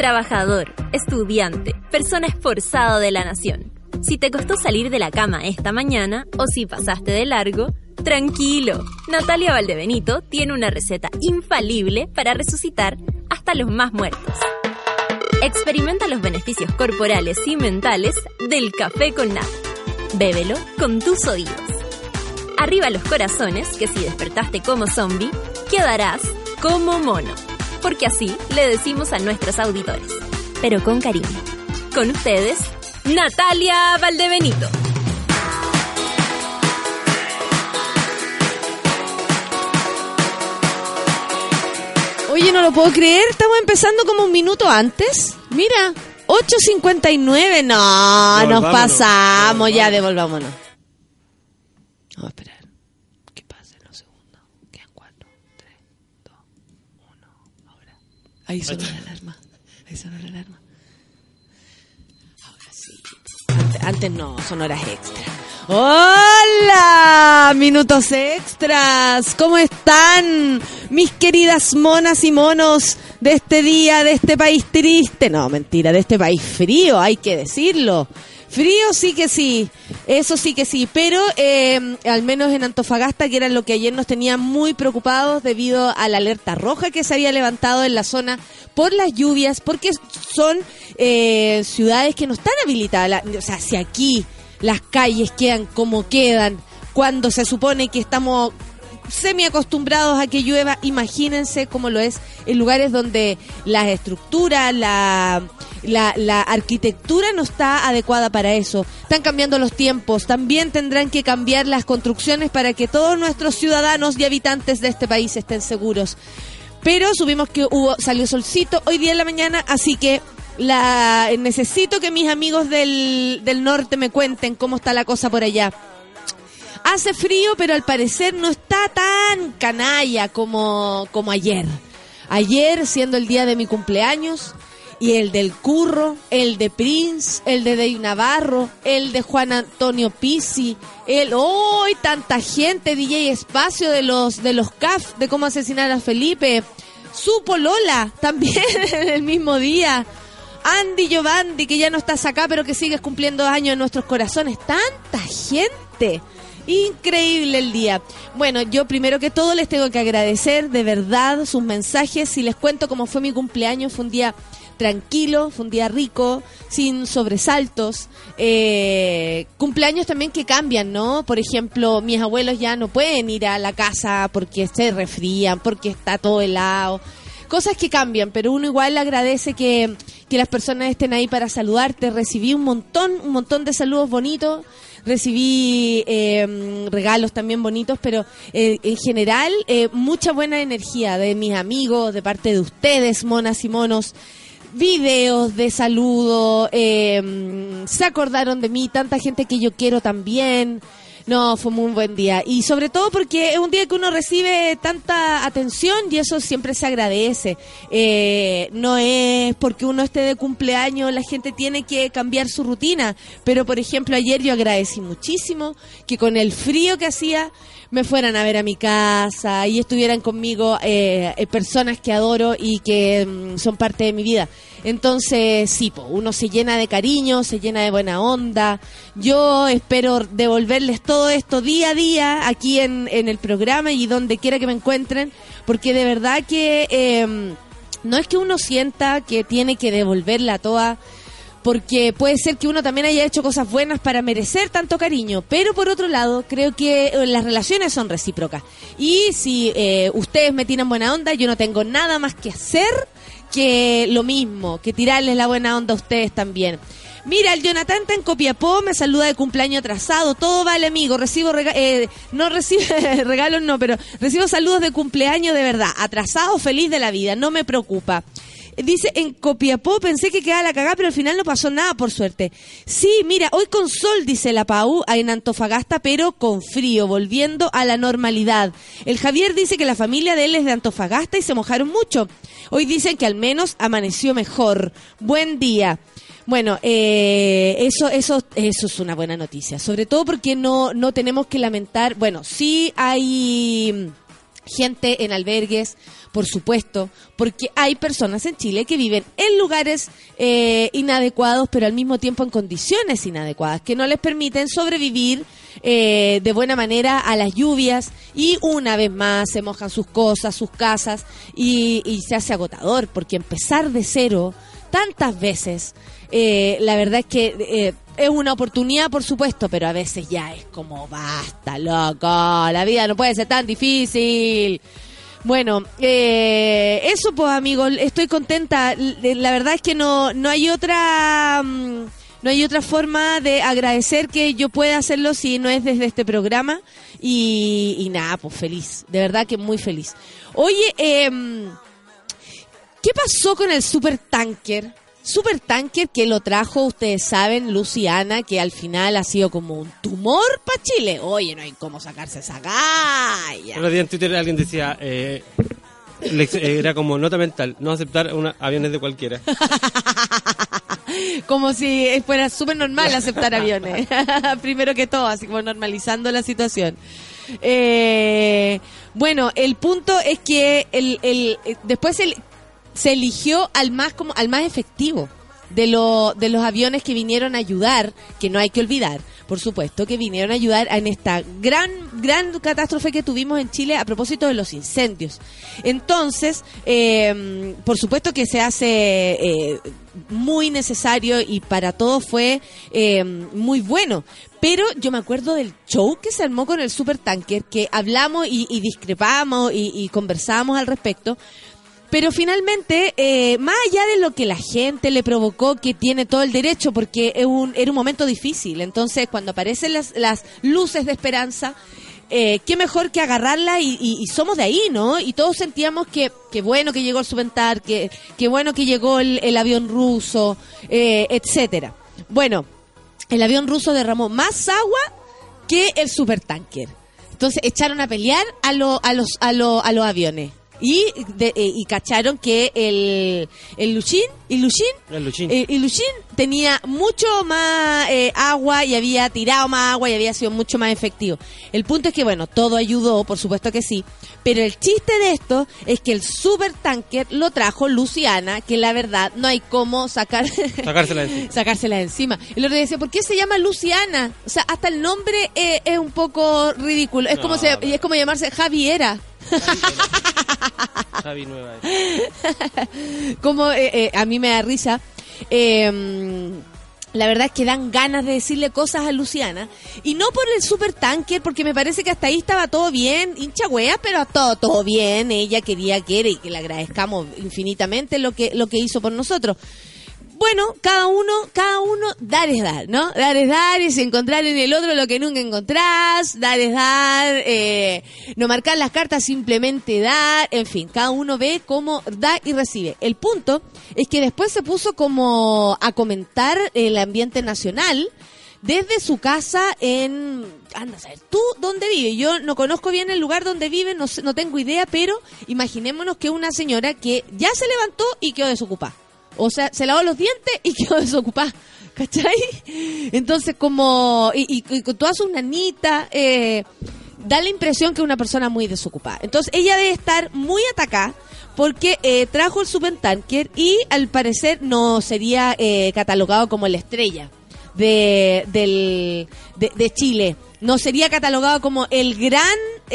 Trabajador, estudiante, persona esforzada de la nación. Si te costó salir de la cama esta mañana o si pasaste de largo, tranquilo. Natalia Valdebenito tiene una receta infalible para resucitar hasta los más muertos. Experimenta los beneficios corporales y mentales del café con nata. Bébelo con tus oídos. Arriba los corazones, que si despertaste como zombie, quedarás como mono. Porque así le decimos a nuestros auditores, pero con cariño. Con ustedes, Natalia Valdebenito. Oye, no lo puedo creer, estamos empezando como un minuto antes. Mira, 8:59. No, nos pasamos, ya devolvámonos. Vamos a esperar. ¿Qué pasa en los segundos? Quedan 4, 3, 2, 1. Ahora. Ahí sonó la alarma. Ahora sí. Antes no, son horas extras. ¡Hola! Minutos extras. ¿Cómo están mis queridas monas y monos de este día, de este país triste? No, mentira, de este país frío, hay que decirlo. Frío sí que sí, eso sí que sí, pero al menos en Antofagasta, que era lo que ayer nos tenía muy preocupados debido a la alerta roja que se había levantado en la zona por las lluvias, porque son ciudades que no están habilitadas. O sea, si aquí las calles quedan como quedan, cuando se supone que estamos semi acostumbrados a que llueva, imagínense cómo lo es en lugares donde las estructuras, la arquitectura no está adecuada para eso. Están cambiando los tiempos, también tendrán que cambiar las construcciones para que todos nuestros ciudadanos y habitantes de este país estén seguros. Pero supimos que salió solcito hoy día en la mañana, así que necesito que mis amigos del norte me cuenten cómo está la cosa por allá. Hace frío, pero al parecer no está tan canalla como ayer. Ayer, siendo el día de mi cumpleaños, y el del Curro, el de Prince, el de Dave Navarro, el de Juan Antonio Pizzi, ¡oh! Tanta gente, DJ Espacio de los CAF, de cómo asesinar a Felipe, su polola, también en el mismo día, Andy Giovanni, que ya no estás acá, pero que sigues cumpliendo años en nuestros corazones, tanta gente. Increíble el día. Bueno, yo primero que todo les tengo que agradecer de verdad sus mensajes. Si les cuento cómo fue mi cumpleaños, fue un día tranquilo, fue un día rico, sin sobresaltos. Cumpleaños también que cambian, ¿no? Por ejemplo, mis abuelos ya no pueden ir a la casa porque se resfrían, porque está todo helado. Cosas que cambian, pero uno igual agradece que las personas estén ahí para saludarte. Recibí un montón de saludos bonitos. Recibí regalos también bonitos, pero en general mucha buena energía de mis amigos, de parte de ustedes, monas y monos. Videos de saludo, se acordaron de mí, tanta gente que yo quiero también. No, fue muy buen día. Y sobre todo porque es un día que uno recibe tanta atención y eso siempre se agradece. No es porque uno esté de cumpleaños, la gente tiene que cambiar su rutina. Pero, por ejemplo, ayer yo agradecí muchísimo que con el frío que hacía me fueran a ver a mi casa y estuvieran conmigo personas que adoro y que son parte de mi vida. Entonces, sí, uno se llena de cariño, se llena de buena onda. Yo espero devolverles todo esto día a día aquí en el programa y donde quiera que me encuentren, porque de verdad que no es que uno sienta que tiene que devolverla toda, porque puede ser que uno también haya hecho cosas buenas para merecer tanto cariño, pero por otro lado creo que las relaciones son recíprocas y si ustedes me tiran buena onda, yo no tengo nada más que hacer que lo mismo, que tirarles la buena onda a ustedes también. Mira, el Jonathan está en Copiapó, me saluda de cumpleaños atrasado, todo vale, amigo, recibo no recibe regalos, no, pero recibo saludos de cumpleaños de verdad, atrasado, feliz de la vida, no me preocupa. Dice, en Copiapó pensé que quedaba la cagada, pero al final no pasó nada, por suerte. Sí, mira, hoy con sol, dice la Pau, en Antofagasta, pero con frío, volviendo a la normalidad. El Javier dice que la familia de él es de Antofagasta y se mojaron mucho. Hoy dicen que al menos amaneció mejor. Buen día. Bueno, eso es una buena noticia, sobre todo porque no tenemos que lamentar. Bueno, sí hay gente en albergues, por supuesto, porque hay personas en Chile que viven en lugares inadecuados, pero al mismo tiempo en condiciones inadecuadas, que no les permiten sobrevivir de buena manera a las lluvias, y una vez más se mojan sus cosas, sus casas, y se hace agotador, porque empezar de cero tantas veces, la verdad es que es una oportunidad, por supuesto, pero a veces ya es como, basta, loco, la vida no puede ser tan difícil. Bueno, eso pues, amigos, estoy contenta. La verdad es que no hay otra forma de agradecer que yo pueda hacerlo si no es desde este programa. Y nada, pues feliz, de verdad que muy feliz. Oye, ¿qué pasó con el supertanker? Supertanker que lo trajo, ustedes saben, Luciana, que al final ha sido como un tumor para Chile. Oye, no hay cómo sacarse esa galla. El otro día en Twitter alguien decía, era como nota mental, no aceptar aviones de cualquiera. Como si fuera súper normal aceptar aviones. Primero que todo, así como normalizando la situación. Bueno, el punto es que después se eligió al más efectivo de los aviones que vinieron a ayudar, que no hay que olvidar, por supuesto, que vinieron a ayudar en esta gran catástrofe que tuvimos en Chile a propósito de los incendios. Entonces, por supuesto que se hace muy necesario, y para todos fue muy bueno. Pero yo me acuerdo del show que se armó con el supertanker, que hablamos y discrepamos y conversábamos al respecto. Pero finalmente, más allá de lo que la gente le provocó, que tiene todo el derecho, porque era un momento difícil. Entonces, cuando aparecen las luces de esperanza, qué mejor que agarrarla y somos de ahí, ¿no? Y todos sentíamos que bueno que llegó el supertanker, que bueno que llegó el avión ruso, etcétera. Bueno, el avión ruso derramó más agua que el supertanker. Entonces, echaron a pelear a los aviones. Y cacharon que el Ilushin tenía mucho más agua, y había tirado más agua y había sido mucho más efectivo. El punto es que, bueno, todo ayudó, por supuesto que sí, pero el chiste de esto es que el supertanker lo trajo Luciana, que la verdad no hay cómo sacársela de encima. El otro día decía, ¿por qué se llama Luciana? O sea, hasta el nombre es un poco ridículo. Es como llamarse Javiera. Javi Nueva. Como a mí me da risa. La verdad es que dan ganas de decirle cosas a Luciana, y no por el supertanker, porque me parece que hasta ahí estaba todo bien, hincha wea, pero todo bien. Ella quería que era, y que le agradezcamos infinitamente lo que hizo por nosotros. Bueno, cada uno dar es dar, ¿no? Dar es dar, es encontrar en el otro lo que nunca encontrás, dar es dar, no marcar las cartas, simplemente dar, en fin, cada uno ve cómo da y recibe. El punto es que después se puso como a comentar el ambiente nacional desde su casa anda a saber, ¿tú dónde vive? Yo no conozco bien el lugar donde vive, no tengo idea, pero imaginémonos que una señora que ya se levantó y quedó desocupada. O sea, se lavó los dientes y quedó desocupada, ¿cachai? Entonces, como y con todas sus nanitas, da la impresión que es una persona muy desocupada. Entonces, ella debe estar muy atacada porque trajo el supertanker y, al parecer, no sería catalogado como la estrella de Chile. No sería catalogado como el gran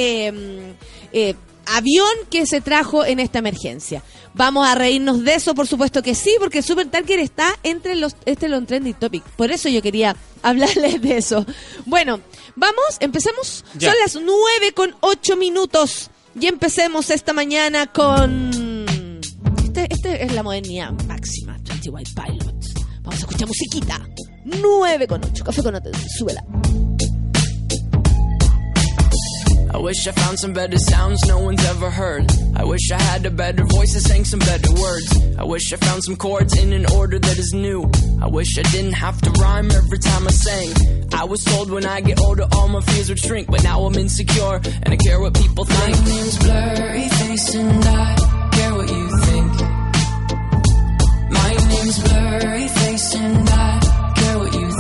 avión que se trajo en esta emergencia. Vamos a reírnos de eso, por supuesto que sí, porque el supertanker está entre los trending topic. Por eso yo quería hablarles de eso. Bueno, empecemos. Ya. Son las 9:08 y empecemos esta mañana con... Este es la modernidad máxima, 21 Pilots. Vamos a escuchar musiquita. 9:08, Café con Nata, súbela. I wish I found some better sounds no one's ever heard. I wish I had a better voice that sang some better words. I wish I found some chords in an order that is new. I wish I didn't have to rhyme every time I sang. I was told when I get older all my fears would shrink, but now I'm insecure and I care what people think. My name's Blurry Face and I care what you think. My name's Blurry Face and I care what you think.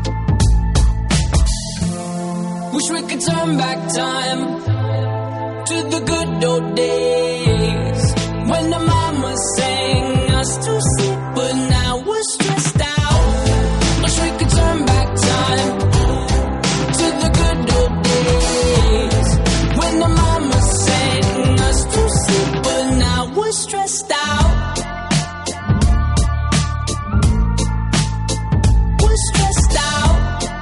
Wish we could turn back time to to the good old days when the mama sang us to sleep, but now we're stressed out. Wish we could turn back time to the good old days when the mama sang us to sleep, but now we're stressed out. We're stressed out.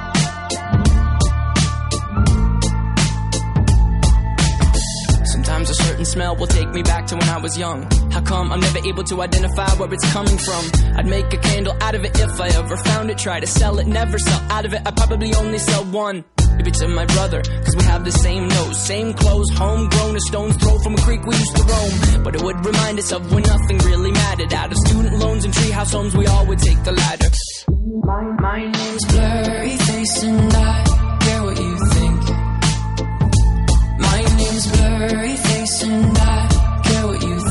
Sometimes a certain smell will take me back to when I was young. How come I'm never able to identify where it's coming from? I'd make a candle out of it if I ever found it. Try to sell it, never sell out of it. I'd probably only sell one. Maybe to my brother, cause we have the same nose, same clothes, homegrown, a stone's throw from a creek we used to roam. But it would remind us of when nothing really mattered. Out of student loans and treehouse homes, we all would take the ladder. My name's Blurry Face and I care what you think. My name's Blurry Face and I care what you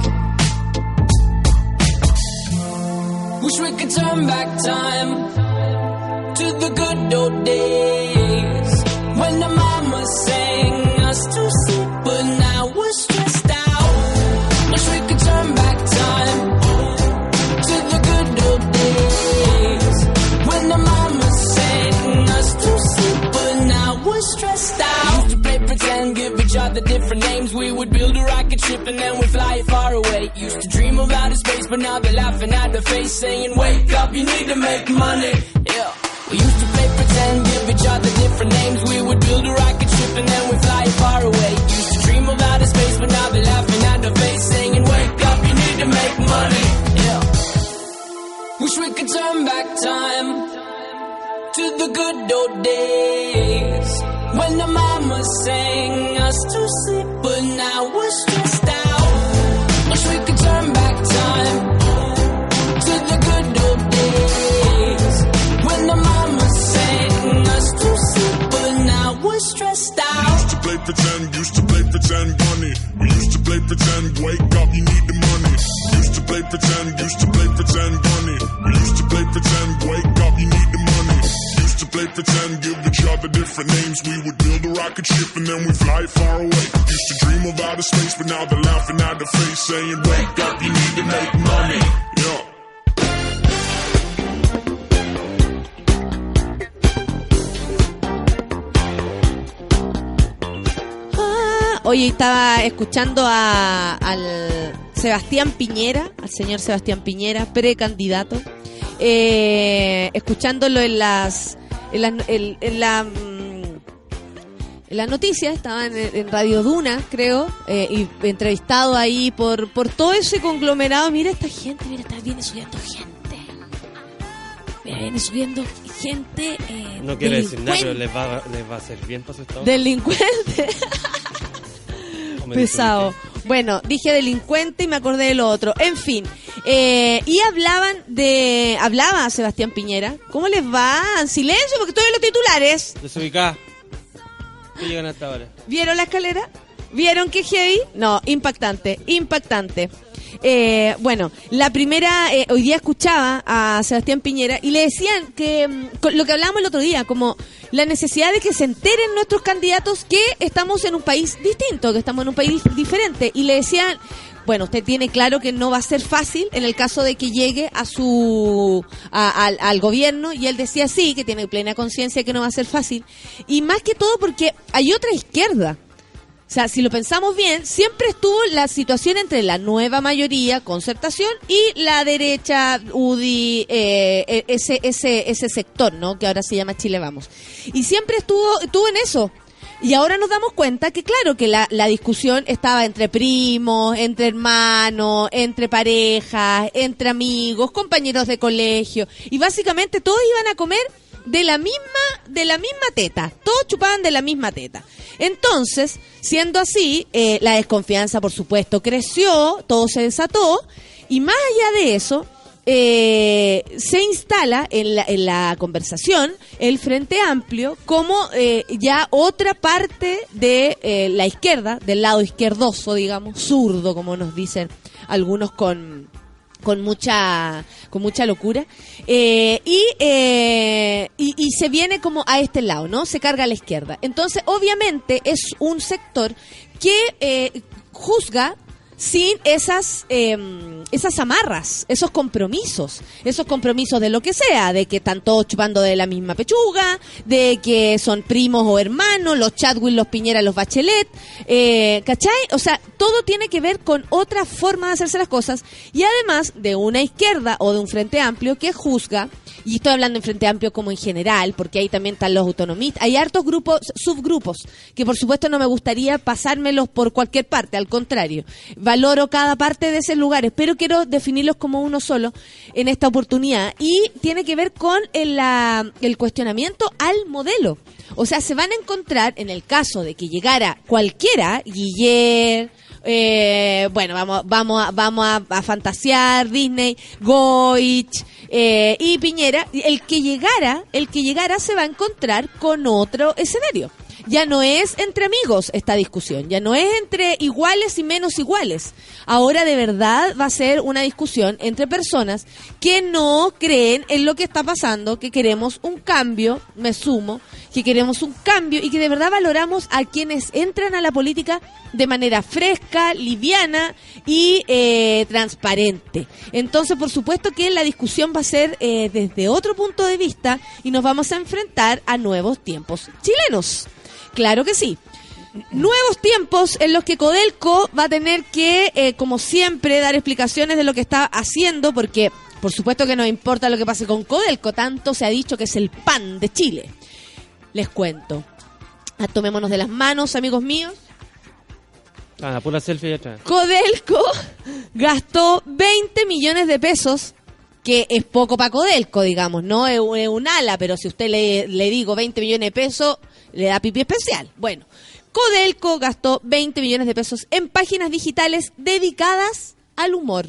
think. Wish we could turn back time to the good old days when the mama sang us to sleep, but now we're stressed out. Wish we could turn back time to the good old days when the mama sang us to sleep, but now we're stressed out. We used to play pretend, give each other different names. We would build a rocket ship and then we'd fly it far away. Used to dream of outer space, but now they're laughing at the face, saying, wake up, you need to make money. Yeah. We used to play pretend, give each other different names. We would build a rocket ship and then we'd fly it far away. Used to dream of outer space, but now they're laughing at the face, saying, wake up, you need to make money. Yeah. Wish we could turn back time to the good old days when the mama sang us to sleep, but now we're stressed out. Wish we could turn back time to the good old days when the mama sang us to sleep, but now we're stressed out. Used to play pretend, bunny. We used to play pretend, wake up, you need the money. Used to play pretend, bunny. We used to play pretend, wake up, you need the money. Used to play pretend, give each other different names. We would build a rocket ship and then we fly it far away. Used to dream of outer space, but now they're laughing at the face, saying, wake up, you need to make money. Yeah. Oye, estaba escuchando al Sebastián Piñera, al señor Sebastián Piñera, precandidato, escuchándolo en las noticias, estaba en Radio Duna, creo, y entrevistado ahí por todo ese conglomerado. Mira esta gente, viene subiendo gente. Mira, viene subiendo gente. No quiero decir nada, pero les va a hacer bien para su estado. Delincuente. Pesado. Bueno, dije delincuente y me acordé de lo otro. En fin, y hablaba Sebastián Piñera. ¿Cómo les va? En silencio, porque estoy en los titulares. Desubicada. ¿Qué llegan hasta ahora? ¿Vieron la escalera? ¿Vieron qué heavy? No, impactante. Bueno, la primera, hoy día escuchaba a Sebastián Piñera y le decían que lo que hablábamos el otro día, como la necesidad de que se enteren nuestros candidatos que estamos en un país distinto, que estamos en un país diferente, y le decían, bueno, usted tiene claro que no va a ser fácil en el caso de que llegue al gobierno, y él decía sí, que tiene plena conciencia que no va a ser fácil, y más que todo porque hay otra izquierda. O sea, si lo pensamos bien, siempre estuvo la situación entre la nueva mayoría, Concertación, y la derecha, UDI, ese sector, ¿no? Que ahora se llama Chile Vamos. Y siempre estuvo en eso. Y ahora nos damos cuenta que, claro, que la discusión estaba entre primos, entre hermanos, entre parejas, entre amigos, compañeros de colegio. Y básicamente todos iban a comer de la misma teta. Todos chupaban de la misma teta. Entonces, siendo así, la desconfianza, por supuesto, creció, todo se desató, y más allá de eso, se instala en la conversación el Frente Amplio como ya otra parte de la izquierda, del lado izquierdoso, digamos, zurdo, como nos dicen algunos con con mucha locura, y se viene como a este lado, ¿no? Se carga a la izquierda. Entonces, obviamente, es un sector que juzga sin esas amarras, esos compromisos de lo que sea, de que están todos chupando de la misma pechuga, de que son primos o hermanos, los Chadwick, los Piñera, los Bachelet, ¿cachai? O sea, todo tiene que ver con otra forma de hacerse las cosas, y además de una izquierda o de un Frente Amplio que juzga, y estoy hablando en Frente Amplio como en general, porque ahí también están los autonomistas, hay hartos grupos, subgrupos, que por supuesto no me gustaría pasármelos por cualquier parte, al contrario, valoro cada parte de esos lugares, pero quiero definirlos como uno solo en esta oportunidad, y tiene que ver con el cuestionamiento al modelo. O sea, se van a encontrar, en el caso de que llegara cualquiera, Guillermo, bueno, vamos a fantasear, Disney, Goich, y Piñera, el que llegara se va a encontrar con otro escenario. Ya no es entre amigos esta discusión, ya no es entre iguales y menos iguales. Ahora de verdad va a ser una discusión entre personas que no creen en lo que está pasando, que queremos un cambio, me sumo, que queremos un cambio y que de verdad valoramos a quienes entran a la política de manera fresca, liviana y transparente. Entonces, por supuesto que la discusión va a ser desde otro punto de vista y nos vamos a enfrentar a nuevos tiempos chilenos. Claro que sí. Nuevos tiempos en los que Codelco va a tener que, como siempre, dar explicaciones de lo que está haciendo, porque por supuesto que nos importa lo que pase con Codelco, tanto se ha dicho que es el pan de Chile. Les cuento. Tomémonos de las manos, amigos míos. Pura selfie atrás. Codelco gastó 20 millones de pesos, que es poco para Codelco, digamos, no es un ala, pero si usted le digo 20 millones de pesos, le da pipí especial. Bueno, Codelco gastó 20 millones de pesos en páginas digitales dedicadas al humor.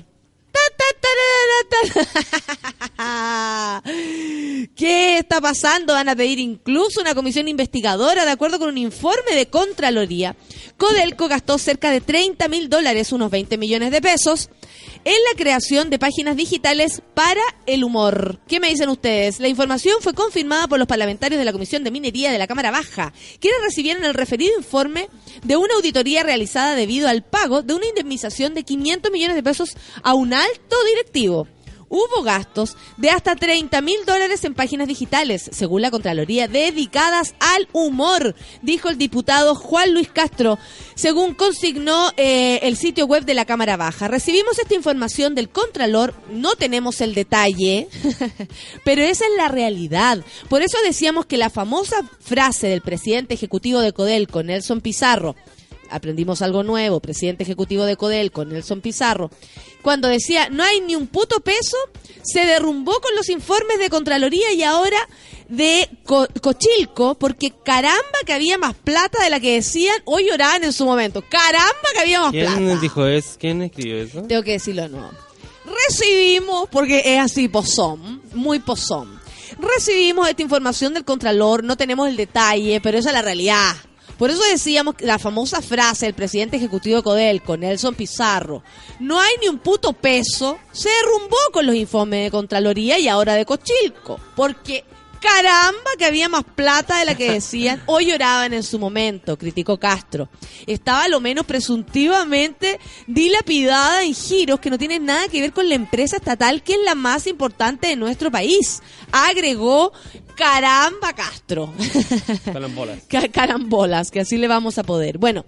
¿Qué está pasando? Van a pedir incluso una comisión investigadora. De acuerdo con un informe de Contraloría, Codelco gastó cerca de $30,000, unos 20 millones de pesos, en la creación de páginas digitales para el humor. ¿Qué me dicen ustedes? La información fue confirmada por los parlamentarios de la Comisión de Minería de la Cámara Baja, quienes recibieron el referido informe de una auditoría realizada debido al pago de una indemnización de 500 millones de pesos a un alto directivo. Hubo gastos de hasta $30,000 en páginas digitales, según la Contraloría, dedicadas al humor, dijo el diputado Juan Luis Castro, según consignó el sitio web de la Cámara Baja. Recibimos esta información del Contralor, no tenemos el detalle, pero esa es la realidad. Por eso decíamos que la famosa frase del presidente ejecutivo de Codelco, Nelson Pizarro, aprendimos algo nuevo, presidente ejecutivo de Codelco, Nelson Pizarro, cuando decía no hay ni un puto peso, se derrumbó con los informes de Contraloría y ahora de Cochilco, porque caramba que había más plata de la que decían, hoy lloraban en su momento, caramba que había más plata. ¿Quién dijo eso? ¿Quién escribió eso? Tengo que decirlo de nuevo. Recibimos, porque es así pozón, muy pozón, recibimos esta información del Contralor, no tenemos el detalle, pero esa es la realidad. Por eso decíamos la famosa frase del presidente ejecutivo de Codelco, Nelson Pizarro, no hay ni un puto peso, se derrumbó con los informes de Contraloría y ahora de Cochilco, porque caramba que había más plata de la que decían, o lloraban en su momento, criticó Castro. Estaba a lo menos presuntivamente dilapidada en giros que no tienen nada que ver con la empresa estatal que es la más importante de nuestro país, agregó caramba Castro. Carambolas. Carambolas, que así le vamos a poder. Bueno,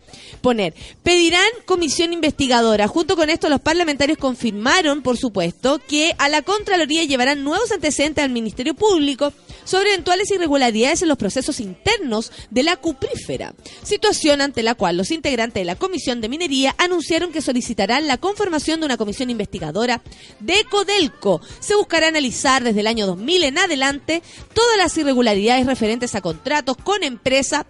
pedirán comisión investigadora. Junto con esto, los parlamentarios confirmaron, por supuesto, que a la Contraloría llevarán nuevos antecedentes al Ministerio Público sobre eventuales irregularidades en los procesos internos de la cuprífera. Situación ante la cual los integrantes de la Comisión de Minería anunciaron que solicitarán la conformación de una comisión investigadora de Codelco. Se buscará analizar desde el año 2000 en adelante todas las irregularidades referentes a contratos con empresas.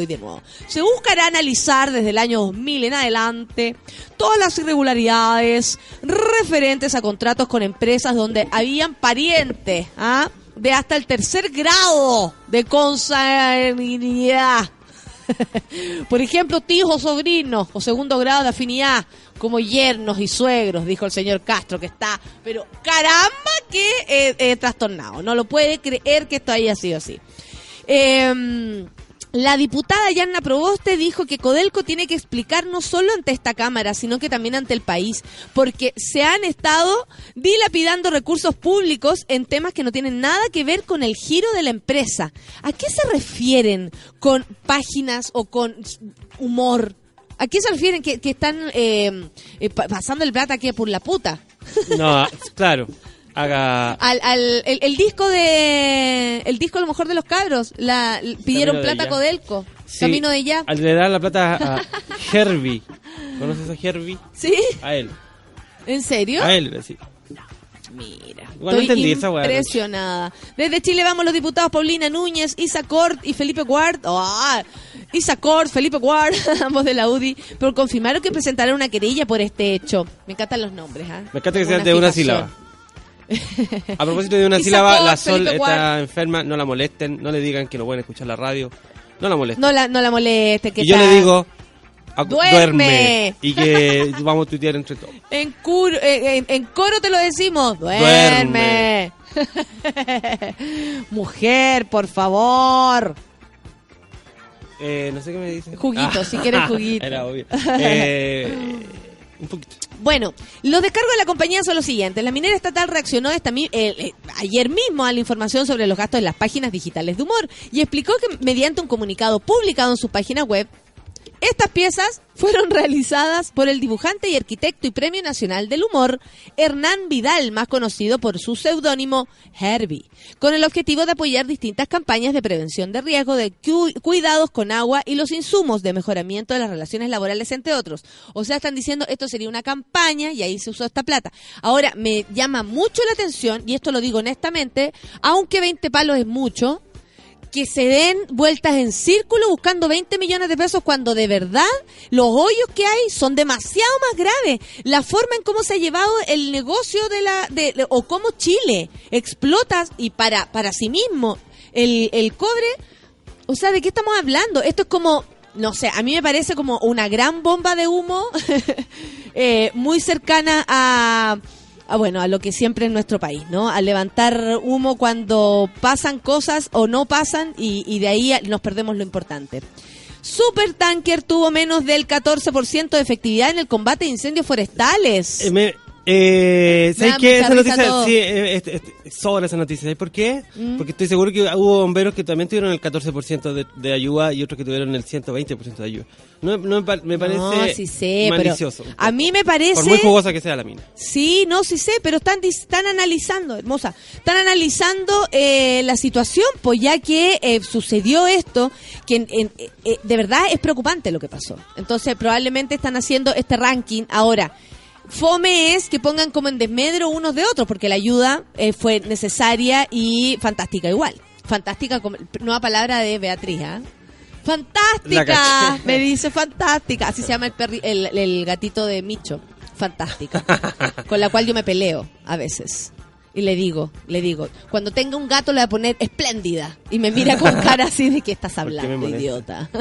Se buscará analizar desde el año 2000 en adelante todas las irregularidades referentes a contratos con empresas donde habían parientes de hasta el 3er grado de consanguinidad. Por ejemplo, tíos o sobrinos o segundo grado de afinidad, como yernos y suegros, dijo el señor Castro, que está, pero caramba que trastornado. No lo puede creer que esto haya sido así. La diputada Yanna Proboste dijo que Codelco tiene que explicar no solo ante esta Cámara, sino que también ante el país, porque se han estado dilapidando recursos públicos en temas que no tienen nada que ver con el giro de la empresa. ¿A qué se refieren con páginas o con humor? ¿A qué se refieren que están pasando el plata que por la puta? No, claro. El disco a lo mejor de los cabros pidieron Camino de plata a Ya. Codelco, Sí, Camino de Ya. Le dan la plata a Herbie. ¿Conoces a Herbie? ¿Sí? A él. ¿En serio? A él, sí. Mira, Igual no entendí esa weá. impresionada. Desde Chile vamos los diputados Paulina Núñez, Isa Cort y Felipe Ward. Isa Cort, Felipe Ward, ambos de la UDI, pero confirmaron que presentarán una querella por este hecho. Me encantan los nombres, ¿ah? Me encanta que sean de una sílaba. A propósito de una sílaba, Isacor, la Sol Felipe está Ward. enferma, no la molesten, no le digan que no pueden escuchar la radio, no la molesten. No la moleste. Que Y yo está- le digo, ¡Duerme! y que vamos a tuitear entre todos. En coro te lo decimos. ¡Duerme! Mujer, por favor. No sé qué me dice. Juguito, si quieres juguito. Era obvio. Un poquito. Bueno, los descargos de la compañía son los siguientes. La minera estatal reaccionó ayer mismo a la información sobre los gastos en las páginas digitales de humor y explicó que mediante un comunicado publicado en su página web, estas piezas fueron realizadas por el dibujante y arquitecto y Premio Nacional del Humor, Hernán Vidal, más conocido por su seudónimo Herbie, con el objetivo de apoyar distintas campañas de prevención de riesgo, de cuidados con agua y los insumos de mejoramiento de las relaciones laborales, entre otros. O sea, están diciendo esto sería una campaña y ahí se usó esta plata. Ahora, me llama mucho la atención, y esto lo digo honestamente, aunque 20 palos es mucho, que se den vueltas en círculo buscando 20 millones de pesos cuando de verdad los hoyos que hay son demasiado más graves. La forma en cómo se ha llevado el negocio o cómo Chile explota y para sí mismo el cobre. O sea, ¿de qué estamos hablando? Esto es como, no sé, a mí me parece como una gran bomba de humo muy cercana a lo que siempre es nuestro país, ¿no? A levantar humo cuando pasan cosas o no pasan y de ahí nos perdemos lo importante. Supertanker tuvo menos del 14% de efectividad en el combate de incendios forestales. ¿Sabes da qué? mucha Esa risa noticia, todo. sí, sobra esa noticia. ¿Sabes por qué? Porque estoy seguro que hubo bomberos que también tuvieron el 14% de ayuda y otros que tuvieron el 120% de ayuda. No me parece No, sí sé, malicioso. pero a mí me parece... Por muy jugosa que sea la mina. Sí, no, sí sé, pero están analizando, hermosa, están analizando la situación, pues ya que sucedió esto, que de verdad es preocupante lo que pasó. Entonces probablemente están haciendo este ranking ahora. Fome es que pongan como en desmedro unos de otros, porque la ayuda fue necesaria y fantástica igual. Fantástica, como nueva palabra de Beatriz, ¿ah? La Fantástica, caché. me dice fantástica. Así se llama el gatito de Micho. Fantástica. Con la cual yo me peleo a veces. Y le digo, cuando tenga un gato le voy a poner espléndida. Y me mira con cara así de que estás ¿Por qué me hablando, molesta? idiota.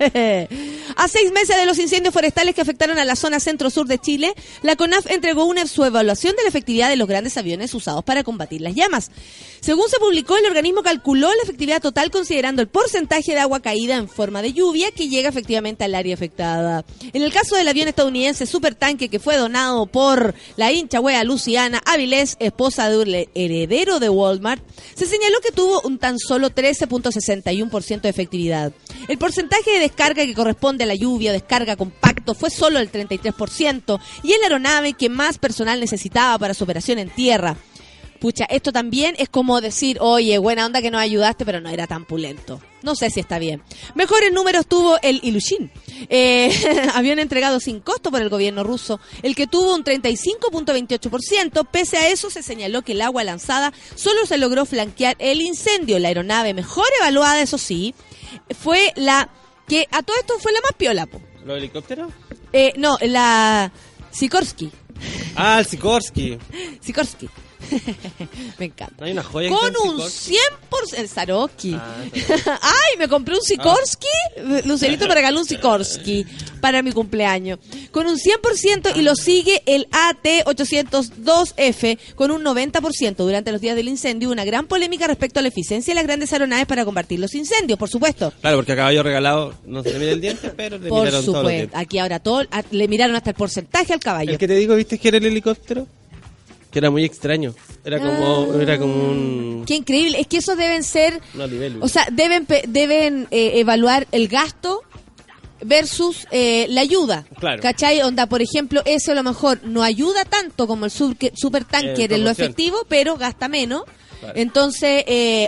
A 6 meses de los incendios forestales que afectaron a la zona centro-sur de Chile, la CONAF entregó su evaluación de la efectividad de los grandes aviones usados para combatir las llamas. Según se publicó, el organismo calculó la efectividad total considerando el porcentaje de agua caída en forma de lluvia que llega efectivamente al área afectada. En el caso del avión estadounidense Supertanque, que fue donado por la hincha wea Luciana Avilés, esposa de un heredero de Walmart, se señaló que tuvo un tan solo 13.61% de efectividad. El porcentaje de descarga que corresponde a la lluvia o descarga compacto fue solo el 33% y es la aeronave que más personal necesitaba para su operación en tierra. Pucha, esto también es como decir, oye, buena onda que nos ayudaste, pero no era tan pulento. No sé si está bien. Mejores números tuvo el Ilyushin, avión entregado sin costo por el gobierno ruso, el que tuvo un 35.28%. Pese a eso, se señaló que el agua lanzada solo se logró flanquear el incendio. La aeronave mejor evaluada, eso sí, fue la que a todo esto fue la más piola, po. ¿Los helicópteros? No, la Sikorsky. Ah, el Sikorsky. Sikorsky. Me encanta. ¿No hay una joya Con que sea un Sikorsky? 100%... El Swarovski. Ah, ¡Ay! Me compré un Sikorsky. Lucerito me regaló un Sikorsky para mi cumpleaños. Con un 100% y lo sigue el AT-802F con un 90%. Durante los días del incendio, una gran polémica respecto a la eficiencia de las grandes aeronaves para combatir los incendios, por supuesto. Claro, porque a caballo regalado no se le mira el diente, pero le Por miraron todos los supuesto. dientes. Aquí ahora le miraron hasta el porcentaje al caballo. El que te digo, ¿viste que era el helicóptero? Que era muy extraño. Era como un... Qué increíble. Es que esos deben ser... No, nivel. O sea, deben evaluar el gasto versus la ayuda. Claro. ¿Cachai? Onda, por ejemplo, eso a lo mejor no ayuda tanto como el supertanker en lo proporción. efectivo, pero gasta menos. Claro. Entonces,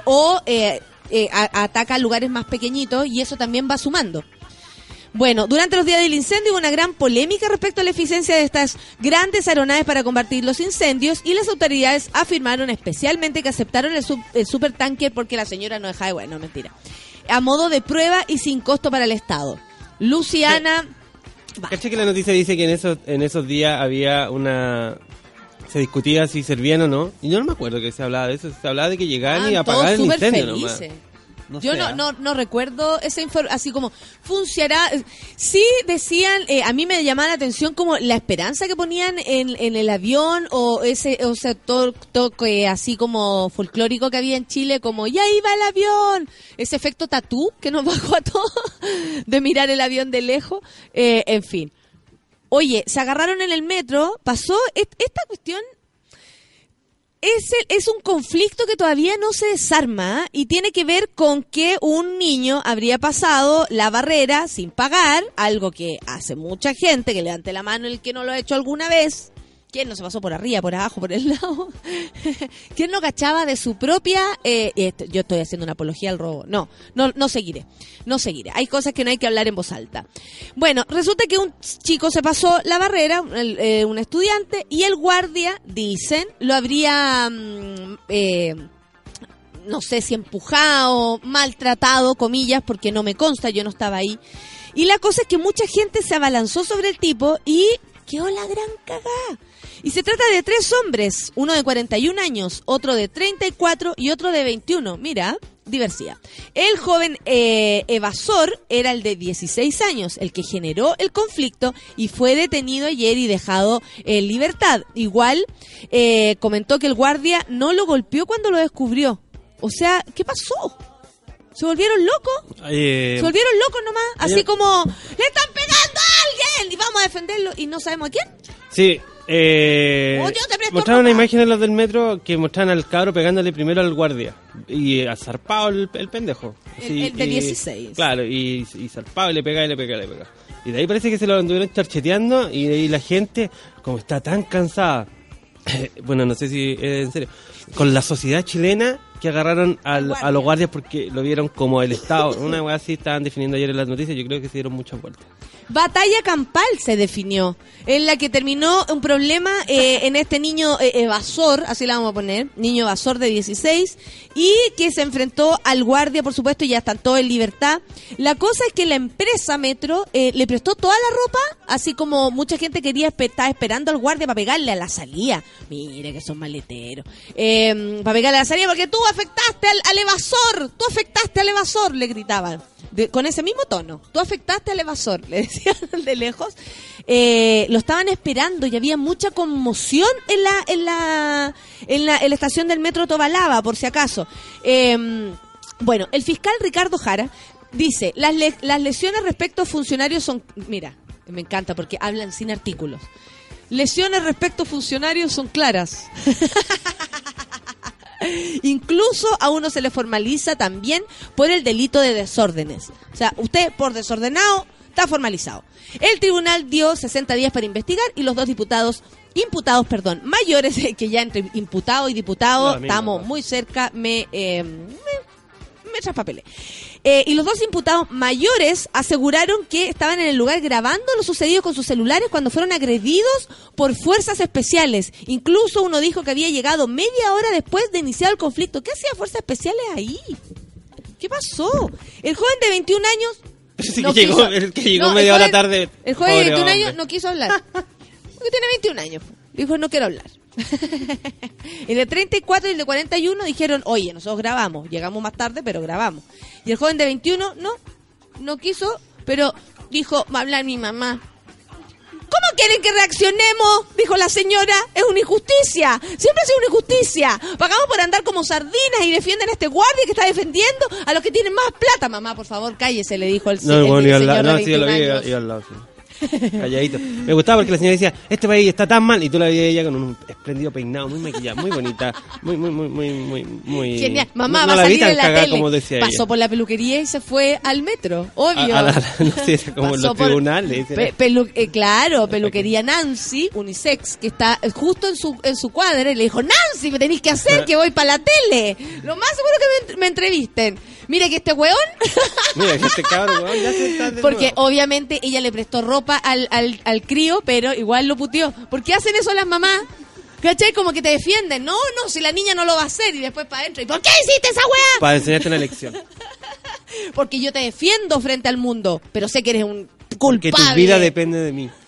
ataca lugares más pequeñitos y eso también va sumando. Bueno, durante los días del incendio hubo una gran polémica respecto a la eficiencia de estas grandes aeronaves para combatir los incendios y las autoridades afirmaron especialmente que aceptaron el supertanker porque la señora no dejaba de... Bueno, mentira. A modo de prueba y sin costo para el Estado. Luciana... Caché que la noticia dice que en esos días había una... Se discutía si servían o no. Y yo no me acuerdo que se hablaba de eso. Se hablaba de que llegaban y apagaban el súper incendio felices. nomás. No Yo sé, no recuerdo esa información, así como funcionará. Sí decían, a mí me llamaba la atención como la esperanza que ponían en el avión o sea, todo toque así como folclórico que había en Chile, como ya iba el avión, ese efecto tatú que nos bajó a todos de mirar el avión de lejos, en fin. Oye, se agarraron en el metro, pasó esta cuestión. Es un conflicto que todavía no se desarma y tiene que ver con que un niño habría pasado la barrera sin pagar, algo que hace mucha gente, que levante la mano el que no lo ha hecho alguna vez. ¿Quién no se pasó por arriba, por abajo, por el lado? ¿Quién no cachaba de su propia... yo estoy haciendo una apología al robo. No seguiré. Hay cosas que no hay que hablar en voz alta. Bueno, resulta que un chico se pasó la barrera, un estudiante, y el guardia, dicen, lo habría... no sé si empujado, maltratado, comillas, porque no me consta, yo no estaba ahí. Y la cosa es que mucha gente se abalanzó sobre el tipo y quedó la gran cagada. Y se trata de 3 hombres, uno de 41 años, otro de 34 y otro de 21. Mira, diversidad. El joven evasor era el de 16 años, el que generó el conflicto y fue detenido ayer y dejado en libertad. Igual comentó que el guardia no lo golpeó cuando lo descubrió. O sea, ¿qué pasó? ¿Se volvieron locos? Se volvieron locos nomás, así como ¡le están pegando a alguien! Y vamos a defenderlo y no sabemos a quién. Sí. Yo te presto Mostraron una ropa. imagen en los del metro que mostraban al cabro pegándole primero al guardia y zarpado el pendejo. El de 16. Claro, y zarpado y le pega. Y de ahí parece que se lo anduvieron charcheteando y de ahí la gente, como está tan cansada, bueno, no sé si en serio, con la sociedad chilena que agarraron a los guardias porque lo vieron como el Estado. Una weá así estaban definiendo ayer en las noticias, yo creo que se dieron muchas vueltas. Batalla campal se definió, en la que terminó un problema en este niño evasor, así la vamos a poner, niño evasor de 16, y que se enfrentó al guardia, por supuesto, y ya están todos en libertad. La cosa es que la empresa Metro le prestó toda la ropa, así como mucha gente estaba esperando al guardia para pegarle a la salida. Mire que son maleteros. Para pegarle a la salida porque tú afectaste al evasor, le gritaban. Con ese mismo tono, tú afectaste al evasor, le decían de lejos. Lo estaban esperando y había mucha conmoción en la estación del metro Tobalaba, por si acaso. Bueno, el fiscal Ricardo Jara dice, las lesiones respecto a funcionarios son... Mira, me encanta porque hablan sin artículos. Lesiones respecto a funcionarios son claras. Incluso a uno se le formaliza también por el delito de desórdenes. O sea, usted por desordenado está formalizado. El tribunal dio 60 días para investigar y los dos imputados mayores, que ya entre imputado y diputado estamos muy cerca, me traspapelé. Y los dos imputados mayores aseguraron que estaban en el lugar grabando lo sucedido con sus celulares cuando fueron agredidos por fuerzas especiales. Incluso uno dijo que había llegado media hora después de iniciar el conflicto. ¿Qué hacían fuerzas especiales ahí? ¿Qué pasó? El joven de 21 años... Sí, el que llegó media hora tarde. El joven de 21 hombre. años no quiso hablar. Porque tiene 21 años. Dijo, no quiero hablar. Y de 34 y el de 41 dijeron, oye, nosotros grabamos. Llegamos más tarde, pero grabamos. Y el joven de 21, no quiso, pero dijo, va a hablar mi mamá. ¿Cómo quieren que reaccionemos? Dijo la señora. Es una injusticia. Siempre ha sido una injusticia. Pagamos por andar como sardinas y defienden a este guardia que está defendiendo a los que tienen más plata. Mamá, por favor, cállese, le dijo el señor de 21 años. Iba al lado, sí. Calladito. Me gustaba porque la señora decía, este país está tan mal, y tú la veías ella con un espléndido peinado, muy maquillada, muy bonita, muy genial. Mamá no va a salir en la tele. Como decía pasó ella. por la peluquería y se fue al metro, obvio. No sé, como en los tribunales. Claro, peluquería Nancy, unisex, que está justo en su cuadra, y le dijo, Nancy, me tenéis que hacer que voy para la tele. Lo más seguro que me entrevisten. Mira que este weón. Mira que este cabrón, weón, ya se está de porque nuevo. obviamente ella le prestó ropa al crío, pero igual lo puteó. ¿Por qué hacen eso las mamás? ¿Cachai? Como que te defienden. No, si la niña no lo va a hacer. Y después para adentro. ¿Y por qué hiciste esa weá? Para enseñarte una lección. Porque yo te defiendo frente al mundo, pero sé que eres un culpable. Porque tu vida depende de mí.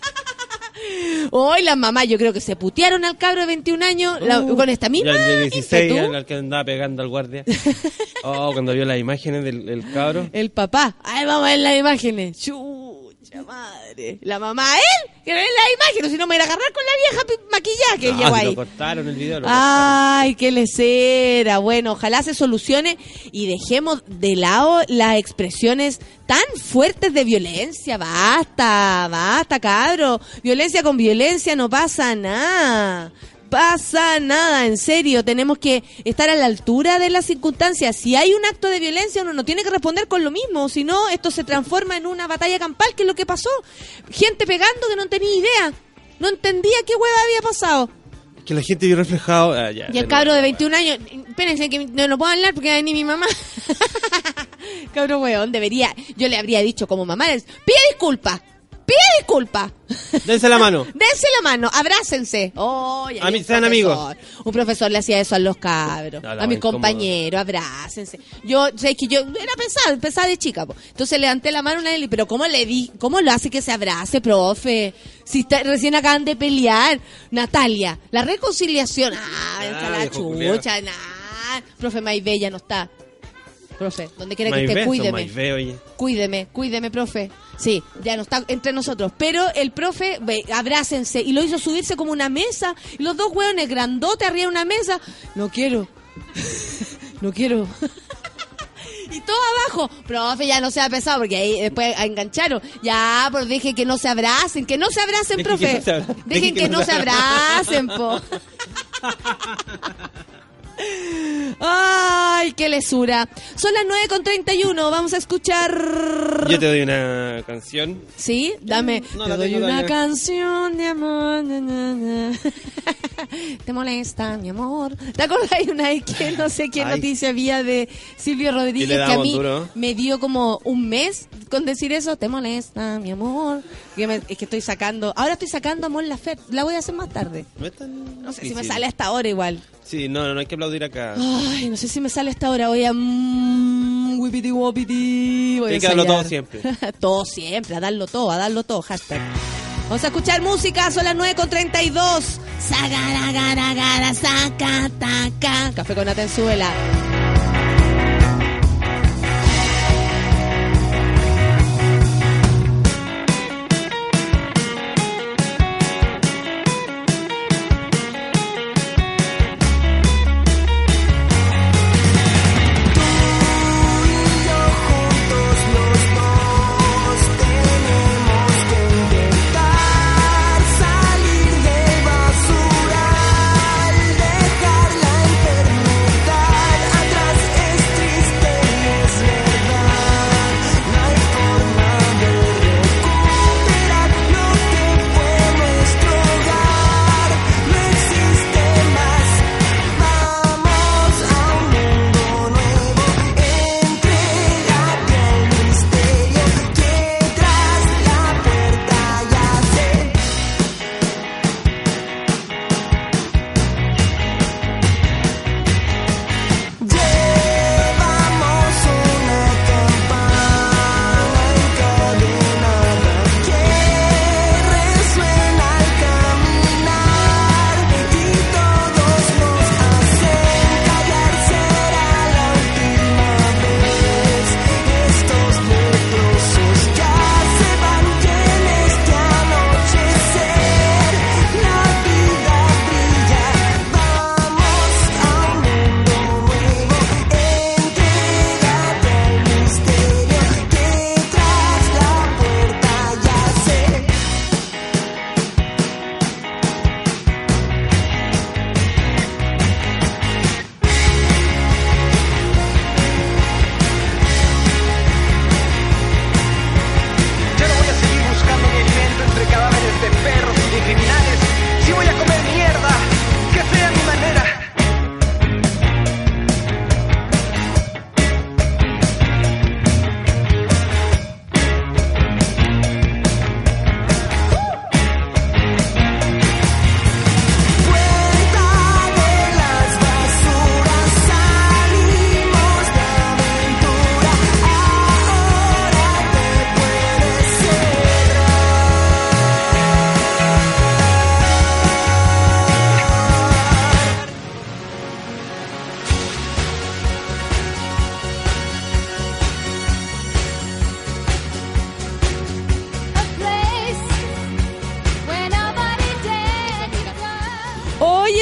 Hoy las mamás yo creo que se putearon al cabro de 21 años con esta misma. Ya el de 16, ímpetu. al que andaba pegando al guardia. Cuando vio las imágenes del cabro. El papá. Ay, vamos a ver las imágenes. Chucha madre. La mamá, él, que no ve las imágenes, si no me voy a agarrar con la vieja maquillada que llevo ahí. Lo cortaron el video. Ay, qué lecera. Bueno, ojalá se solucione y dejemos de lado las expresiones tan fuertes de violencia. Basta, cabro. Violencia con violencia no pasa nada. En serio, tenemos que estar a la altura de las circunstancias. Si hay un acto de violencia, uno no tiene que responder con lo mismo, si no, esto se transforma en una batalla campal, que es lo que pasó. Gente pegando que no tenía idea, no entendía qué hueva había pasado. Que la gente vio reflejado. Y el cabro de 21 años, espérense que no puedo hablar porque va a venir mi mamá. Cabro hueón, yo le habría dicho como mamá, pide disculpas. Dense la mano, abrácense. Oh, a mí sean amigos. Un profesor le hacía eso a los cabros, a mis compañeros, abrácense. Yo, sé que yo era pesada de chica, po. Entonces levanté la mano a él, pero ¿cómo lo hace que se abrace, profe? Si recién acaban de pelear. Natalia, la reconciliación. La chucha, profe Maibé ya no está. Profe, donde quiera que esté, cuídeme, profe. Sí, ya no está entre nosotros. Pero el profe, abrácense, y lo hizo subirse como una mesa. Y los dos hueones grandotes arriba de una mesa. No quiero. Y todo abajo. Profe, ya no sea pesado, porque ahí después engancharon. Ya, pues dije que no se abracen, profe. Dejen que no se abracen, po. Ay, qué lesura. Son las 9:31, vamos a escuchar. Yo te doy una canción. Sí, dame. Te doy una canción de amor. ¿Te molesta, mi amor? ¿Te acuerdas? Hay una que no sé qué noticia había de Silvio Rodríguez que a mí me dio como un mes con decir eso. ¿Te molesta, mi amor? Es que estoy sacando Amor Laferte. La voy a hacer más tarde. No sé si me sale hasta ahora igual. Sí, no hay que aplaudir acá. Ay, no sé si me sale esta hora. Voy a... Wipiti wopiti. Hay que darlo todo siempre. Todo siempre, a darlo todo. Hashtag. Vamos a escuchar música, son las 9:32. Sagaragara, sacataca. Café con Atenzuela. Dejar la enfermedad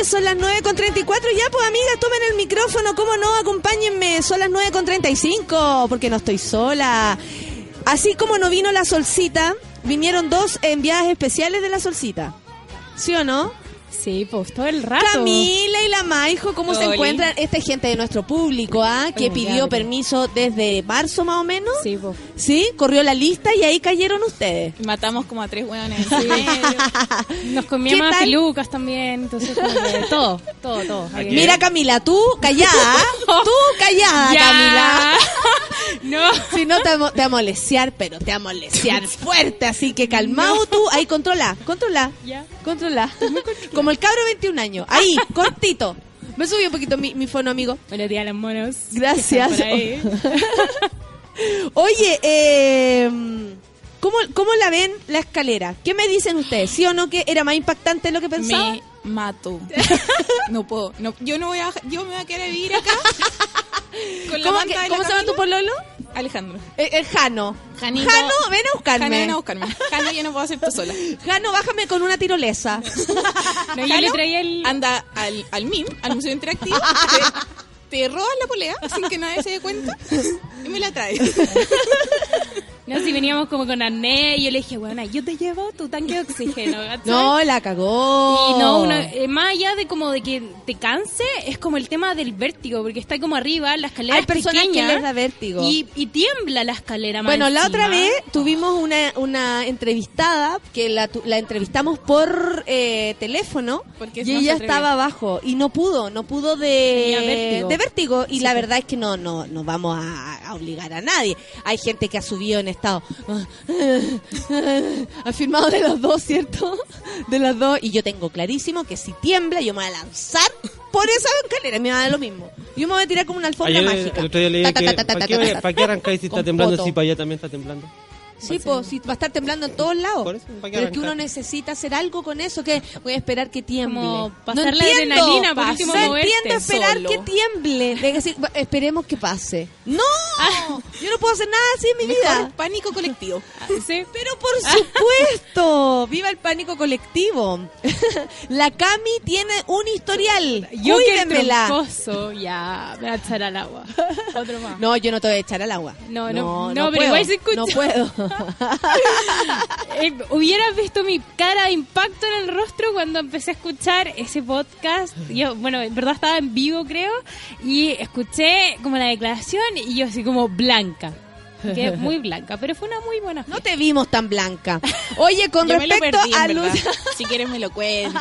son las 9:34. Ya, pues, amigas, tomen el micrófono. ¿Cómo no? Acompáñenme. Son las 9:35, porque no estoy sola. Así como no vino la Solcita, vinieron 2 enviadas especiales de la Solcita. ¿Sí o no? Sí, pues todo el rato. Camila y la Maijo, ¿cómo se Oli. encuentran? Esta es gente de nuestro público, que Oye, pidió diablo. permiso desde marzo más o menos. Sí, pues. Sí, corrió la lista y ahí cayeron ustedes. Matamos como a 3 hueones en medio. Nos comíamos ¿Qué a tal? filucas también, entonces como que todo. Aquí. Mira, Camila, tú callada, Ya. Camila. No. Si no te va a molestear, pero te va a molestear fuerte, así que calmado tú, ahí controla. Ya. Controla. Como el cabro de 21 años, ahí, cortito. Me subí un poquito mi fono, amigo. Buenos días, las monos. Gracias. Que están por ahí. Oye, ¿cómo la ven la escalera? ¿Qué me dicen ustedes? ¿Sí o no que era más impactante de lo que pensaban? Me mato. No puedo. No, yo me voy a quedar a vivir acá. Con la ¿Cómo, manta de la ¿cómo se llama Camila. tu pololo? Alejandro. El Jano. Janito. Jano, ven a buscarme. Jano, ven a buscarme. Jano, yo no puedo hacer esto sola. Jano, bájame con una tirolesa. No, yo le traía el... Anda al MIM, al Museo Interactivo, te robas la polea sin que nadie se dé cuenta y me la traes. No, si veníamos como con arnés y yo le dije, bueno, yo te llevo tu tanque de oxígeno, ¿cachai? No, la cagó. Y no, más allá de como de que te canse, es como el tema del vértigo, porque está como arriba, la escalera Hay es personas pequeña que les da vértigo. y tiembla la escalera más Bueno, la encima. otra vez tuvimos una entrevistada que la entrevistamos por teléfono Porque y no ella se atrevió. estaba abajo y no pudo Tenía vértigo. de vértigo y Sí, la pues. verdad es que no vamos a obligar a nadie. Hay gente que ha subido en estado ha firmado de los dos, ¿cierto? De los dos, y yo tengo clarísimo que si tiembla yo me voy a lanzar por esa escalera, me va a dar lo mismo. Yo me voy a tirar como una alfombra Ayer, mágica. el otro día leí Ta, ta, que ta, ta, ta, ¿para ta, ta, ta. qué arrancáis si está Con temblando poto. si para allá también está temblando? Sí, pues sí, va a estar temblando en todos lados. Por eso, ¿para qué Pero es que arrancar? uno necesita hacer algo con eso, que voy a esperar que tiemble. Como No pasar la entiendo, adrenalina, por último, no moverte entiendo esperar solo. que tiemble. De decir, esperemos que pase. ¡No! Yo no puedo hacer nada así en mi Mejor vida. pánico colectivo. Sí. Pero por supuesto, viva el pánico colectivo. La Cami tiene un historial. Yo que Cuídenmela. troncoso, ya, me va a echar al agua. Otro más. No, yo no te voy a echar al agua. No, pero puedo, igual se escucha. No puedo. Hubieras visto mi cara de impacto en el rostro cuando empecé a escuchar ese podcast. Yo, bueno, en verdad estaba en vivo, creo, y escuché como la declaración y yo así como blanca. Quedé muy blanca, pero fue una muy buena No fiesta. te vimos tan blanca. Oye, con Yo me lo respecto perdí, en a verdad. Lucia. Si quieres me lo cuentan.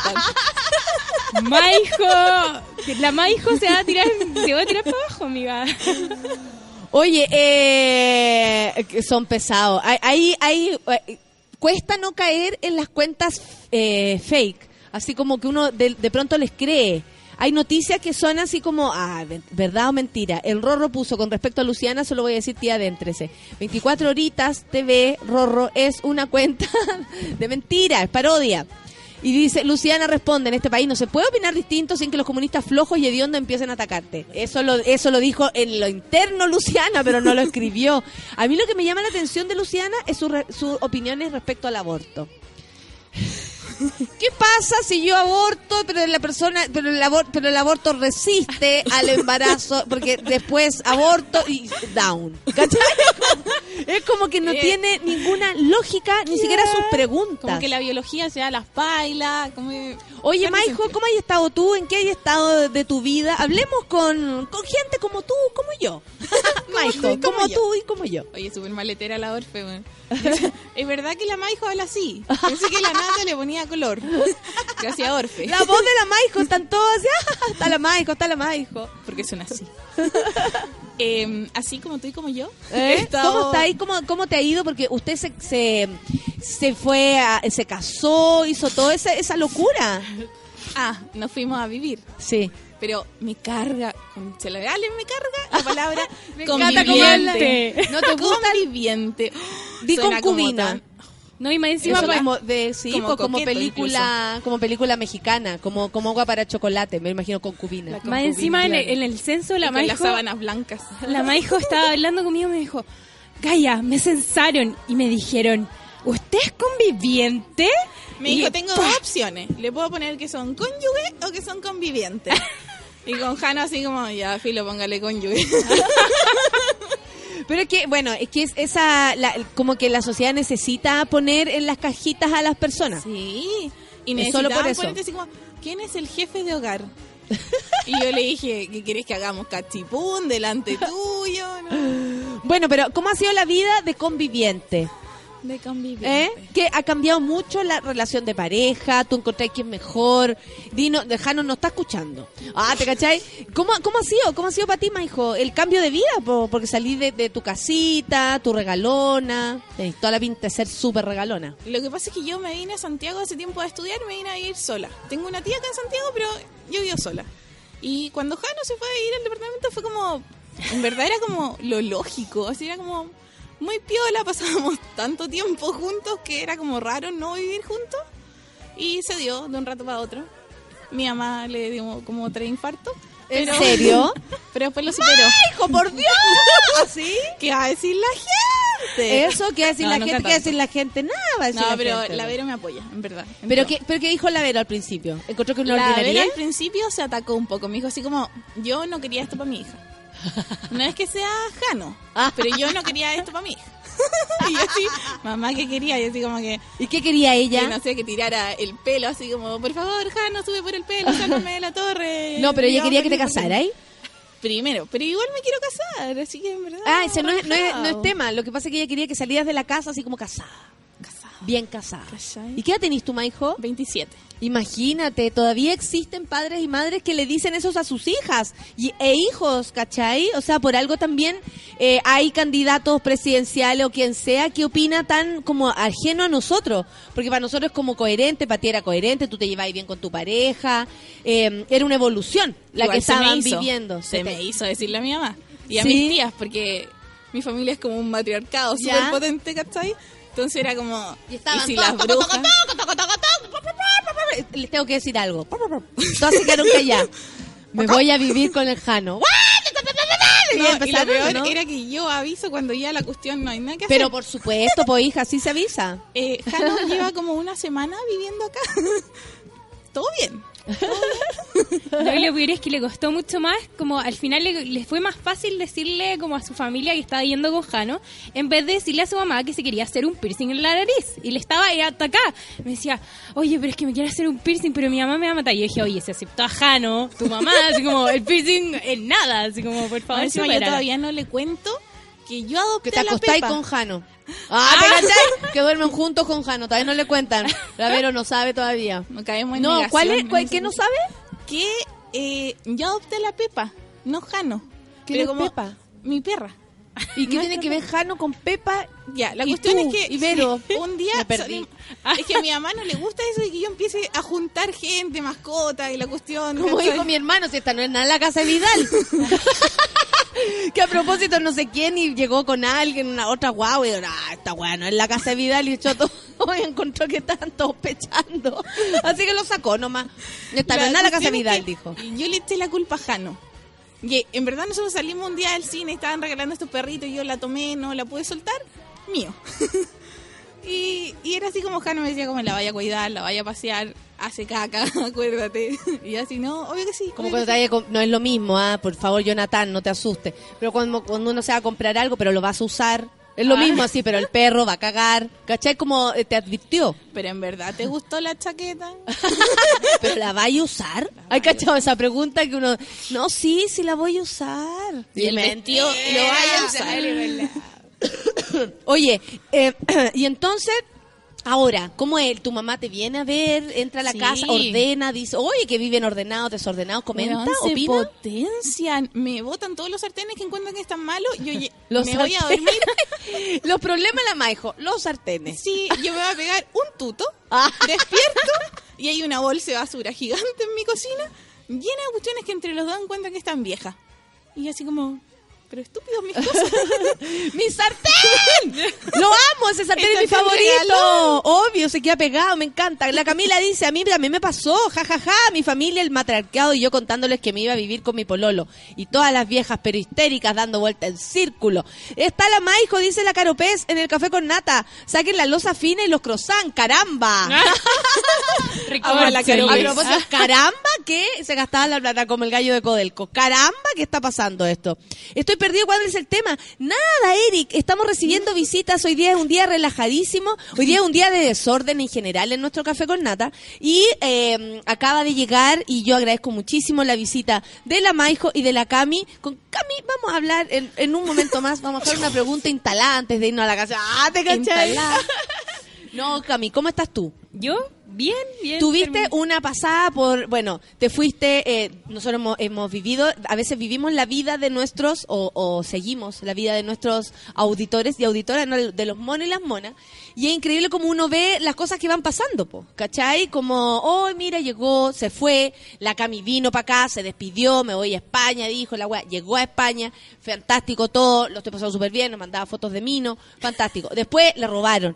Maijo, la Maijo se va a tirar para abajo, amiga. Oye, que son pesados. Cuesta no caer en las cuentas fake, así como que uno de pronto les cree. Hay noticias que son así como, verdad o mentira. El Rorro puso con respecto a Luciana, solo voy a decir tía, adéntrese. 24 horitas TV, Rorro, es una cuenta de mentira, es parodia. Y dice, Luciana responde, en este país no se puede opinar distinto sin que los comunistas flojos y hediondos empiecen a atacarte. Eso lo dijo en lo interno Luciana, pero no lo escribió. A mí lo que me llama la atención de Luciana es sus opiniones respecto al aborto. ¿Qué pasa si yo aborto, pero el aborto resiste al embarazo, porque después aborto y down? ¿Cachai? Es como que no tiene ninguna lógica, ni siquiera sus preguntas. Como que la biología sea las bailas. Oye, Ya no Maijo, sentido. ¿cómo has estado tú? ¿En qué has estado de tu vida? Hablemos con gente como tú, como yo. Maijo, como tú y como yo. Oye, súper maletera la Orfe, weón. Es verdad que la Maijo habla así. Pensé que la Nata le ponía color. Gracias, Orfe. La voz de la Maijo, están todos así, está la Maijo. Porque son así. Así como tú y como yo. he ¿Eh? estado- ¿Cómo está ahí? ¿Cómo te ha ido? Porque usted se fue, se casó, hizo toda esa locura. Nos fuimos a vivir. Sí. Pero me carga, se le vale, me carga la palabra Me encanta cómo conviviente. habla. ¿No te gusta? Conviviente. Di Suena como concubina. tan- No, y más encima Eso la- como de, sí, como pues, como coqueto película mexicana, como agua para chocolate, me imagino concubina. La más concubina, encima claro. en el censo la Y con las Maijo, sábanas blancas. la Maijo estaba hablando conmigo y me dijo, Gaya, me censaron y me dijeron, ¿usted es conviviente? Me dijo, tengo dos opciones. Le puedo poner que son cónyuge o que son convivientes. Y con Jano así como, ya, filo, póngale cónyuge. Pero es que, bueno, es que es como que la sociedad necesita poner en las cajitas a las personas. Sí. Y Es solo por necesitaban eso. ponerte así como, ¿quién es el jefe de hogar? Y yo le dije, ¿qué querés que hagamos? ¿Cachipún delante tuyo? ¿No? Bueno, pero ¿cómo ha sido la vida de conviviente? De conviviente. Que ha cambiado mucho la relación de pareja, tú encontrás que es mejor. Dino, Jano no está escuchando. ¿Te cachai? ¿Cómo ha sido? ¿Cómo ha sido para ti, hijo? El cambio de vida, porque salí de tu casita, tu regalona. Tenés toda la pinta de ser súper regalona. Lo que pasa es que yo me vine a Santiago hace tiempo a estudiar y me vine a ir sola. Tengo una tía acá en Santiago, pero yo vivo sola. Y cuando Jano se fue a ir al departamento fue como... En verdad era como lo lógico, así era como... Muy piola, pasábamos tanto tiempo juntos que era como raro no vivir juntos. Y se dio de un rato para otro. Mi mamá le dio como 3 infartos. ¿En serio? Pero después lo superó. ¡Hijo, por Dios! ¿Así? ¿Qué va a decir la gente? Eso, ¿qué va a decir la nunca gente? ¿Qué va a tanto. decir la gente? Nada va a decir No, la pero gente. la Vero me apoya, en verdad. en ¿Pero todo. qué dijo la Vero al principio? ¿Encontró que una La Vero ordinaria? al principio se atacó un poco. Me dijo así como, yo no quería esto para mi hija. No es que sea Jano, pero yo no quería esto para mi hija. Y yo así, mamá, ¿qué quería? Y así como que, ¿Y qué quería ella? no sé, que tirara el pelo así como, por favor, Jano, sube por el pelo, sácame de la torre. No, pero ella Digamos, quería que te porque- casaras, ¿eh? Primero, pero igual me quiero casar, así que en verdad... Ese no es relajado. tema. Lo que pasa es que ella quería que salieras de la casa así como casada. Casado. Bien casada. ¿Cachai? ¿Y qué edad tenés tú, hijo? 27. Imagínate, todavía existen padres y madres que le dicen eso a sus hijas e hijos, ¿cachai? O sea, por algo también hay candidatos presidenciales o quien sea que opina tan como ajeno a nosotros. Porque para nosotros es como coherente, para ti era coherente, tú te llevabas bien con tu pareja. Era una evolución la Igual que se me estaban hizo. viviendo. Se me hizo decirle a mi mamá y a ¿Sí? mis tías, porque mi familia es como un matriarcado ¿Ya? súper potente, ¿cachai? Entonces era como... Y estaban si todos, las brujas... les tengo que decir algo. Todas se quedaron calladas. Me voy a vivir con el Jano. Y No, y lo empezaron, peor ¿no? era que yo aviso cuando ya la cuestión no hay nada que hacer. Pero por supuesto, pues hija, sí se avisa. Jano lleva como una semana viviendo acá. Todo bien. No, y lo peor es que le costó mucho más, como al final le fue más fácil decirle como a su familia que estaba yendo con Jano, en vez de decirle a su mamá que se quería hacer un piercing en la nariz. Y le estaba hasta acá. Me decía, oye, pero es que me quiero hacer un piercing, pero mi mamá me va a matar. Y yo dije, oye, se aceptó a Jano, tu mamá, así como el piercing en nada, así como por favor, Encima yo supérala. todavía no le cuento que yo adopté Que te a la acostáis Pepa. con Jano. ¿Te cachai? Que duermen juntos con Jano. Todavía no le cuentan. La Vero no sabe todavía. No caemos en No, negación ¿cuál es? en ese ¿Qué no sentido. sabe? Que yo adopté a la Pepa, no Jano. ¿Quién es Pepa? Mi perra. ¿Y qué No, tiene que ver Jano con Pepa? Ya, la ¿Y cuestión tú? es que ¿Y Vero? un día Me perdí. es que a mi mamá no le gusta eso de que yo empiece a juntar gente, mascota y la cuestión. Como ¿cachai? dijo mi hermano, si esta no es nada en la casa de Vidal. Que a propósito no sé quién y llegó con alguien, una otra guau, y dijo, esta guau no es la casa de Vidal, y echó todo y encontró que estaban todos pechando. Así que lo sacó nomás. Esta no es nada la casa de cuestión Vidal, es que dijo. yo le eché la culpa a Jano. Y en verdad nosotros salimos un día del cine, estaban regalando estos perritos, y yo la tomé, no la pude soltar, mío. y era así como Jano me decía, como la vaya a cuidar, la vaya a pasear, hace caca, acuérdate. Y yo así, no, obvio que sí. Como obvio cuando que te vaya no es lo mismo, por favor, Jonathan, no te asustes. Pero cuando uno se va a comprar algo, pero lo vas a usar, es lo mismo así, pero el perro va a cagar. ¿Cachai? Como te advirtió. sí. Pero en verdad, ¿te gustó la chaqueta? ¿Pero la vais a usar? ¿Hay cachado esa pregunta que uno... No, sí la voy a usar. Y el vestido lo vaya a usar. Oye, y entonces... Ahora, ¿cómo es? ¿Tu mamá te viene a ver, entra a la Sí. casa, ordena, dice, oye, que viven ordenados, desordenados, comenta, Weón, se opina? potencian, me botan todos los sartenes que encuentran que están malos, yo Los me voy a sartenes. dormir. Los problemas de la Maijo, los sartenes. Sí, yo me voy a pegar un tuto, Ah. despierto, y hay una bolsa de basura gigante en mi cocina, llena de cuestiones que entre los dos encuentran que están viejas. Y así como, pero estúpidos mis cosas. ¡Mi sartén! ¡Lo amo! César Tere es mi César Tere favorito. regaló. Obvio, se queda pegado, me encanta. La Camila dice, a mí también me pasó, jajaja, mi familia, el matriarcado y yo contándoles que me iba a vivir con mi pololo. Y todas las viejas pero histéricas dando vuelta en círculo. Está la Maijo, dice la Caropez, en el café con nata. Saquen la loza fina y los croissants, caramba. Amo a la Caro A Pez. propósito, caramba que se gastaba la plata como el gallo de Codelco. Caramba que está pasando esto. Estoy perdido, ¿cuál es el tema? Nada, Eric, estamos recibiendo visitas. Hoy día es un día relajadísimo. Hoy día es un día de desorden en general en nuestro café con nata. Y acaba de llegar, y yo agradezco muchísimo la visita de la Maijo y de la Cami. Con Cami vamos a hablar en un momento más. Vamos a hacer una pregunta instalada antes de irnos a la casa. ¡Ah, te cachai! Instalada. No, Cami, ¿cómo estás tú? ¿Yo? Bien, bien. Tuviste una pasada por, bueno, te fuiste, nosotros hemos vivido, a veces vivimos la vida de nuestros, o seguimos la vida de nuestros auditores y auditoras, ¿no? De los monos y las monas, y es increíble como uno ve las cosas que van pasando, po, ¿cachai? Como, oh, mira, llegó, se fue, la Cami vino para acá, se despidió, me voy a España, dijo la weá, llegó a España, fantástico todo, lo estoy pasando súper bien, nos mandaba fotos de Mino, fantástico. Después le robaron,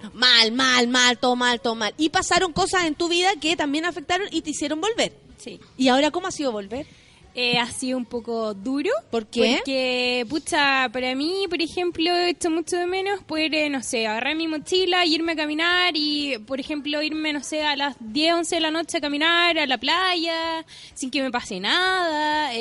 mal, todo mal, y pasaron cosas en tu vida que también afectaron y te hicieron volver. Sí. ¿Y ahora cómo ha sido volver? Ha sido un poco duro. ¿Por qué? Porque, pucha, para mí, por ejemplo, he hecho mucho de menos poder, no sé, agarrar mi mochila y irme a caminar y, por ejemplo, irme, no sé, a las 10, 11 de la noche a caminar a la playa, sin que me pase nada,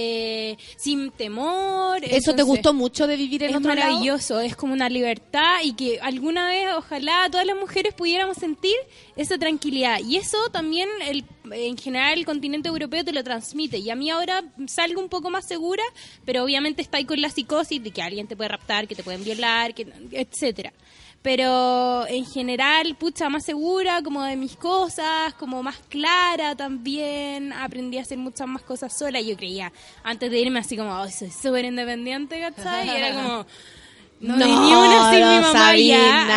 sin temor. ¿Eso te Entonces, gustó mucho de vivir en es otro lado? maravilloso, es como una libertad y que alguna vez, ojalá, todas las mujeres pudiéramos sentir esa tranquilidad. Y eso también, en general, el continente europeo te lo transmite. Y a mí ahora salgo un poco más segura, pero obviamente está ahí con la psicosis de que alguien te puede raptar, que te pueden violar, etcétera. Pero en general, pucha, más segura, como de mis cosas, como más clara también. Aprendí a hacer muchas más cosas sola. Yo creía, antes de irme, así como, oh, soy súper independiente, ¿cachai? Y era como, no, No, ni una sin no, mi mamá Sabina.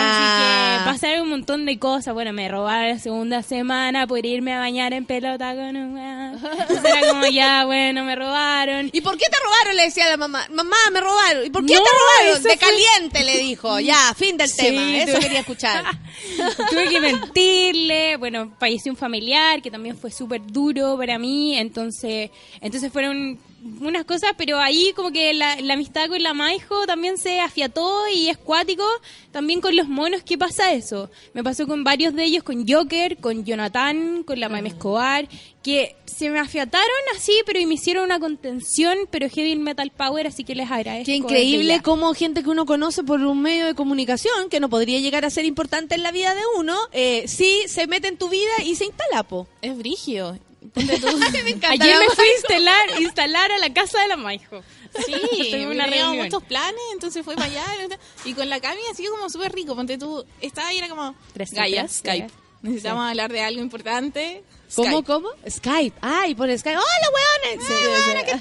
ya. Así que pasaron un montón de cosas. Bueno, me robaron la segunda semana por irme a bañar en pelota con un weón. Entonces era como, ya, bueno, me robaron. ¿Y por qué te robaron? Le decía a la mamá. Mamá, me robaron. ¿Y por qué No, te robaron? eso De fue- caliente, le dijo. Ya, fin del Sí, tema. Eso tuve- quería escuchar. Tuve que mentirle. Bueno, falleció un familiar que también fue súper duro para mí. Entonces fueron unas cosas, pero ahí como que la amistad con la Maijo también se afiató y es cuático. También con los monos, ¿qué pasa eso? Me pasó con varios de ellos, con Joker, con Jonathan, con la Mami Escobar, que se me afiataron así, pero y me hicieron una contención, pero heavy metal power, así que les agradezco. Qué increíble desde ya. cómo gente que uno conoce por un medio de comunicación, que no podría llegar a ser importante en la vida de uno, sí se mete en tu vida y se instala, po. Es brigio. Ponte tú. Me encanta Ayer la me fui Maijo. a instalar a la casa de la Maijo. Sí, Tuvimos una teníamos reunión. muchos planes, entonces fue para allá. Y con la Cami ha sido como súper rico. Ponte tú, estaba ahí, era como, Gaia, Skype. Necesitamos hablar de algo importante. Skype. ¿Cómo? Skype. Ay, por Skype. ¡Hola, hueones! Sí.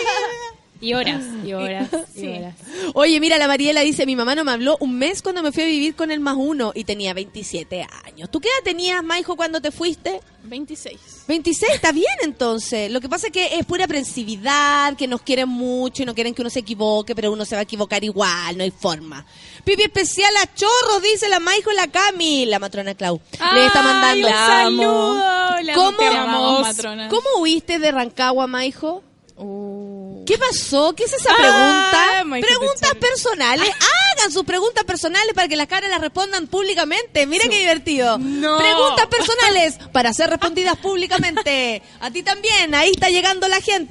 Y horas. Oye, mira, la Mariela dice, mi mamá no me habló un mes cuando me fui a vivir con el +1 y tenía 27 años. ¿Tú qué edad tenías, Maijo, cuando te fuiste? 26. 26, está bien entonces. Lo que pasa es que es pura aprensividad, que nos quieren mucho y no quieren que uno se equivoque, pero uno se va a equivocar igual, no hay forma. Pipi especial a chorros, dice la Maijo y la Cami, la matrona Clau. Le está mandando. Ay, un La amo. saludo. La ¿Cómo? te Te amamos, amamos. matrona. ¿Cómo huiste de Rancagua, Maijo? ¿Qué pasó? ¿Qué es esa pregunta? Maijo, Preguntas te personales. Hagan sus preguntas personales para que las caras las respondan públicamente. Mira qué divertido. No. Preguntas personales para ser respondidas públicamente. A ti también. Ahí está llegando la gente.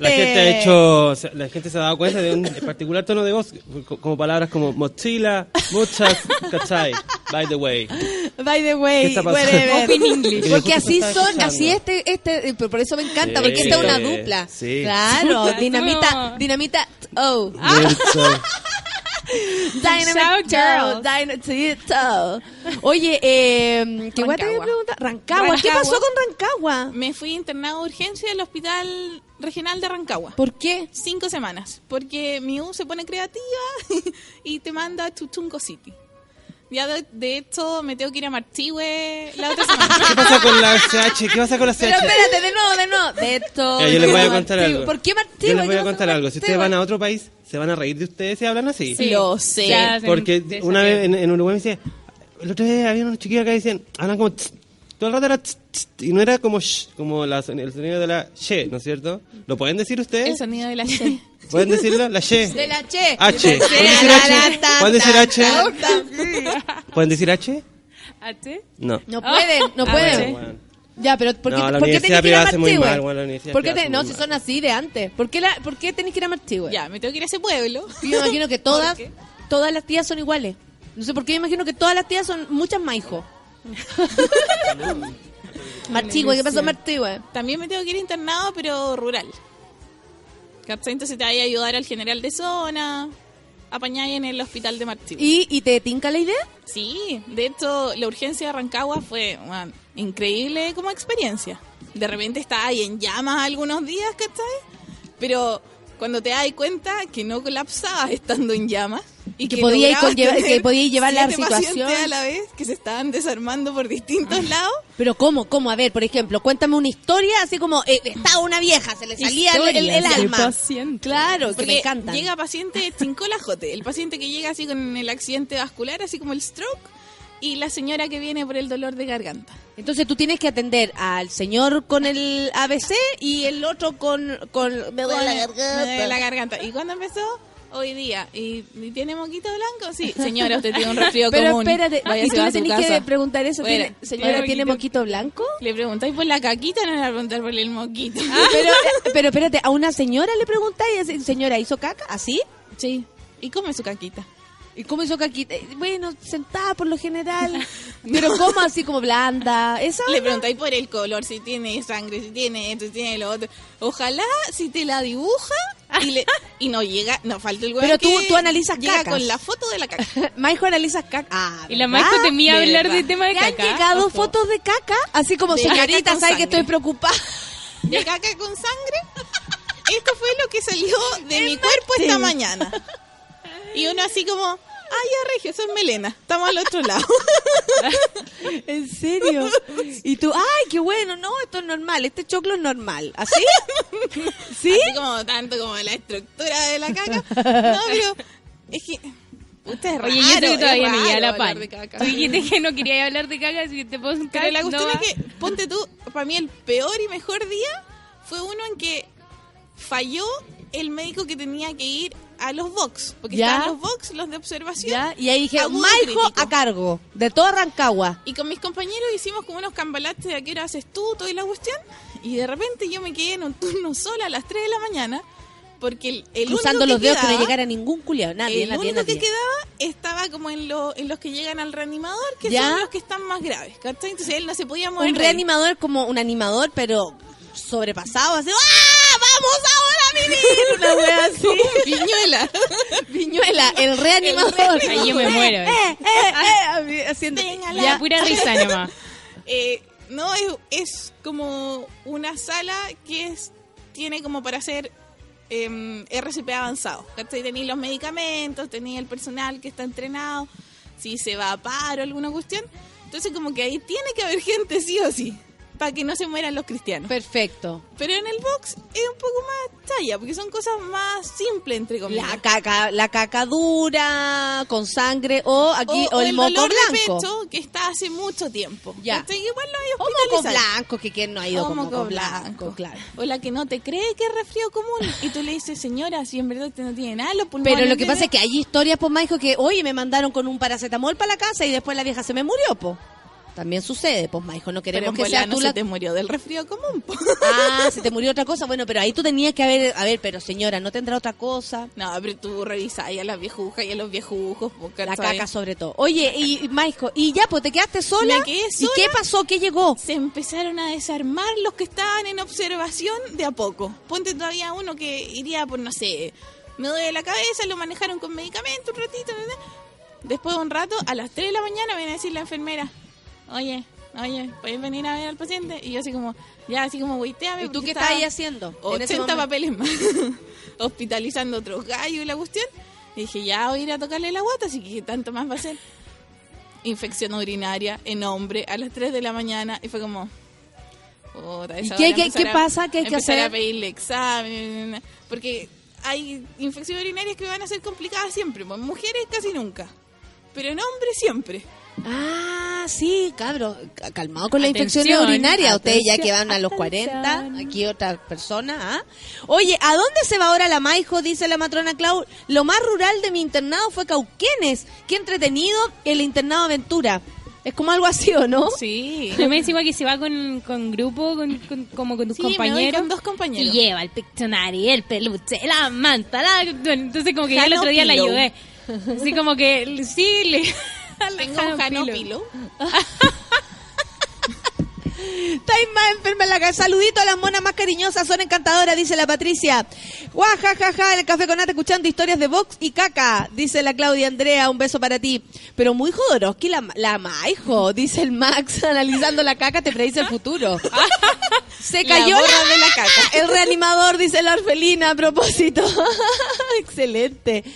La gente se ha dado cuenta de un particular tono de voz, como palabras como mochila, muchas, ¿cachai? By the way. By the way, ¿Qué está pasando? whatever. Open English. Porque Justo así estaba son, escuchando. así por eso me encanta, Sí, porque esta es una dupla. sí. Claro, Como- dinamita, oh. Shout Dynamite. Oye, ¿qué guay te voy a Rancagua. preguntar? Rancagua. ¿Qué Rancagua. pasó con Rancagua? Me fui internado de urgencia del Hospital Regional de Rancagua. ¿Por qué? 5 semanas. Porque mi U se pone creativa y te manda a Chuchunco City. Ya de hecho me tengo que ir a Marchihue la otra semana. ¿Qué pasa con la CH? ¿Qué pasa con la CH? Pero espérate, de nuevo. De esto. Ya, yo les voy a contar algo. ¿Por qué Martín? Yo les voy a contar algo. Si ustedes van a otro país, se van a reír de ustedes si hablan así. Lo sé. Ya, Porque de una eso vez en Uruguay me dice, el otro día había unos chiquillos acá que decían, hablan como tss, todo el rato era tss, tss, y no era como sh, como el sonido de la she, ¿no es cierto? ¿Lo pueden decir ustedes? El sonido de la she. ¿Pueden decirlo? La she. De la che. H. ¿Pueden decir H? ¿Pueden decir H? ¿H? No. No pueden, no pueden. Bueno. Ya, pero ¿por qué, No, la ¿por qué universidad tenés que ir a privada hace muy Marchihue? mal, bueno, la universidad ¿Por qué privada hace no, muy si mal. son así de antes? ¿Por qué tenés que ir a Marchihue? Ya, me tengo que ir a ese pueblo. Yo me imagino que ¿Por qué? todas las tías son iguales. No sé por qué me imagino que todas las tías son muchas maijos. Marchihue, ¿qué pasó en Marchihue? También me tengo que ir internado, pero rural. ¿Cachai? Entonces te vaya a ayudar al general de zona, apañáis en el hospital de Marchihue. ¿Y te tinca la idea? Sí, de hecho, la urgencia de Rancagua fue increíble como experiencia. De repente estaba ahí en llamas algunos días, ¿cachai? Pero cuando te das cuenta que no colapsabas estando en llamas y que podíais lograbas que podíais llevar la 7 situación. pacientes a la vez que se estaban desarmando por distintos lados. Pero ¿cómo? A ver, por ejemplo, cuéntame una historia así como estaba una vieja, se le salía el alma. Paciente. Claro, que Porque me encanta. llega paciente chincolajote, el paciente que llega así con el accidente vascular, así como el stroke, y la señora que viene por el dolor de garganta. Entonces tú tienes que atender al señor con el ABC y el otro con me duele la garganta. Me duele la garganta. ¿Y cuándo empezó? Hoy día. ¿Y tiene moquito blanco? Sí. Señora, usted tiene un resfrío Pero común. espérate, Váyase y tú a le su tenés que casa. preguntar eso. Fuera. Señora, Fuera. ¿tiene moquito blanco? Le preguntáis por la caquita, no le va a preguntar por el moquito. Pero espérate, a una señora le preguntáis, señora, ¿hizo caca? ¿Así? Sí. ¿Y come su caquita? ¿Y cómo hizo caquita? Bueno, sentada por lo general. Pero ¿cómo así como blanda? ¿Esa? Le preguntáis por el color, si tiene sangre, si tiene esto, si tiene lo otro. Ojalá si te la dibuja y no llega, no falta el huevo. Pero tú analizas llega cacas. con la foto de la caca. Maijo analiza caca. Ah, Y la ¿verdad? Maijo temía De hablar verdad. del tema de ¿Te han caca. llegado Ojo. fotos de caca? Así como, De señorita, caca con ¿sabe que sangre. estoy preocupada? De caca con sangre. Esto fue lo que salió de mi cuerpo esta mañana. Y uno así como, ay, ya Regio, eso es melena. Estamos al otro lado. ¿En serio? Y tú, ay, qué bueno, no, esto es normal, este choclo es normal. ¿Así? ¿Sí? Así como tanto como la estructura de la caca. No, pero es que usted es raro. Oye, yo sé que todavía me llega la hablar pan. de caca. Tú dijiste que no quería hablar de caca, así que te puedo Pero la cuestión es que, ponte tú, para mí el peor y mejor día fue uno en que falló el médico que tenía que ir a los box. Porque Ya. estaban los box, los de observación. ¿Ya? Y ahí dije, Agudo Maijo crítico. a cargo, de toda Rancagua. Y con mis compañeros hicimos como unos cambalaches de a qué hora haces tú, todo y la cuestión. Y de repente yo me quedé en un turno sola a las 3 de la mañana. Porque el Cruzando único los que dedos que no quedaba, llegara ningún culiao. Nadie, el nadie, único que nadie. quedaba estaba como en los que llegan al reanimador, que ¿Ya? son los que están más graves, ¿cachai? Entonces él no se podía mover. Un de ahí. reanimador como un animador, pero sobrepasado, así, ¡ah! ¡Vamos ahora a vivir! Una wea así. Viñuela. Viñuela, el reanimador. Ahí yo me muero. Haciendo, Venga, Ya, pura risa nomás. No, es como una sala que tiene como para hacer RCP avanzado. ¿Cachai? Tenéis los medicamentos, tenéis el personal que está entrenado, si se va a paro, alguna cuestión. Entonces como que ahí tiene que haber gente sí o sí, para que no se mueran los cristianos. Perfecto. Pero en el box es un poco más chaya, porque son cosas más simples, entre comillas. La caca dura, con sangre, o aquí, o el moco dolor de blanco. pecho que está hace mucho tiempo. Ya. ¿Cachai? Que igual lo hay O moco hospitalizado. blanco, que quien no ha ido O con moco moco blanco. blanco, claro. O la que no te cree que es resfrío común. Y tú le dices, señora, si en verdad usted no tiene nada en los pulmones. Pero lo que tiene- pasa es que hay historias, pues, Maijo, que, oye, me mandaron con un paracetamol para la casa y después la vieja se me murió, pues. También sucede, pues, Maijo, no Pero queremos en que volada seas no tú se la... te murió del resfrío común, po. Ah, se te murió otra cosa. Bueno, pero ahí tú tenías que haber... A ver, pero señora, ¿no tendrá otra cosa? No, pero tú revisas ahí a las viejujas y a los viejujos. po, La ¿cachai? caca sobre todo. Oye, y Maijo, y ya, pues, ¿te quedaste sola? Me quedé ¿Y sola. qué pasó? ¿Qué llegó? Se empezaron a desarmar los que estaban en observación de a poco. Ponte todavía uno que iría por, no sé, me duele la cabeza, lo manejaron con medicamento un ratito. ¿verdad? Después de un rato, a las 3 de la mañana viene a decir la enfermera, oye, ¿puedes venir a ver al paciente? Y yo así como, ya, así como, güeyteame. ¿Y tú qué estás ahí haciendo? en ese 80 momento? papeles más. Hospitalizando otros gallos y la cuestión. Y dije, ya voy a ir a tocarle la guata, así que ¿qué tanto más va a ser? Infección urinaria en hombre a las 3 de la mañana. Y fue como... puta, ¿Y esa qué- hora qué empezar a- pasa? ¿Qué hay que empezar hacer? a pedirle examen. Porque hay infecciones urinarias que van a ser complicadas siempre. Pues, mujeres casi nunca. Pero en hombres siempre. Ah, sí, cabros, calmado con la Atención, infección urinaria. Ustedes ya que atención, van a los 40, atención. aquí otra persona. ¿Ah? Oye, ¿a dónde se va ahora la Maijo? Dice la matrona Clau. Lo más rural de mi internado fue Cauquenes. Qué entretenido el internado Aventura. Es como algo así, ¿o no? Sí. Yo me digo que se va con grupo, como con tus Sí, me voy compañeros. con 2 compañeros. Y lleva el Pictionary, el peluche, la manta, entonces como que yo el otro día la Pillow. ayudé. Así como que sí, le... Tengo un Janopilo. Estáis más enferma en la casa. Saludito a las monas más cariñosas, son encantadoras, dice la Patricia. Guajajaja, en el café con nata escuchando historias de box y caca, dice la Claudia Andrea, un beso para ti. Pero muy Jodorowsky la Maijo, dice el Max, analizando la caca te predice el futuro. Se cayó borra de la caca. el reanimador, dice la orfelina, a propósito. Excelente.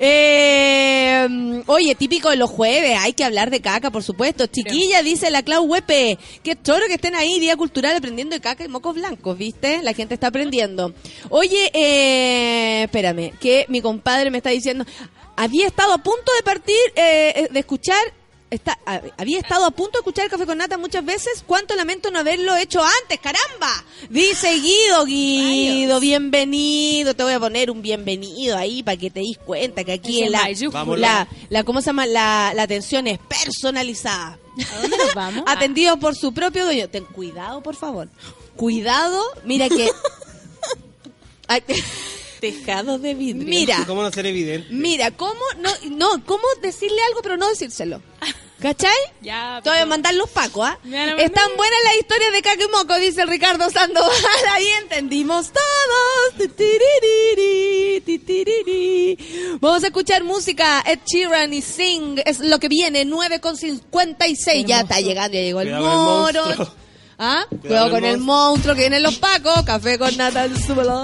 Oye, típico de los jueves, hay que hablar de caca, por supuesto. Chiquilla, dice la Clau Huepe. Qué choro que estén ahí, Día Cultural, aprendiendo de caca y mocos blancos, ¿viste? La gente está aprendiendo. Oye, espérame, que mi compadre me está diciendo... Había estado a punto de partir, de escuchar... había estado a punto de escuchar el café con nata muchas veces. Cuánto lamento no haberlo hecho antes, caramba. Dice Guido, bienvenido. Te voy a poner un bienvenido ahí para que te des cuenta que aquí Ese la mayúsculo. ¿cómo se llama? La atención es personalizada. ¿A dónde nos vamos? Atendido por su propio dueño. Ten cuidado, por favor. Cuidado, mira que... Ay, Tejado de vidrio. mira. ¿Cómo no ser evidente? Mira, ¿cómo cómo decirle algo pero no decírselo? ¿Cachai? Ya, Te voy a mandar los pacos, ¿ah? Me van a mandar. Están buenas las historias de caca y moco, dice el Ricardo Sandoval. Ahí entendimos todos. Titiriri, titiriri. Vamos a escuchar música. Ed Sheeran y Sing es lo que viene, 9:56. Ya está llegando, ya llegó el Cuidado con el moro. monstruo. ¿Ah? Cuidado con el monstruo que vienen los pacos. Café con nata, súbelo.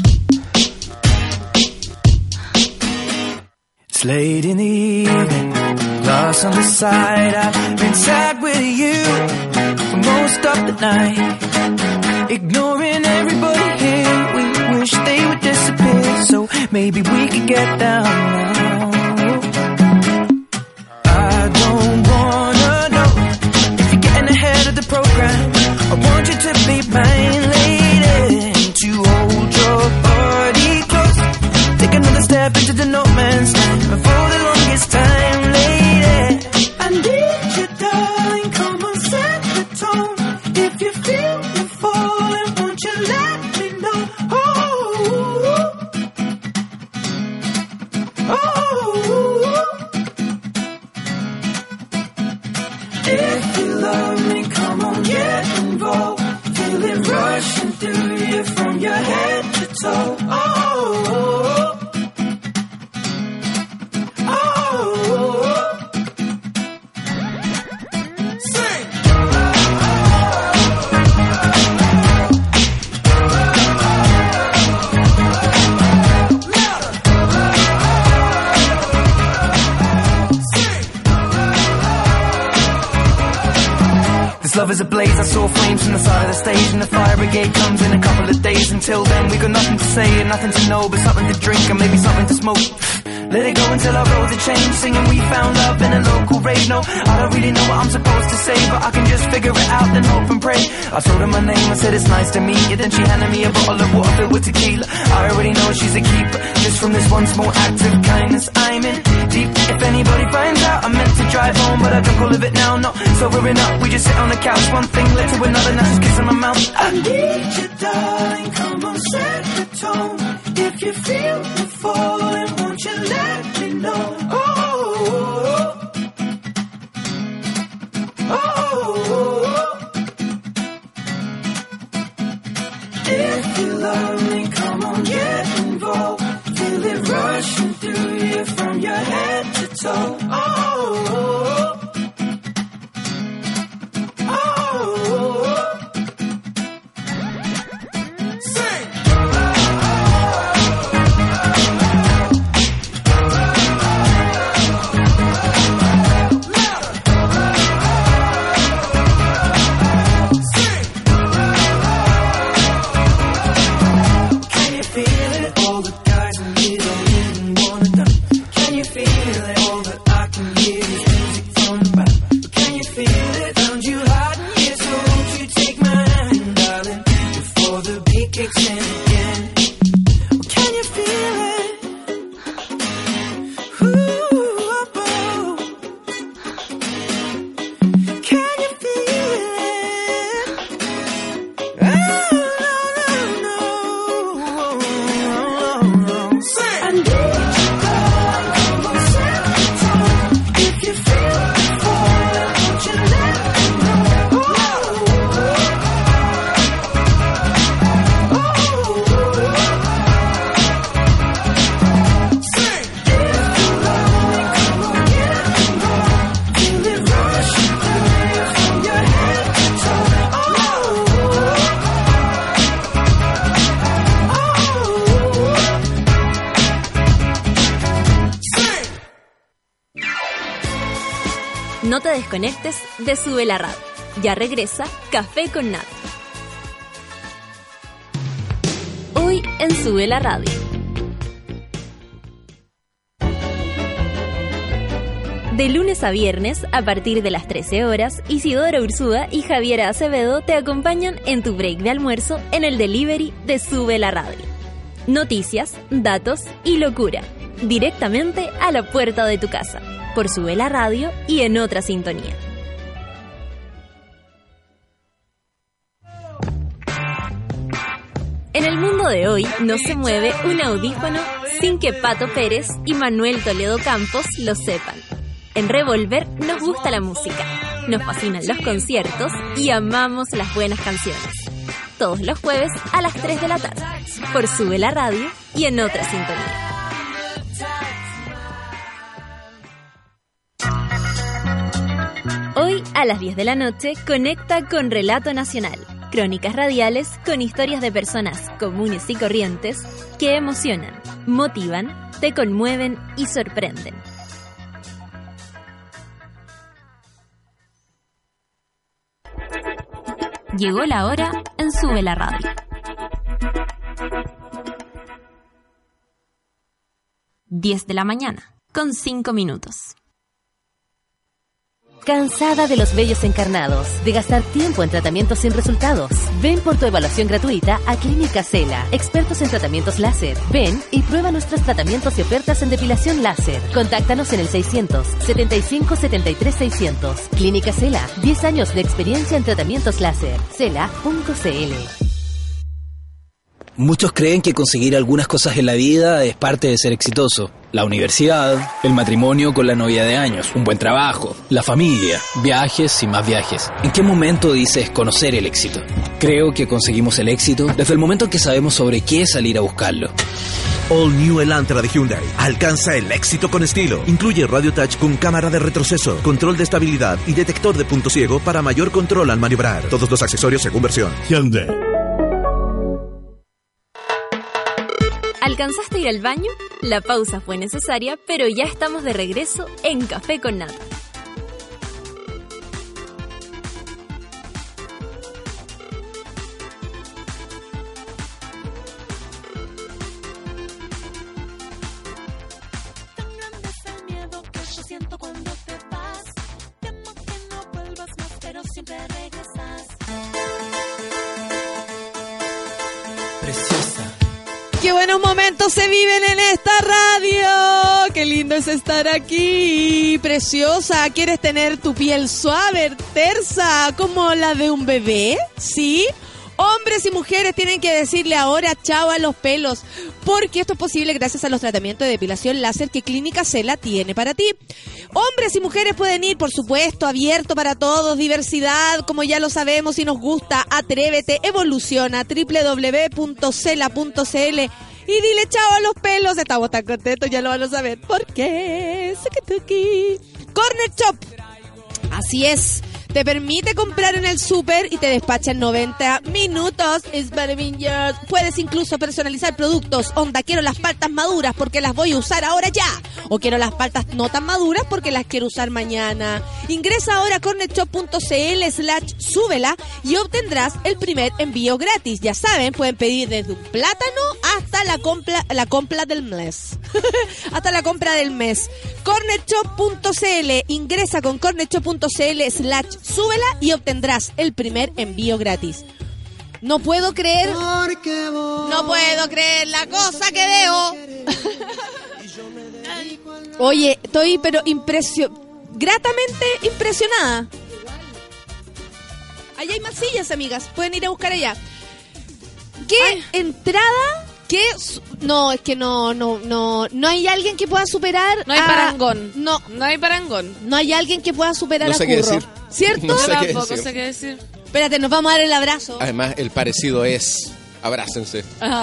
It's late in the evening, lost on the side. I've been sad with you for most of the night, ignoring everybody here. We wish they would disappear, so maybe we could get down now. I don't wanna know if you're getting ahead of the program. I want you to be mine, lady, to hold your body close. Take another step into the no man's land for the longest time, lady. I need you, darling. Come on, set the tone. If you feel you're falling, won't you let me know? If you love me, come on, get involved. Feel it rushing through you from your head to toe. Love is ablaze, I saw flames from the side of the stage, and the fire brigade comes in a couple of days. Until then we got nothing to say and nothing to know, but something to drink and maybe something to smoke. Let it go until our roads are changed, singing we found love in a local rave. No, I don't really know what I'm supposed to say, but I can just figure it out and hope and pray. I told her my name, I said it's nice to meet you, then she handed me a bottle of water filled with tequila. I already know she's a keeper, just from this one small act of kindness. I'm in deep, if anybody finds out, I meant to drive home, but I drunk all of it now. Not sobering up, we just sit on the couch, one thing led to another, now she's kissing my mouth. I need you, darling, come on, set the tone. If you feel you're falling, won't you let me know? If you love me, come on, get involved. Feel it rushing through you from your head to toe. No te desconectes de Sube la Radio. Ya regresa Café con Nat. Hoy en Sube la Radio. De lunes a viernes, a partir de las 13 horas, Isidora Ursúa y Javiera Acevedo te acompañan en tu break de almuerzo en el delivery de Sube la Radio. Noticias, datos y locura, directamente a la puerta de tu casa, por Sube la Radio y en otra sintonía. En el mundo de hoy no se mueve un audífono sin que Pato Pérez y Manuel Toledo Campos lo sepan. En Revolver nos gusta la música, nos fascinan los conciertos y amamos las buenas canciones. Todos los jueves a las 3 de la tarde, por Sube la Radio y en otra sintonía. Hoy a las 10 de la noche conecta con Relato Nacional, crónicas radiales con historias de personas comunes y corrientes que emocionan, motivan, te conmueven y sorprenden. Llegó la hora en Sube la Radio. 10 de la mañana, con 5 minutos. ¿Cansada de los vellos encarnados? ¿De gastar tiempo en tratamientos sin resultados? Ven por tu evaluación gratuita a Clínica Cela, expertos en tratamientos láser. Ven y prueba nuestros tratamientos y ofertas en depilación láser. Contáctanos en el 600-75-73-600. Clínica Cela, 10 años de experiencia en tratamientos láser. Cela.cl. Muchos creen que conseguir algunas cosas en la vida es parte de ser exitoso. La universidad, el matrimonio con la novia de años, un buen trabajo, la familia, viajes y más viajes. ¿En qué momento dices conocer el éxito? Creo que conseguimos el éxito desde el momento en que sabemos sobre qué salir a buscarlo. All New Elantra de Hyundai. Alcanza el éxito con estilo. Incluye radio touch con cámara de retroceso, control de estabilidad y detector de punto ciego para mayor control al maniobrar. Todos los accesorios según versión. Hyundai. ¿Alcanzaste a ir al baño? La pausa fue necesaria, pero ya estamos de regreso en Café con Nata. ¡Qué buenos momentos se viven en esta radio! ¡Qué lindo es estar aquí! Preciosa, ¿quieres tener tu piel suave, tersa, como la de un bebé? ¿Sí? Hombres y mujeres tienen que decirle ahora chao a los pelos, porque esto es posible gracias a los tratamientos de depilación láser que Clínica Cela tiene para ti. Hombres y mujeres pueden ir, por supuesto, abierto para todos, diversidad, como ya lo sabemos y nos gusta. Atrévete, evoluciona, www.cela.cl y dile chao a los pelos. Estamos tan contentos, ya lo van a saber. ¿Por qué? Corner Shop. Así es. Te permite comprar en el súper y te despacha en 90 minutos. It's better than yours. Puedes incluso personalizar productos. Onda, quiero las paltas maduras porque las voy a usar ahora ya. O quiero las paltas no tan maduras porque las quiero usar mañana. Ingresa ahora a cornershop.cl/súbela y obtendrás el primer envío gratis. Ya saben, pueden pedir desde un plátano hasta la compra del mes. Hasta la compra del mes. Cornershop.cl. Ingresa con cornershop.cl/súbela y obtendrás el primer envío gratis. No puedo creer la cosa que veo. Oye, estoy pero gratamente impresionada. Allá hay más sillas, amigas, pueden ir a buscar allá. ¿Qué entrada? No, es que no hay alguien que pueda superar. No hay parangón. No hay parangón. No hay alguien que pueda superar a Curro. Decir. ¿Cierto? No sé Tampoco sé qué decir. Espérate, nos vamos a dar el abrazo. Además, el parecido es... Abrácense.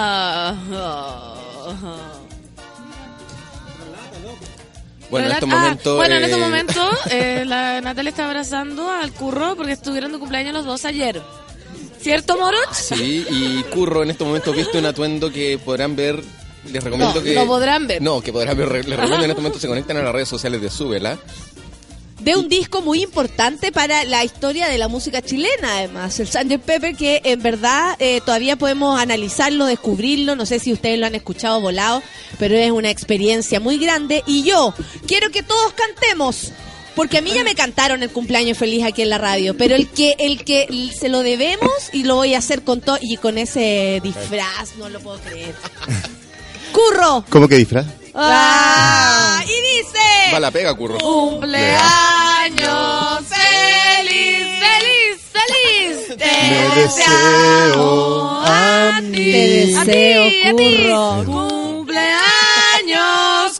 Bueno, en estos momentos... en estos momentos la Natalia está abrazando al Curro porque estuvieron de cumpleaños los dos ayer. ¿Cierto, Moroch? Sí, y Curro en estos momentos viste un atuendo que podrán ver. Les recomiendo que... No podrán ver. No, que podrán ver. Les recomiendo en estos momentos se conecten a las redes sociales de Súbela. de un disco muy importante para la historia de la música chilena, además, el Sgt. Pepper, que en verdad todavía podemos analizarlo, descubrirlo, no sé si ustedes lo han escuchado volado, pero es una experiencia muy grande, y yo quiero que todos cantemos, porque a mí ya me cantaron el cumpleaños feliz aquí en la radio, pero el que se lo debemos, y lo voy a hacer con todo, y con ese disfraz, no lo puedo creer. ¡Curro! ¿Cómo que disfraz? Y dice... Va la pega, Curro. ¡Cumpleaños feliz, feliz, feliz! Me deseo a mí. Te deseo, Curro. ¡Cumpleaños,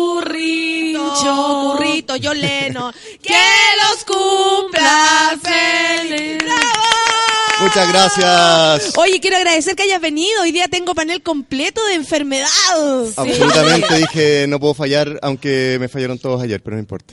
Currito, yo Leno. ¡Que los cumpla feliz! ¡Bravo! Muchas gracias. Oye, quiero agradecer que hayas venido. Hoy día tengo panel completo de enfermedad. Absolutamente, dije, no puedo fallar, aunque me fallaron todos ayer, pero no importa.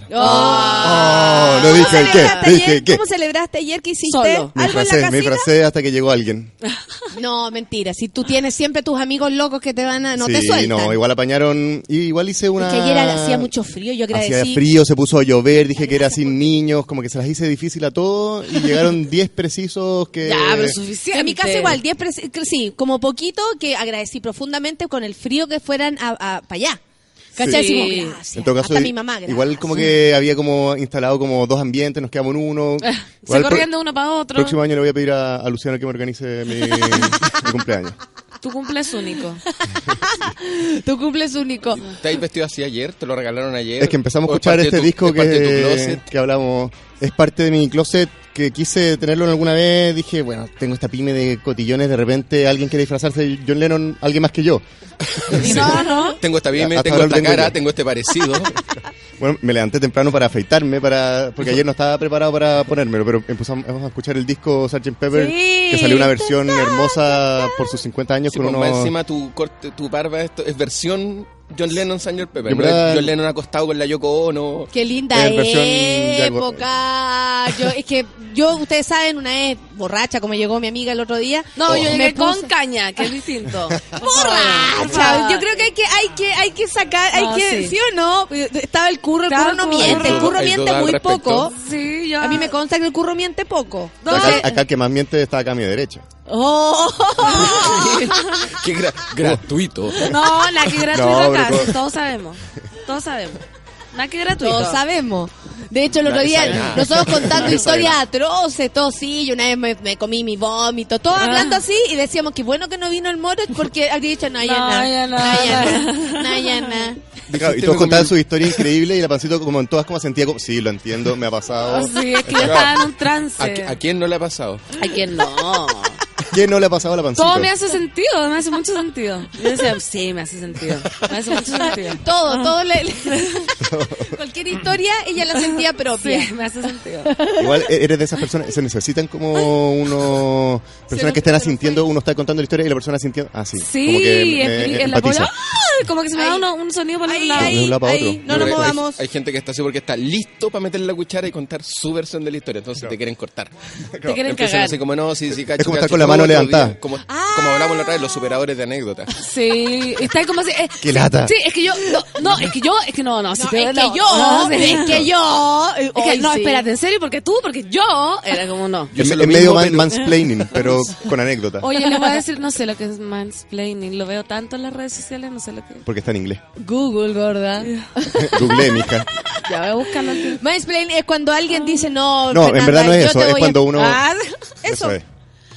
No dije, ¿qué? ¿Cómo celebraste ayer? ¿Qué hiciste? Solo. Me ¿Algo en la disfracé casita? hasta que llegó alguien. No, mentira. Si tú tienes siempre tus amigos locos que te van a... No te sueltan. No, igual apañaron, igual hice una... Es que ayer hacía mucho frío, yo agradecí. Hacía frío, se puso a llover, dije que era sin niños, como que se las hice difícil a todos, y llegaron 10 precisos que... Ya, pero suficiente. En mi casa igual, 10 sí, como poquito, que agradecí profundamente con el frío que fueran para allá. ¿Cachai? Sí. Decimos, gracias. En todo caso, hasta mi mamá, gracias. igual como que había como instalado como 2 ambientes, nos quedamos en uno. Se Igual corrían de uno para otro. Próximo año le voy a pedir a Luciano que me organice mi cumpleaños. Tu cumple es único. Tu cumple es único. ¿Te has vestido así ayer? ¿Te lo regalaron ayer? Es que empezamos a ¿O es escuchar parte este de tu- disco es parte de tu closet? que hablamos. Es parte de mi closet, que quise tenerlo en alguna vez. Dije, bueno, tengo esta pyme de cotillones, de repente alguien quiere disfrazarse de John Lennon, alguien más que yo. No. Tengo esta pyme, Hasta tengo ahora esta lo tengo cara, yo. tengo este parecido. Bueno, me levanté temprano para afeitarme, porque ayer no estaba preparado para ponérmelo, pero empezamos a escuchar el disco Sgt. Pepper, Sí, que salió una versión hermosa por sus 50 años Sí, con pues, unos... más encima tu corte, tu barba, esto es versión John Lennon, Sgt. Pepper. En No verdad- es John Lennon acostado con la Yoko Ono. Qué linda Es versión de algo- época. Ustedes saben, una vez borracha, como llegó mi amiga el otro día. No, yo me llegué con puse- caña, que es distinto. borracha. Yo creo que hay que sacar, No, sí. ¿sí o no? Estaba el curro Estaba no el curro. miente, el curro Hay miente duda al muy respecto. poco. Sí, yo... A mí me consta que el curro miente poco. Acá el que más miente está acá a mi derecha. Oh. Qué gratuito. No, nada que gratuito No, pero acá, todo- sí, todos sabemos. Todos sabemos. Nada que gratuito. Todos sabemos. De hecho, el otro Nadie día, sabe nada. nosotros contando Nadie sabe historias nada. atroces, todo sí, y una vez me comí mi vómito, todo hablando así, y decíamos que bueno que no vino el Moro, porque habría dicho, no, ya no, ya no. Claro, y todos contaban su historia increíble y la Pancito como en todas como sentía como, sí, lo entiendo, me ha pasado. Sí, es que yo estaba en un trance. ¿A quién no le ha pasado? ¿A quién no? ¿Quién no le ha pasado a la Pancito? Todo me hace sentido, me hace mucho sentido. Yo decía, sí, me hace sentido. Me hace mucho sentido. Todo cualquier historia ella la sentía propia. Sí, me hace sentido. Igual eres de esas personas, se necesitan como unos personas que estén asintiendo, uno está contando la historia y la persona sintiendo, sí, Sí, como que me el apoyo. empatiza. ¡Ah! Como que se me da un sonido para el lado. De un lado para otro. No nos Yo creo que movamos. hay gente que está así porque está listo para meterle la cuchara y contar su versión de la historia. Entonces te quieren cortar. Te quieren Empiezan cagar. así como, no, sí, cacho, Es como estar cacho, con la todo mano otro levantada. día. Como hablamos la otra vez, los superadores de anécdotas. Sí, está ahí como así. ¡Qué lata! Sí, es que yo. No, es que yo. Es que no. No, Si es te- que no, yo, no, sí. es que yo. Es que, Ay, no, sí. espérate, en serio, porque tú, porque yo. Era como no. Yo sé Es lo medio mismo, pero- mansplaining, pero con anécdota. Oye, le voy a decir, no sé lo que es mansplaining. Lo veo tanto en las redes sociales, no sé lo que es. Porque está en inglés. Google, gorda. Googleé, mija. Ya voy a buscarlo aquí. Mansplaining es cuando alguien dice no. No, en Fernanda, verdad no es yo eso, te es voy a- cuando uno... Eso. es.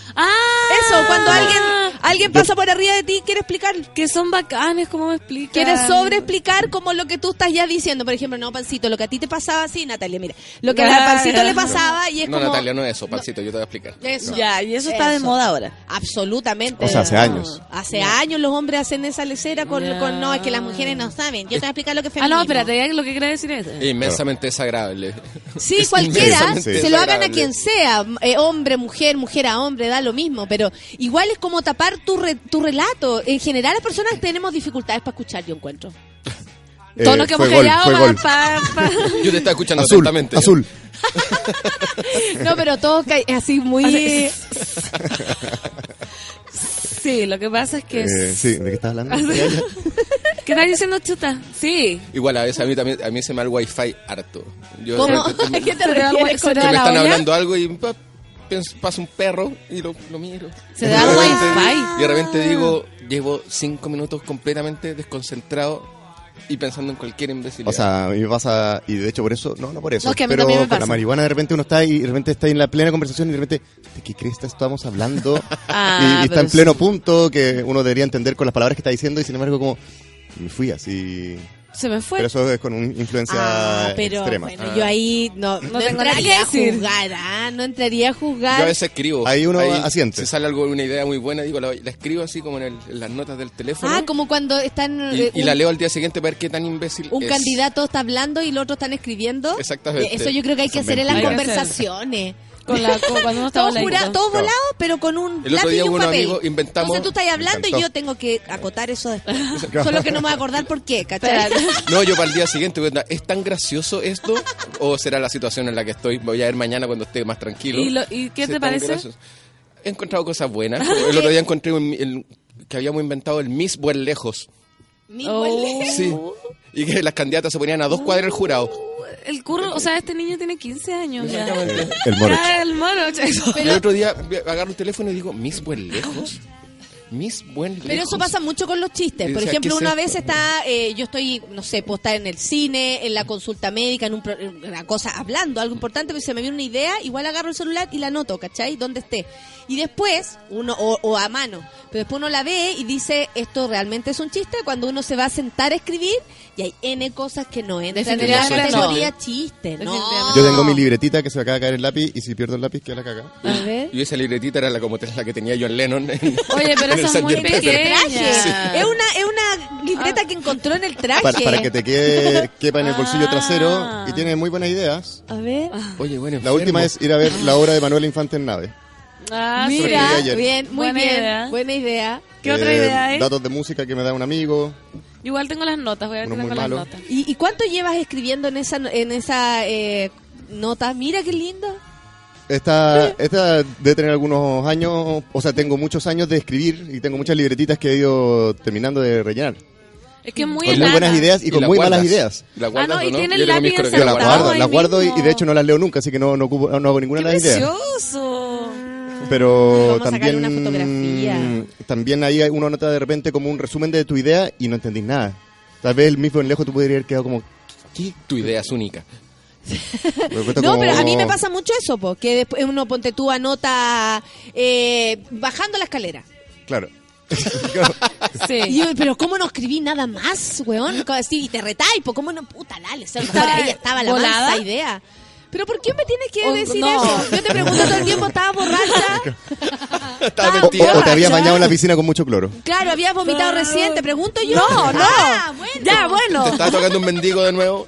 Eso, cuando alguien pasa por arriba de ti y quiere explicar. Que son bacanes, ¿cómo me explican? Quiere sobreexplicar como lo que tú estás ya diciendo. Por ejemplo, no, Pancito, lo que a ti te pasaba, sí, Natalia, mira. Lo que a Pancito le pasaba y es No, como... Natalia, no es eso, Pancito, yo te voy a explicar. Eso. Ya, y eso está de moda ahora. Absolutamente. O sea, hace años. Hace años los hombres hacen esa lecera con no, es que las mujeres no saben. Yo te voy a explicar lo que es Ah, feminismo. no, espérate, ya lo que quería decir es. Inmensamente desagradable. Sí, Es cualquiera, inmensamente se lo hagan a desagradable. quien sea, hombre, mujer, mujer a hombre, da lo mismo, pero igual es como tapar tu relato. En general las personas tenemos dificultades para escuchar, yo encuentro. Todos nos quedamos fue gol, callados fue gol. Yo te estaba escuchando Azul, atentamente. azul. No, pero todo así muy... Sí, lo que pasa es que... Sí, ¿de qué estás hablando? ¿Qué estás diciendo, chuta? Sí. Igual a veces a mí se me va el wifi harto. Yo de ¿Cómo? repente ¿A qué te ¿Se te da refieres con el- que me la están olla? hablando algo y pasa un perro y lo miro. Se da el wifi. Y de repente digo, llevo 5 minutos completamente desconcentrado y pensando en cualquier imbecilidad. O sea, a mí me pasa, y de hecho por eso, no por eso, No, que a mí pero también me con la pasa. marihuana de repente uno está y de repente está en la plena conversación y de repente, ¿de qué cresta estamos hablando? Ah, y está pero en pleno sí. punto que uno debería entender con las palabras que está diciendo y sin embargo como, me fui así. Se me fue. Pero eso es con una influencia pero extrema. bueno, yo ahí no tengo nada entraría que a decir. juzgar, no entraría a juzgar. Yo a veces escribo. Ahí uno asiente. Si sale algo, una idea muy buena, digo, la escribo así como en las notas del teléfono. Como cuando están y la leo al día siguiente para ver qué tan imbécil un es. candidato está hablando y los otros están escribiendo. Exactamente. Eso yo creo que hay que Son hacer en las mentiras. conversaciones. Cuando uno está Todos voladito. todos volados, pero con un El otro lápiz día y un unos papel. amigos inventamos- Entonces tú estás hablando y encantó. yo tengo que acotar eso después. Solo que no me voy a acordar por qué, ¿cachai? No, yo para el día siguiente, ¿es tan gracioso esto? ¿O será la situación en la que estoy? Voy a ver mañana cuando esté más tranquilo. ¿Y qué Sí, te tan parece? gracioso. He encontrado cosas buenas. El otro día encontré que habíamos inventado el Miss Buen Lejos. Sí. Y que las candidatas se ponían a 2 cuadras del jurado. El curro, o sea, este niño tiene 15 años ya. Exactamente. El moro. Ah, el moro. Y el otro día agarro el teléfono y digo, ¿Miss Buen Lejos? Miss Buen Lejos. Pero eso pasa mucho con los chistes. Y Por decía, ejemplo, ¿qué es una esto? vez está, yo estoy, no sé, puedo estar en el cine, en la consulta médica, en una cosa, hablando, algo importante, pero se me viene una idea, igual agarro el celular y la anoto, ¿cachai? Donde esté. Y después, uno, o a mano, pero después uno la ve y dice, ¿esto realmente es un chiste? Cuando uno se va a sentar a escribir, y hay N cosas que no entran en la Definitivamente categoría no. chiste, ¿no? Definitivamente. Yo tengo mi libretita que se me acaba de caer el lápiz y si pierdo el lápiz queda la caga. A ver. Y esa libretita era la que tenía John Lennon. Oye, pero en el esa es muy Sgt. Pepper. Traje. Sí. Es una libreta que encontró en el traje. Para que te quepa en el bolsillo trasero y tiene muy buenas ideas. A ver. Oye, bueno, La última es ir a ver la obra de Manuel Infante en nave. Ah, Sobre Mira, ayer. bien, muy Buena bien. idea. Buena idea. ¿Qué otra idea hay? Datos de música que me da un amigo. Igual tengo las notas, voy a ver Uno qué muy tengo las malo. notas. ¿Y cuánto llevas escribiendo en esa nota? Mira qué lindo. Esta debe tener algunos años, o sea, tengo muchos años de escribir y tengo muchas libretitas que he ido terminando de rellenar. Es que es muy Con muy enana. buenas ideas y con la muy guardas. malas ideas. ¿La guardas no, y o no? tiene Yo el tengo mis lápiz Yo las Sentado guardo, ahí las guardo y mismo. de hecho no las leo nunca, así que no hago ninguna ¡Qué de las ideas. precioso! Pero Vamos a sacar una fotografía. también ahí uno nota de repente como un resumen de tu idea y no entendís nada. Tal vez el mismo en lejos tú podrías haber quedado como... ¿Qué? Tu idea es única. No, pero a mí me pasa mucho eso, que después uno, ponte tú, anota bajando la escalera. Claro. Sí. Y yo, pero ¿cómo no escribí nada más, weón? Así, y te retáis, pues ¿cómo no? Puta, dale, ahí estaba la ¿volada? mansa idea. ¿Pero por qué me tienes que Oh, decir no. eso? Yo te pregunto todo el tiempo, ¿estabas borracha? Estaba Ah, mentira. O te habías bañado en la piscina con mucho cloro. Claro, ¿habías vomitado recién? Te pregunto yo. No, no. Ah, bueno. Ya, bueno. Te estaba tocando un mendigo de nuevo.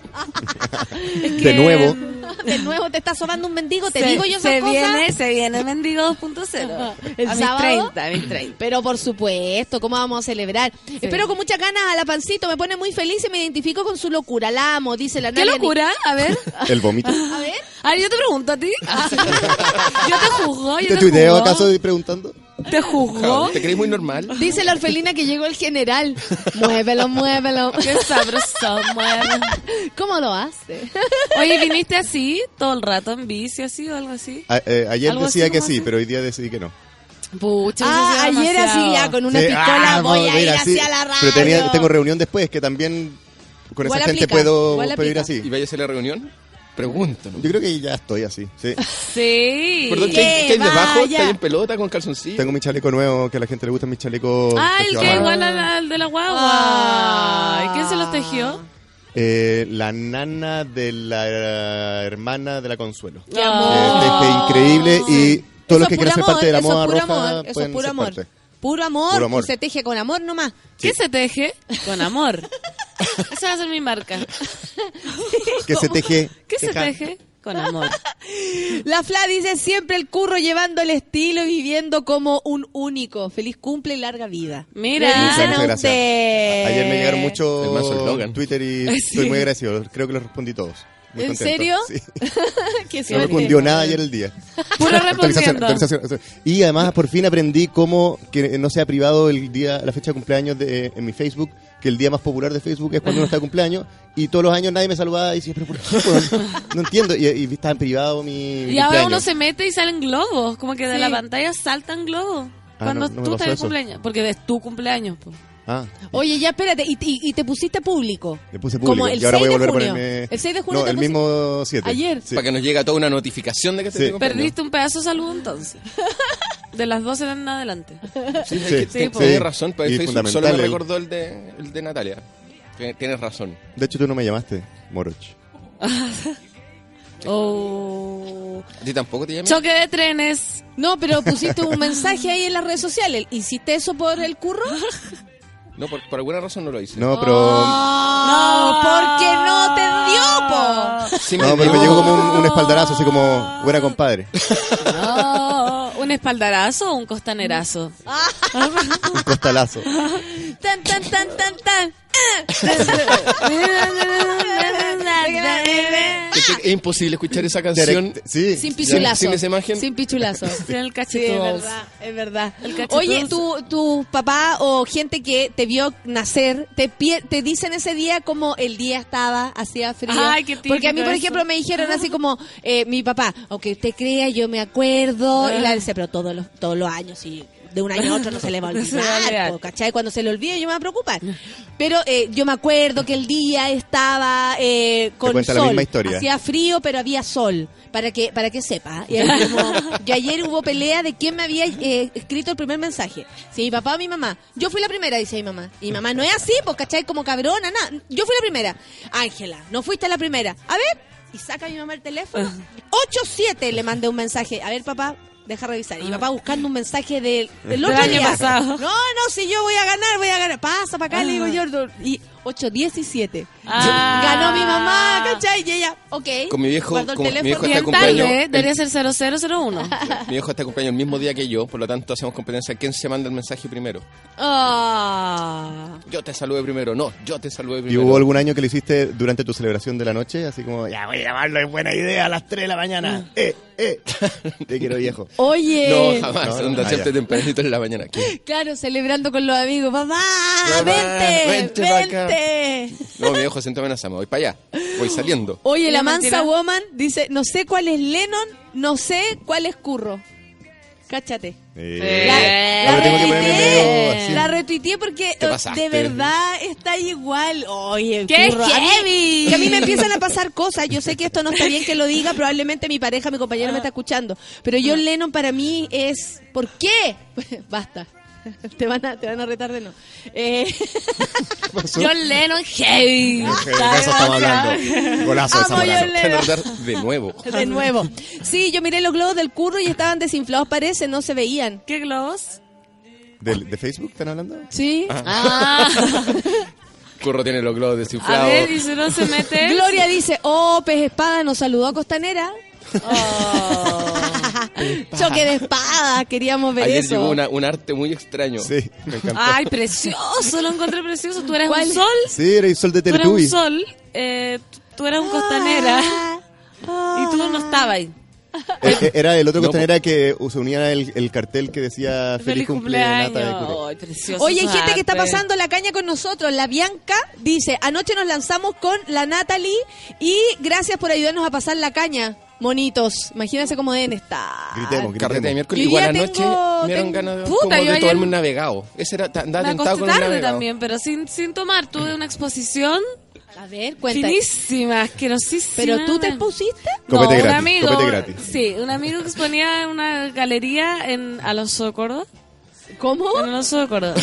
De nuevo. De nuevo te está sobando un mendigo, te Se- digo yo esas se cosas. se viene Mendigo 2.0. El a mis sábado. 30, a mis 30. Pero por supuesto, ¿cómo vamos a celebrar? Espero con muchas ganas a la Pancito, me pone muy feliz y me identifico con su locura. La amo, dice la ¿Qué Nadia. locura? A ver. El vómito. A ver. A ver, yo te pregunto a ti. Yo te juzgo, yo ¿Te te tuiteo juzgo. acaso preguntando? ¿Te juzgo? ¿Te crees muy normal? Dice la orfelina que llegó el general. Muévelo, muévelo. Qué sabroso, mueve. ¿Cómo lo hace? Oye, ¿viniste así todo el rato en bici así o algo así? Ayer Algo decía así que como sí, así. pero hoy día decidí que no. Pucha, Ah, eso sí es ayer así demasiado. ya con una Sí, pistola voy a ir mira, sí, hacia la radio. pero tengo reunión después, que también con Igual esa gente aplica, puedo igual ir aplica. así. ¿Y vaya a hacer la reunión? Pregúntalo. Yo creo que ya estoy así, sí. Sí. Perdón, ¿qué hay debajo? ¿Estás en pelota con calzoncillo? Tengo mi chaleco nuevo, que a la gente le gusta mi chaleco. Ah, el que tejido a mano. igual al de la guagua. ¿Y quién se los tejió? La nana de la hermana de la Consuelo. Qué amor. Teje increíble y todos los que Eso quieran es ser puro parte de la amor, moda eso es puro roja amor, eso es pueden puro ser amor. parte. Puro amor, Puro amor. se teje con amor nomás. ¿Qué se teje? Con amor. Esa va a ser mi marca. Que se teje. ¿Qué se teje? Con amor. La Fla dice siempre el curro llevando el estilo y viviendo como un único. Feliz cumple y larga vida. Mira. Le dicen Muchas a gracias. usted. Ayer me llegaron El mazo muchos eslogan. Twitter y Sí. estoy muy agradecido. Creo que los respondí todos. Muy ¿En contento. serio? Sí. Qué No me suerte. cundió nada ayer el día. Puro respondiendo. Actualización. Y además por fin aprendí cómo que no sea privado el día, la fecha de cumpleaños en mi Facebook, que el día más popular de Facebook es cuando uno está de cumpleaños, y todos los años nadie me saludaba y decía, pero ¿por qué? No entiendo. Y estaba en privado mi Y ahora cumpleaños. uno se mete y salen globos, como que de Sí. la pantalla saltan globos. Cuando no me tú pasó estás de eso. cumpleaños, porque es tu cumpleaños. Po. Oye, ya espérate, y te pusiste público. Le puse público. Como el y ahora 6 voy a de volver a junio. ponerme... El 6 de junio No, te el pusiste- mismo 7. Ayer. Sí. Para que nos llegue toda una notificación de que Sí. te cumpleaños. Perdiste un pedazo de salud entonces. De las 12 en adelante. Sí, Sí, tienes razón, pero Y el Facebook solo fundamental me el- recordó el de Natalia. Tienes razón. De hecho, tú no me llamaste, Moroch. Oh. ¿A ti tampoco te llamé? Choque de trenes. No, pero pusiste un mensaje ahí en las redes sociales. ¿Hiciste eso por el curro? No, por alguna razón no lo hice. No, pero... No, porque no te dio, po. Sí No, pero me llegó como un espaldarazo, así como, buena compadre. No, ¿un espaldarazo o un costanerazo? Un costalazo. Tan, tan, tan, tan, tan. Es imposible escuchar esa canción Sí. Sin pichulazo. sin esa imagen. Sin pichulazo. Sin el Sí, cachito. es verdad. El cachito. Oye, tu papá o gente que te vio nacer, te dicen ese día como el día estaba, hacía frío. Ay, qué típico Porque a mí, por eso. ejemplo, me dijeron así como, mi papá, aunque usted crea, yo me acuerdo. Y la dice, pero todos los años, y de un año a otro no se le va a No se le va a olvidar, olvidar. po, ¿cachai? Cuando se le olvide yo me voy a preocupar. Pero yo me acuerdo que el día estaba con cuenta sol. la misma historia. Hacía frío, pero había sol. Para que sepa. Y ahí como, y ayer hubo pelea de quién me había escrito el primer mensaje. Si mi papá o mi mamá. Yo fui la primera, dice mi mamá. Y mi mamá, no es así, pues, ¿cachai? Como cabrona, nada. Yo fui la primera. Ángela, no fuiste la primera. A ver. Y saca mi mamá el teléfono. 8-7 le mandé un mensaje. A ver, papá, deja revisar. Y mi papá buscando un mensaje del Del otro año día. pasado. No, si yo voy a ganar. Pasa para acá, le digo yo. Y 8-17. Ah. Ganó mi mamá, ¿cachai? Y ella, ok. Con mi viejo, guardó el como mi teléfono. viejo está Bien cumpleaños, tarde, debería ser 0001. mi viejo está cumpleaños el mismo día que yo, por lo tanto hacemos competencia. ¿Quién se manda el mensaje primero? Ah. Yo te saludé primero. No, yo te saludé ¿Y primero. hubo algún año que lo hiciste durante tu celebración de la noche? Así como, ya voy a llamarlo, es buena idea, a las 3 de la mañana. Te quiero, viejo. Oye. No, jamás. No, Onda, ah, siempre ya. tempranito en la mañana. ¿Qué? Claro, celebrando con los amigos. Mamá, Mamá, vente, pa' acá. vente. No, mi viejo siempre amenaza. Me voy para allá. Voy saliendo. Oye, ¿Y la la mansa mentira? woman dice, no sé cuál es Lennon, no sé cuál es Curro. Cáchate. Ahora tengo que ponerme medio así. La retuiteé porque Te pasaste. de verdad está igual. Oye, ¡Qué Curro, heavy! que a mí me empiezan a pasar cosas. Yo sé que esto no está bien que lo diga. Probablemente mi pareja, mi compañero me está escuchando. Pero John Lennon para mí es... ¿Por qué? Basta. Te van a retar de no. John Lennon heavy. De eso estamos hablando. Golazo de Amo Zamorano. John Te van a Lennon. dar de nuevo. De nuevo. Sí, yo miré los globos del Curro y estaban desinflados, parece, no se veían. ¿Qué globos? ¿De Facebook están hablando? Sí. Ah. Curro tiene los globos A desinflados. ver, y si no se mete. Gloria dice, Pez Espada nos saludó a Costanera. Oh. Choque de espada, queríamos ver Ayer eso. llegó un arte muy extraño. Sí, me encantó. Ay, precioso, lo encontré precioso. Tú eras ¿Cuál? un sol. Sí, era el sol de Tú eras un Teletubbies. sol. Tú eras un costanera. Ah. Y tú no estabas ahí. Era el otro No, costanera que se unía el cartel que decía Feliz cumpleaños, Nata de Curro. Ay, precioso. Oye, hay esos gente que está artes. pasando la caña con nosotros. La Bianca dice, anoche nos lanzamos con la Natalie y gracias por ayudarnos a pasar la caña. Monitos, imagínense cómo deben estar. Gritemos, Carrete de gritemos. miércoles. Yo Igual ya anoche tengo- me dieron tengo- ganas de, Puta, como yo de ayer- tomarme un navegado. Ese era, andaba Me tentado acosté con un tarde navegado. también, pero sin tomar. Tuve una exposición A ver, cuenta. finísima, asquerosísima. ¿Pero tú te pusiste? No, Copete un gratis, amigo. copete gratis. Sí, un amigo que exponía en una galería en Alonso de Córdoba. ¿Cómo? En Alonso de Córdoba.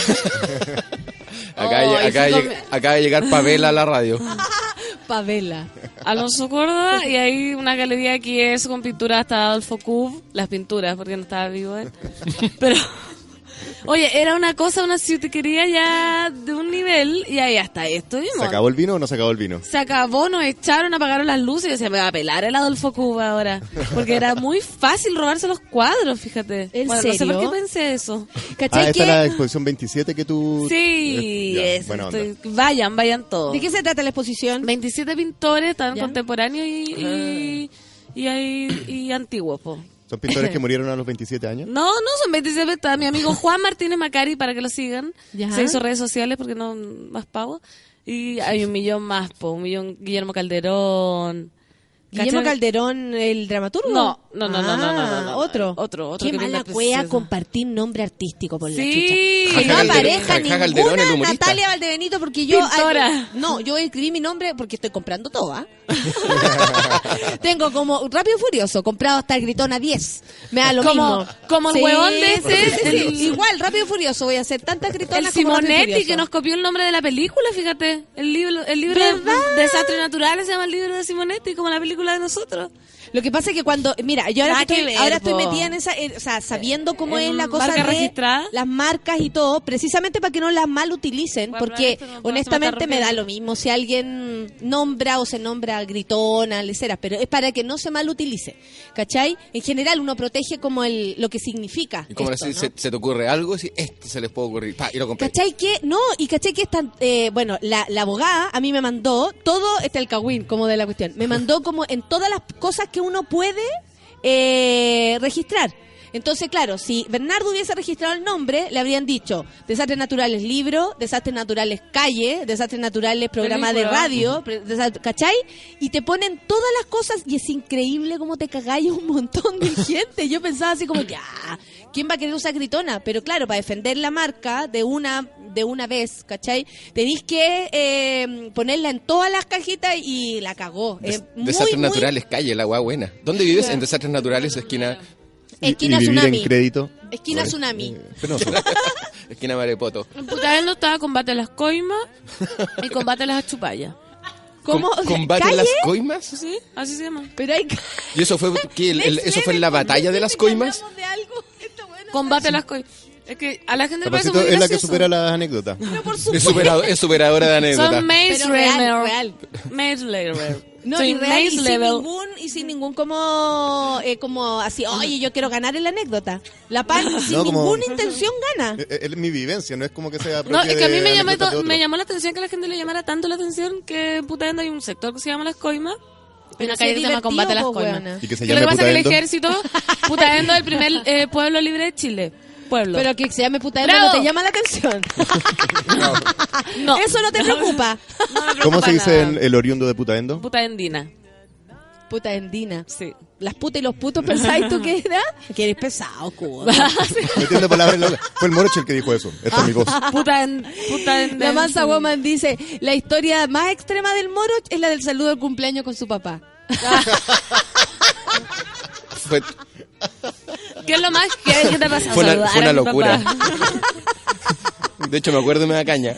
Acaba de llegar Pavela a la radio. Pavela. Alonso Córdoba, y hay una galería aquí es con pinturas hasta Adolfo Cub, las pinturas, porque no estaba vivo él. Pero, oye, era una cosa, una ciutiquería ya de un nivel, y ahí hasta ahí estuvimos. ¿Se acabó el vino o no se acabó el vino? Se acabó, nos echaron, apagaron las luces y yo decía, me va a pelar el Adolfo Cuba ahora. Porque era muy fácil robarse los cuadros, fíjate. ¿En Bueno, no sé por serio? qué pensé eso. ¿Cachai Esta es que? la exposición 27 que tú... Sí, Ya, eso, buena onda. vayan todos. ¿De qué se trata la exposición? 27 pintores, tan Ya. contemporáneos y antiguos, po. ¿Son pintores que murieron a los 27 años? No, son 27. Está mi amigo Juan Martínez Macari, para que lo sigan. Ya. Se hizo redes sociales porque no más pavo. Y hay 1 millón más, un millón. Guillermo Calderón. Guillermo ¿Cachai? Calderón, el dramaturgo. No. Otro. Otro. Qué que mala pinta cueva precioso. compartir nombre artístico por la Sí. chucha. Que no Calderón, aparezca Jaja Calderón, el ninguna humorista. Natalia Valdebenito porque yo... Pintora. yo escribí mi nombre porque estoy comprando todo, ¿ah? Tengo como Rápido y Furioso, comprado hasta el Gritona 10. Me da lo mismo. Como el huevón de ese. Igual, Rápido y Furioso, voy a hacer tantas gritonas El como Rápido y Simonetti, Furioso. que nos copió el nombre de la película, fíjate. El libro ¿Verdad? de Desastres Naturales se llama el libro de Simonetti, como la película de nosotros. Lo que pasa es que cuando, mira, yo ahora Nada que estoy, ver, ahora estoy po. metida en esa, o sea, sabiendo cómo es la cosa ¿Marca de registrada? las marcas y todo, precisamente para que no las mal utilicen, Bueno, porque esto no puedo, honestamente se me me está da lo mismo si alguien nombra o se nombra gritona, leceras, pero es para que no se mal utilice, ¿cachai? En general uno protege como lo que significa Y como esto, decir, ¿no? se te ocurre algo, si se les puede ocurrir. Pa, y lo compré. ¿Cachai que? No, y cachai que esta, bueno, la abogada a mí me mandó todo, el cagüín como de la cuestión, me mandó como en todas las cosas que uno puede registrar. Entonces, claro, si Bernardo hubiese registrado el nombre, le habrían dicho Desastres Naturales libro, Desastres Naturales calle, Desastres Naturales programa de Película. radio, ¿cachai? Y te ponen todas las cosas y es increíble cómo te cagáis un montón de gente. Yo pensaba así como, ya, ¿quién va a querer usar gritona? Pero claro, para defender la marca de una vez, ¿cachai? Tenéis que ponerla en todas las cajitas y la cagó. Desastres Naturales, calle, la hueá buena. ¿Dónde vives? En Desastres Naturales, esquina... Esquina y vivir Tsunami. en crédito. Esquina Tsunami. Penoso. Esquina Marepoto. En Putaendo estaba Combate a las Coimas y Combate a las Achupayas. ¿Cómo? ¿Combate ¿Calle? las coimas? Sí, así se llama. Pero hay... ¿Y eso fue, eso fue en la batalla de las coimas? de algo. Está bueno. Combate a las Coimas. Es que a la gente le parece Capacito muy es la que gracioso. supera las anécdotas. Pero por Es, supuesto. es superadora de anécdotas. Son Maze Pero real, Runner. real. Maze Runner. No, Soy y real, y Maze sin Level. ningún como así, oye, yo quiero ganar en la anécdota. La PAN sin No, como- ninguna intención gana. Es mi vivencia, no es como que sea No, propia es que a mí de me llamó, anécdotas de otro. me llamó la atención que a la gente le llamara tanto la atención que Putaendo hay un sector que se llama Las Coimas. Pero Una si es calle que se llama divertido, Combate a las po, Coimas. weona. Y que se Y lo que llame pasa es que el Putaendo. ejército, Putaendo es el primer pueblo libre de Chile. Pueblo. Pero que se llame Putaendo ¡Bravo! no te llama la atención. no. Eso no te preocupa. No me ¿Cómo preocupa se dice nada. el oriundo de Putaendo? Putaendina. Putaendina. Sí. Las putas y los putos, ¿pensáis tú que era? Que eres pesado, cubo. Metiendo palabras en la... Fue el Moroche el que dijo eso. Esta es mi voz. Putaendina. La mansa woman dice, la historia más extrema del moro es la del saludo al cumpleaños con su papá. Fue, ¿Qué es lo más que te pasa? fue Saludar una a mi locura. papá. De hecho, me acuerdo y me da caña.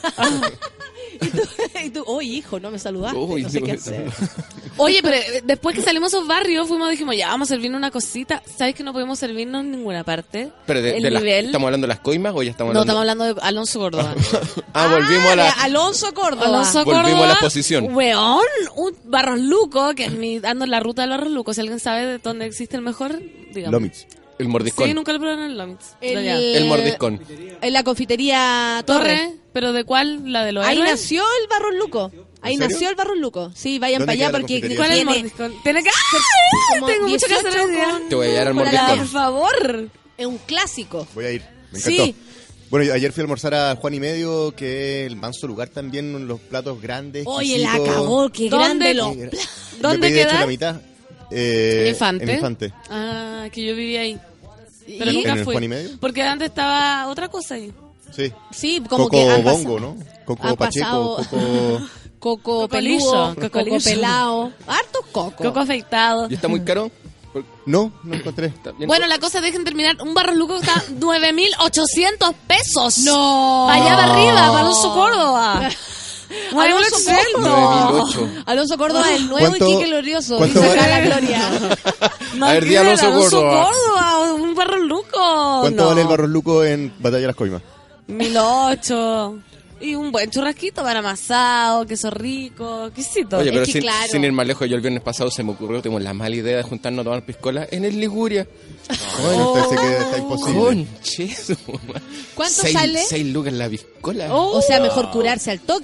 Y tú, oh, hijo, no me saludaste, Uy, no sé sí, qué sí. hacer. Oye, pero después que salimos a esos barrios, dijimos, ya, vamos a servirnos una cosita. ¿Sabes que no podemos servirnos en ninguna parte? Pero El de las, nivel... ¿estamos hablando de las coimas o ya estamos No, hablando? estamos hablando de Alonso Córdoba. Volvimos a la... Alonso Córdoba. Alonso Volvimos Córdoba, a la exposición. Weón, un Barros Luco, que ando en la ruta de Barros Luco. Si alguien sabe de dónde existe el mejor, dígame. Lomitz. El mordiscón. Sí, nunca lo probaron en el Lomitz. El mordiscón. En la confitería Torre. Torre, ¿pero de cuál? ¿La de los Ahí héroes? nació el Barros Luco. Ahí serio? nació el Barros Luco. Sí, vayan ¿Dónde para allá queda la porque confitería? ¿Cuál es el tiene mordiscón? Tiene que... como Tengo mucho que hacer 18 hoy día. con- Te voy a llevar al con la- mordiscón. Por favor. Es un clásico. Voy a ir. Me encantó. Sí. Bueno, yo ayer fui a almorzar a Juan y Medio, que es el manso lugar también, los platos grandes. Oye, la exquisitos. cagó, qué ¿Dónde? grande los... Me ¿Dónde pedí, de hecho, queda? la mitad. Infante. En Infante. Ah, que yo vivía ahí. Pero ¿Y? nunca ¿En el fui. Juan y Medio? Porque antes estaba otra cosa ahí. Sí. Sí, como Coco que han Bongo, pasado- ¿no? Coco han Pacheco, pasado- Coco... Coco Cocolizo, peludo, cocolizo. coco pelado, hartos cocos. Coco afeitado. ¿Y está muy caro? No, no encontré. Está bien. Bueno, la cosa, dejen terminar. Un Barros Luco está 9.800 pesos. No. Allá de arriba, para Alonso Córdoba. Alonso 9.800. Córdoba. 9.008. Alonso Córdoba, el nuevo ¿Cuánto- Iquique Glorioso. cuánto Dice va- acá la Gloria. A ver, di Alonso Córdoba. Córdoba, un Barros Luco. ¿Cuánto No. vale el Barros Luco en Batalla de las Coimas? 1.800. Y un buen churrasquito para amasado, queso rico, exquisito. Oye, pero que sin, claro. sin ir más lejos, yo el viernes pasado se me ocurrió, tengo la mala idea de juntarnos a tomar piscola en el Liguria. Bueno, pensé que está imposible. Conche. ¿Cuánto sale? 6 lucas la piscola. O sea, mejor curarse al toque.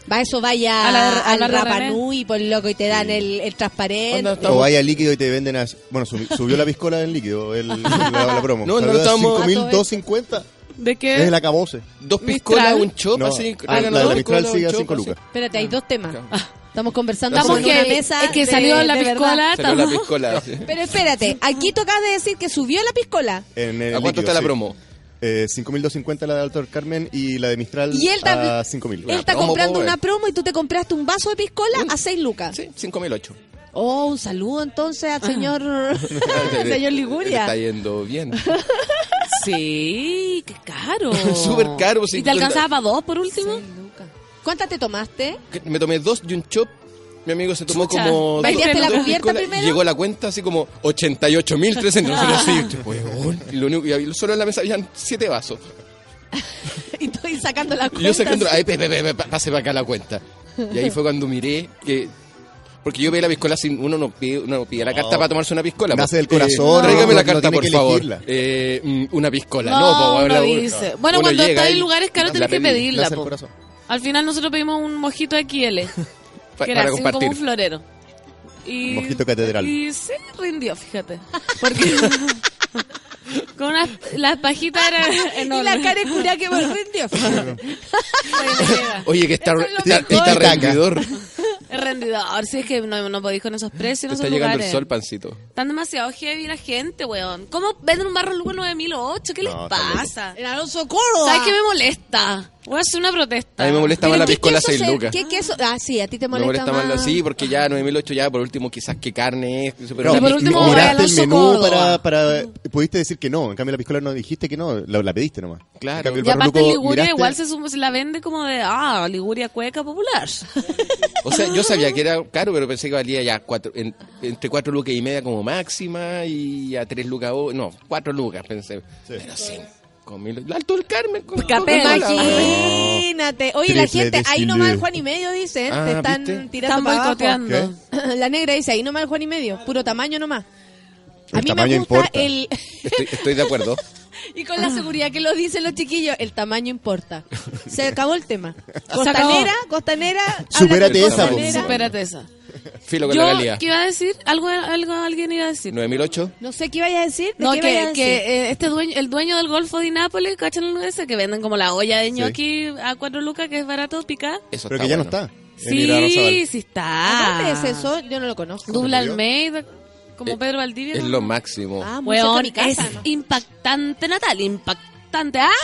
Va, eso vaya al bar de Rapa René. Nui, por loco, y te dan el transparente. O vaya líquido y te venden bueno, subió la piscola en líquido la promo. No, Salió a estamos... 5.250. ¿De qué? Es el acabose. 2 piscolas, un chop, No, así. la Mistral sigue a 5 lucas. Espérate, hay 2 temas. Estamos conversando Estamos con una que- mesa es que salió la de verdad. piscola. Salió la estamos- piscola. sí. Pero espérate, aquí tocas de decir que subió la piscola. En el ¿A cuánto líquido, está la sí. promo? 5.250 la de Alto del Carmen y la de Mistral Y él a 5.000. Él está promo, comprando po, una weón. promo y tú te compraste un vaso de piscola a 6 lucas. Sí, 5.008. Oh, un saludo entonces al señor, al señor Le Liguria. está yendo bien. Sí, qué caro. Súper caro. sí. ¿Y te alcanzaba para 2 por último? ¿Cuántas te tomaste? Me tomé 2 y un chop. Mi amigo se tomó Chucha. como... ¿Bailaste la dos cubierta piscolas, primero? y llegó la cuenta así como 88.300. Nosotros así, weón. Y lo único que había, solo en la mesa habían 7 vasos. Y estoy sacando la Y cuenta. yo sacando... Ay, pase para acá la cuenta. Y ahí fue cuando miré que... Porque yo pedí la piscola sin... Uno no pide la carta para tomarse una piscola. Nace pues. del corazón, Tráigame no la carta, tiene por que favor. elegirla. Una piscola. No, No, pues, uno la- dice. Bueno, uno cuando llega estás en y lugares caros la tenés que pedí. pedirla. Nace del po. corazón. Al final nosotros pedimos un mojito XL. Pa- Que era para así como compartir. un florero. Y, Mojito catedral. Y se rindió, fíjate. Porque con las pajitas eran Y enormes. la cara de cura que me rindió. Oye, que está Eso es lo está mejor. rendidor. Es rendidor. Si es que no podéis con esos precios en Te esos está llegando lugares. el sol, pancito. Están demasiado heavy la gente, weón. ¿Cómo venden un barro Lugo 9008? ¿Qué les No, está pasa? En Alonso Córdoba. ¿Sabes qué me molesta? Voy a hacer una protesta. A mí me molesta más la piscola 6 lucas. ¿Qué queso? Ah, sí, a ti te Me molesta, molesta más la... Sí, porque ya 9.008 ya por último quizás que carne es... Pero No, Y por la- último, vaya miraste al el Alonso menú Córdoba. para pudiste decir que no. En cambio la piscola no dijiste que no, la pediste nomás. Claro. En cambio, el Y aparte Barro en Luco, Liguria miraste- igual se la vende como de, Liguria cueca popular. O sea, yo sabía que era caro, pero pensé que valía ya entre 4 lucas y media como máxima y a 3 lucas... No, 4 lucas pensé. Pero 5.000... Alto del Carmen. con Capela. Coca-Cola, weón. Imagínate. Oye, la Triple gente, ahí destile. nomás el Juan y medio dicen, Ah, te están ¿viste? tirando Están para abajo. boicoteando. La negra dice, ahí nomás el Juan y medio, puro tamaño nomás. A El mí me tamaño gusta importa. el... Estoy de acuerdo. Y con la seguridad que lo dicen los chiquillos, el tamaño importa. Se acabó el tema. acabó. Costanera. Supérate habla con esa, Costanera. Supérate esa. Filo con Yo, la calidad. ¿qué iba a decir? Algo alguien iba a decir. 9.008. No sé qué vayas a decir. ¿De No, qué vayas a decir? este el dueño del Golfo de Nápoles, ¿cachan ese? Que venden como la olla de ñoqui a 4 lucas, que es barato, picar. Eso Pero está que ya no bueno. está. en Irá Rosabal. Sí, sí está. ¿A ¿Dónde es eso? Yo no lo conozco. Dubla ¿Se murió? Almeida, como Pedro Valdivia. Es ¿no? lo máximo. Ah, muy cerca de Weón, mi casa, es ¿no? impactante, Natal, impactante, ¿ah?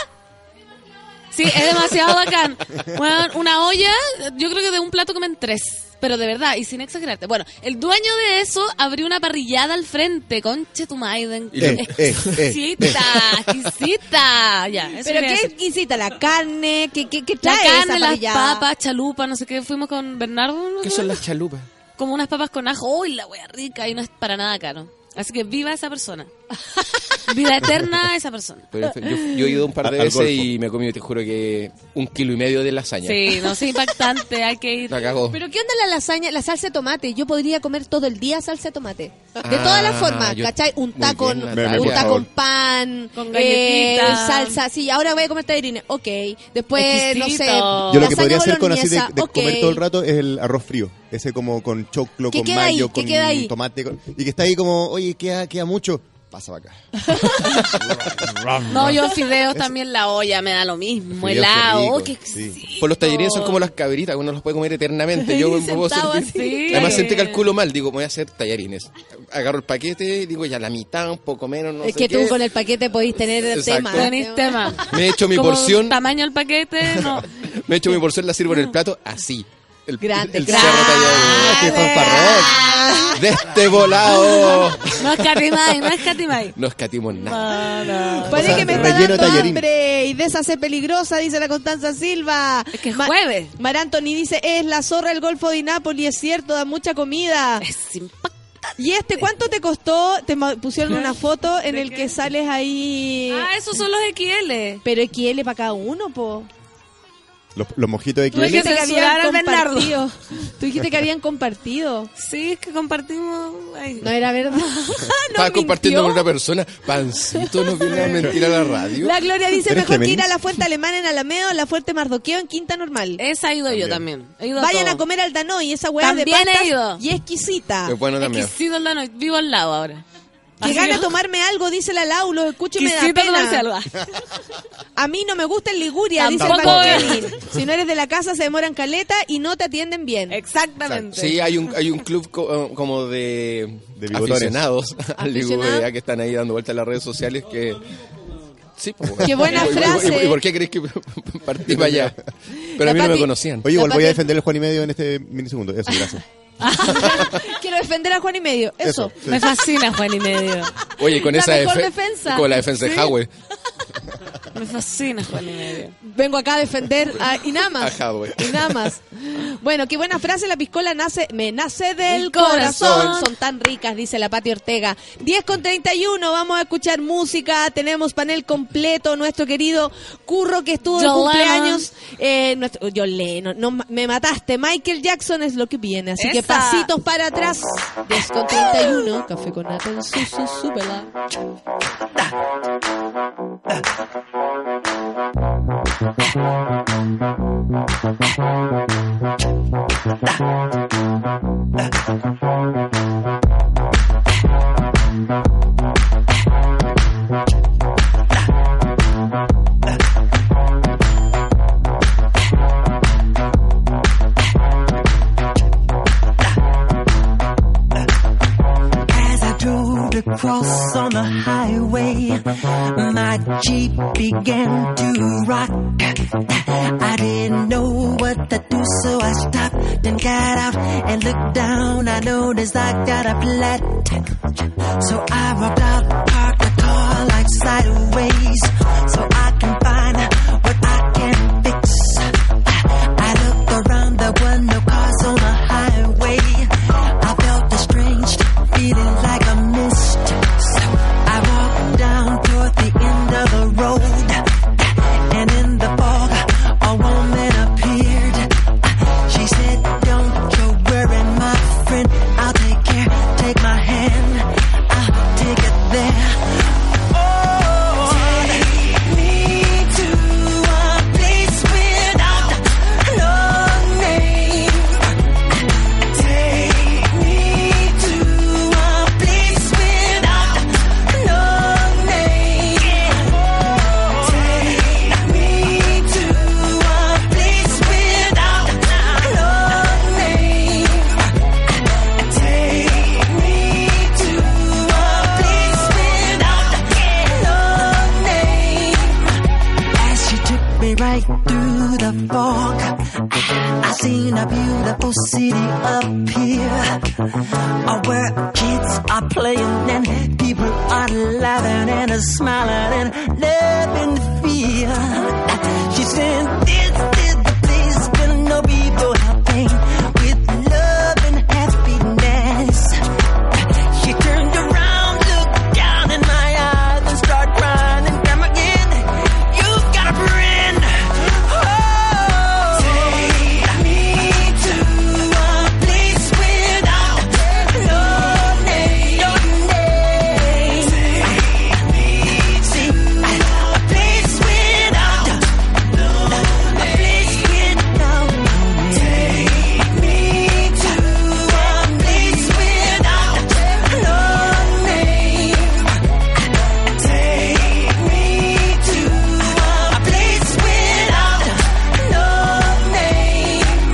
Sí, es demasiado bacán. Weón, una olla, yo creo que de un plato comen 3, pero de verdad, y sin exagerarte. Bueno, el dueño de eso abrió una parrillada al frente, conche tu maiden. Exquisita, exquisita. Ya, eso Pero quería qué decir. exquisita, la carne, ¿qué La trae carne, esa las parrillada? papas, chalupa, no sé qué, fuimos con Bernardo. ¿no? ¿Qué son las chalupas? Como unas papas con ajo. ¡Uy, la wea rica! Y no es para nada caro. Así que viva esa persona. Vida eterna a esa persona. Pero yo he ido un par de Al veces Golfo. y me he comido, te juro que 1,5 kilos de lasaña. Sí, no, sí, impactante, hay que ir. La cagó. ¿Pero qué onda la lasaña, la salsa de tomate? Yo podría comer todo el día salsa de tomate. De todas las formas, yo- ¿cachai? Un muy taco, bien, un Natalia. por taco favor. con pan, Con galletita. salsa. Sí, ahora voy a comer tallarines. Ok. Después, no sé. Exquisito. Yo lo que lasaña podría hacer con así de boloñesa, ok. comer todo el rato es el arroz frío. Ese como con choclo, ¿Qué con queda ahí? mayo, ¿Qué con queda ahí? tomate. Y que está ahí como, oye, queda mucho. Pasa para acá. No, yo fideos también la olla, me da lo mismo. Fideos, Helado, qué rico, oh, qué sí. exquisito. Por los tallarines son como las cabritas, uno los puede comer eternamente. Yo me puedo Sentado sentir... así. Además siempre calculo mal, digo, voy a hacer tallarines. Agarro el paquete, digo ya la mitad, un poco menos, no Es sé que qué. tú con el paquete podéis tener Exacto. tema. Tenés tema. Me he hecho mi Como porción, tamaño el paquete, no. me he hecho mi porción, la sirvo en el plato así. El, Grande, el grande. cerro tallarín. ¡Qué fanfarrón! De este volado. No escatimáis, no escatimáis. No escatimos nada. No, no. Parece O sea, que me está relleno dando tallarín. hambre y de esa se peligrosa, dice la Constanza Silva. Es que es jueves. Mar Anthony dice, es la zorra del Golfo de Nápoles, es cierto, da mucha comida. Es impactante. ¿Y cuánto te costó? Te pusieron una foto en el que sales ahí... Ah, esos son los XL. Pero XL para cada uno, po. Los mojitos de Tú dijiste XL. que censurar habían al Bernardo. compartido. Tú dijiste que habían compartido. Sí, es que compartimos. Ay. No era verdad. Estaba compartiendo con otra persona. Pancito, no viene a mentir a la radio. La Gloria dice ¿Eres mejor que ir Géminis? a la Fuente Alemana en Alameda o la Fuente Mardoqueo en Quinta Normal. Esa he ido yo también. He ido Vayan todo. a comer al Danoy, esa hueá de También he pastas ido. y exquisita. Es bueno también. Exquisito en la noche. Vivo al lado ahora. Que Así gana que- tomarme algo, dice la Lau, lo escucho y me da Exquisito tomarse pena. algo. A mí no me gusta en Liguria, dice el Tampoco Paco es. Kevin. Si no eres de la casa se demoran caleta y no te atienden bien. Exactamente. Sí, hay un club como de bigotones. aficionados al ¿Aficionados? Ligubea que están ahí dando vueltas en las redes sociales que... Sí, pues, Qué buena ¿Y frase. por qué crees que partí para allá? Pero a mí no me conocían. Oye, igual La voy a Pati- defender el Juan y Medio en este minisegundo. Eso, gracias. Quiero defender a Juan y Medio. Eso. Sí. Me fascina Juan y Medio. Oye, con La esa mejor defensa. con la defensa de Sí. Howe. Me fascina Juan y Medio. Vengo acá a defender y nada más. A Howe. Y nada más. Bueno, qué buena frase. La piscola me nace del El corazón. corazón. Son tan ricas, dice la Pati Ortega. 10:31. Vamos a escuchar música. Tenemos panel completo. Nuestro querido Curro que estuvo de John cumpleaños. John Lennon. No, me mataste. Michael Jackson es lo que viene. Así que Esa. pasitos para atrás. 10:31. Café con nata en su súbela. As I drove across on the highway, my Jeep began to rock. I didn't know what to do, so I stopped and got out and looked down. I noticed I got a flat. So I walked out, parked the car like sideways, so I can find what I can fix. I looked around, there were no cars on the highway. I felt a strange feeling like a mist. So I walked down toward the end of the road, and in the fog, a woman appeared. She said, "Don't you worry, my friend. I'll take care. Take my hand. I'll take it there." Oh, take me to a place without no name. Take me to a place without no name. Take me to a place without no name. Take me to a place without no name. As she took me right through the fog, I seen a beautiful city up here, where kids are playing and people are laughing and smiling and loving fear. She said, "This is the place where no people have pain, with love and happiness." She turned around, looked down in my eyes, and started crying and come again. You've got a friend. Oh, take me to a place without no name. No name. Take me to a place without no name. A place without no name. Take me to a place without no name. Take me to a place without no name.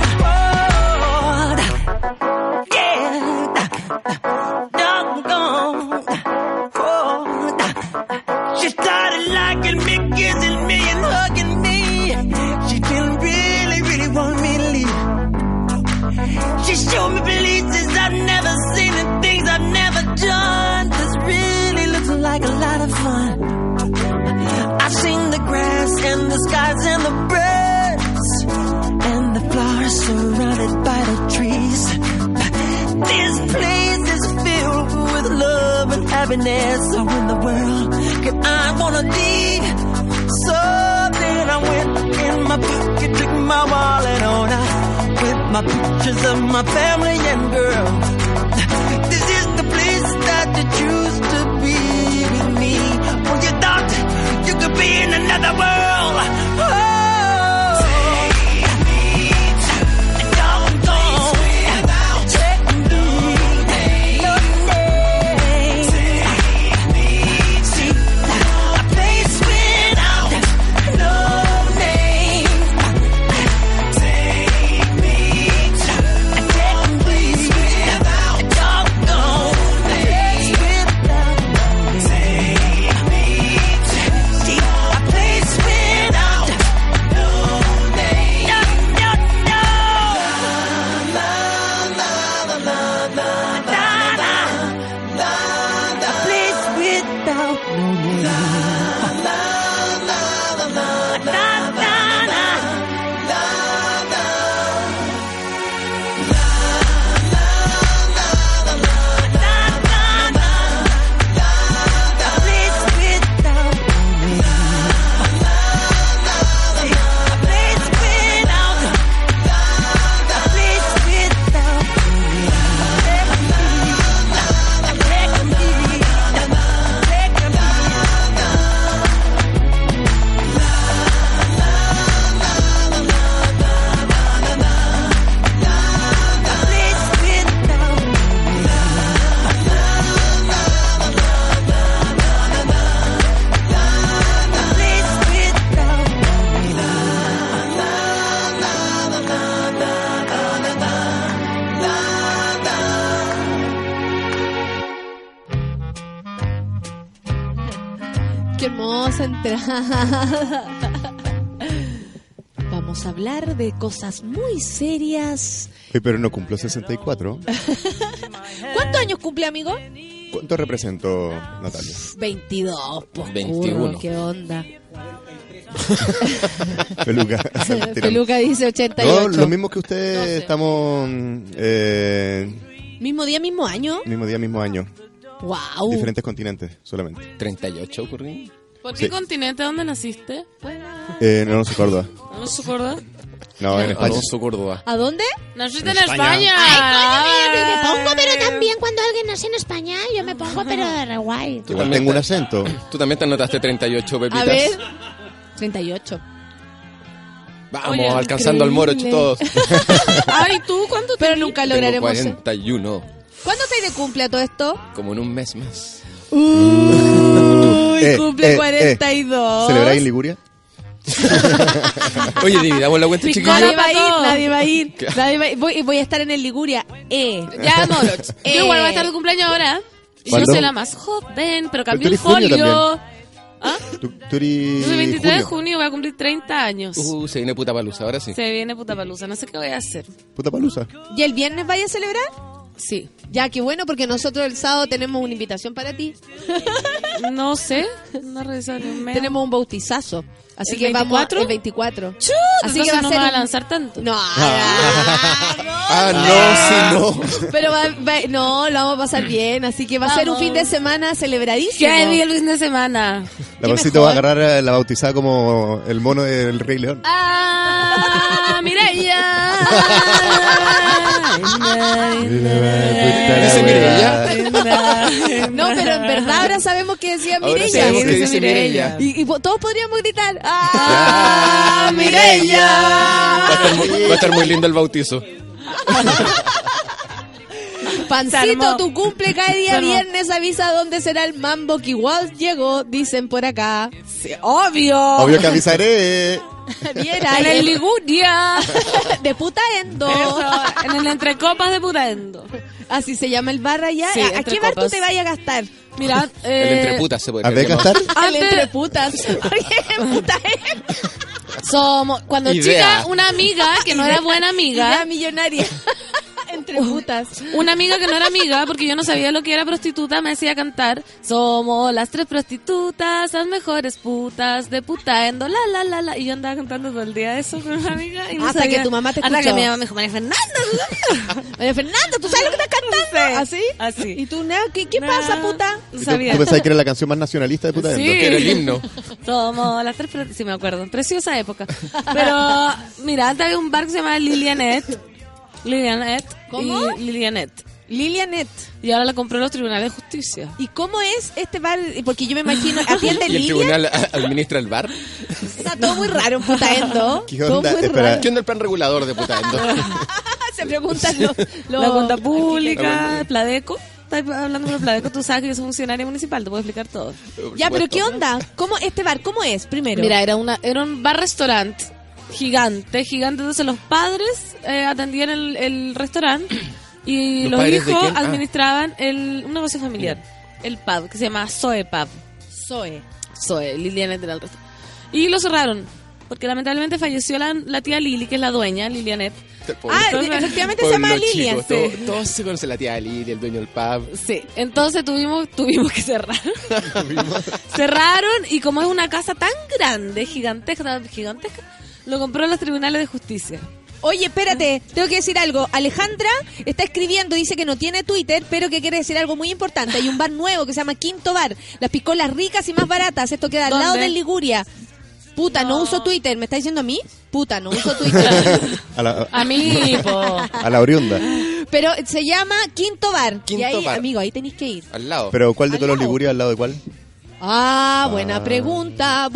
Oh, yeah, doggone. Oh, she started liking me, kissing me, and hugging me. She didn't really, really want me to leave. She showed me places I've never seen and things I've never done. This really looks like a lot of fun. I've seen the grass and the skies and the birds and the flowers surrounded by the trees. This place is filled with love and happiness. So in the world could I wanna be? So then I went in my pocket, took my wallet on with my pictures of my family and girl. This is the place that you choose to be with me. When you thought you could be in another world. Oh. Take me to a dark place without no name. No name. Take me to a place without no name. Take me to a dark place without no name. Take me to a place without no name. No, no, no. La la la la la la la la. A place without no name. La la la la la la la la la la. Qué hermosa entrada. Vamos a hablar de cosas muy serias. Pero no cumplo 64. ¿Cuántos años cumple, amigo? ¿Cuánto represento, Natalia? 22, pues. 21. ¿Qué onda? Peluca. Peluca dice 88. No, lo mismo que ustedes, estamos... ¿Mismo día, mismo año? mismo día, mismo año. Wow. Diferentes continentes, solamente. 38 ocurrió. ¿Por qué Sí. continente? ¿Dónde naciste? No se acuerda. ¿No se acuerda? No, en España. Alonso Córdoba. ¿A dónde? Naciste En en España. España. Ay, coño, me pongo, pero también cuando alguien nace en España, yo me pongo, pero de re guay. Igual tengo un acento. ¿Tú también te anotaste 38, Pepitas? A ver. 38. Vamos, Oye, alcanzando al moro increíble. todos. Ay, ¿tú cuánto Pero tenías? nunca Tengo lograremos. 41, ¿Cuándo te de cumple a todo esto? como en un mes más. Uy, cumple 42. ¿Celebráis en Liguria? Oye, dividamos la cuenta, chiquillos. Nadie va a ir, todo. nadie va a ir. ¿Qué? Nadie va a ir. Voy a estar en el Liguria. Ya, Moloch. Yo igual voy a estar de cumpleaños ahora. Yo ¿Cuándo? soy la más joven, pero cambié tú el eres junio folio. ¿Ah? Tú eres Yo soy 23 de junio. junio, voy a cumplir 30 años. Se viene puta palusa, ahora sí. Se viene puta palusa, no sé qué voy a hacer. Puta palusa. ¿Y el viernes vaya a celebrar? Sí. Ya, qué bueno, porque nosotros el sábado tenemos una invitación para ti. No sé, no revisar el mail. Tenemos un bautizazo. Así ¿El que 24? vamos el 24. Chut, Así entonces que va a no ser me va a un- lanzar tanto. No, No, sí, no. pero no, lo vamos a pasar bien. Así que va a ser un Vamos. fin de semana celebradísimo. ¿Qué día el fin de semana? La Pancito va a agarrar a la bautizada como el mono del Rey León. ¡Ah, Mireia! ¿Dice Mireia? No, pero en verdad ahora sabemos que decía Ahora Mireia. sabemos que dice Mireia. Y todos podríamos gritar ¡Ah, Mireia! Va a estar muy lindo el bautizo. Pancito, tu cumple cae día Se armó. viernes, avisa dónde será el mambo que igual llegó, dicen por acá. Sí, obvio. Obvio que avisaré. Bien En ahí. el Liguria. De Putaendo. Eso, en el Entrecopas de Putaendo. Así se llama el bar allá. Sí, ¿A entre qué bar tú copas. te vayas a gastar? Mira, El entre putas se puede ¿A ver llamar. gastar? El Antes- entre putas. Oye, Putaendo. somos cuando Idea. chica una amiga que no era buena Idea amiga. millonaria. Entre putas. Una amiga que no era amiga, porque yo no sabía lo que era prostituta, me hacía cantar: somos las 3 prostitutas, las mejores putas de Putaendo, la la la la. Y yo andaba cantando todo el día eso con una amiga. Y no hasta sabía, que tu mamá te escuchó. hasta que mi mamá me dijo: María Fernanda, María Fernanda, ¿tú sabes lo que estás cantando? ¿Así? Así. ¿Y tú, qué pasa, puta? No ¿Tú sabía. pensabas que era la canción más nacionalista de Putaendo? Sí. Que era el himno. Somos las 3 sí me acuerdo, preciosa época. Pero mira, antes había un bar que se llamaba Lilianet. ¿Cómo? Y Lilianet. Y ahora la compró los tribunales de justicia. ¿Y cómo es este bar? Porque yo me imagino, atiende ¿Y el Lilia. tribunal administra el bar? Está todo muy raro en Putaendo. ¿Qué Todo onda? muy Espera. raro. ¿Qué onda el plan regulador de Putaendo? Se preguntan los La cuenta arquitectos. pública, Pladeco. Estás hablando con el Pladeco, tú sabes que yo soy funcionaria municipal, te puedo explicar todo. Ya, pero ¿qué onda? ¿Cómo este bar? ¿Cómo es? Primero. Mira, era un bar-restaurante gigante. Entonces los padres atendían el restaurante y ¿Los los padres de hijos quién? Ah. administraban un negocio familiar, el pub, que se llama Zoe Pub. Zoe, Lilianet era el resto. Y lo cerraron, porque lamentablemente falleció la tía Lili, que es la dueña, Lilianet. Efectivamente se llama Lilian. Chicos, todos se conocen la tía Lili, el dueño del pub. Sí, entonces tuvimos que cerrar. Cerraron, y como es una casa tan grande, gigantesca, lo compró los tribunales de justicia. Oye, espérate, tengo que decir algo. Alejandra está escribiendo, dice que no tiene Twitter, pero que quiere decir algo muy importante. Hay un bar nuevo que se llama Quinto Bar. Las piscolas ricas y más baratas. Esto queda al ¿Dónde? lado de Liguria. Puta, no uso Twitter. ¿Me está diciendo a mí? Puta, no uso Twitter. A mí, po. A la oriunda. Pero se llama Quinto Bar. Quinto y ahí, Bar. amigo, ahí tenéis que ir. Al lado. ¿Pero cuál de Al todos los lado. Liguria al lado de cuál? Buena pregunta.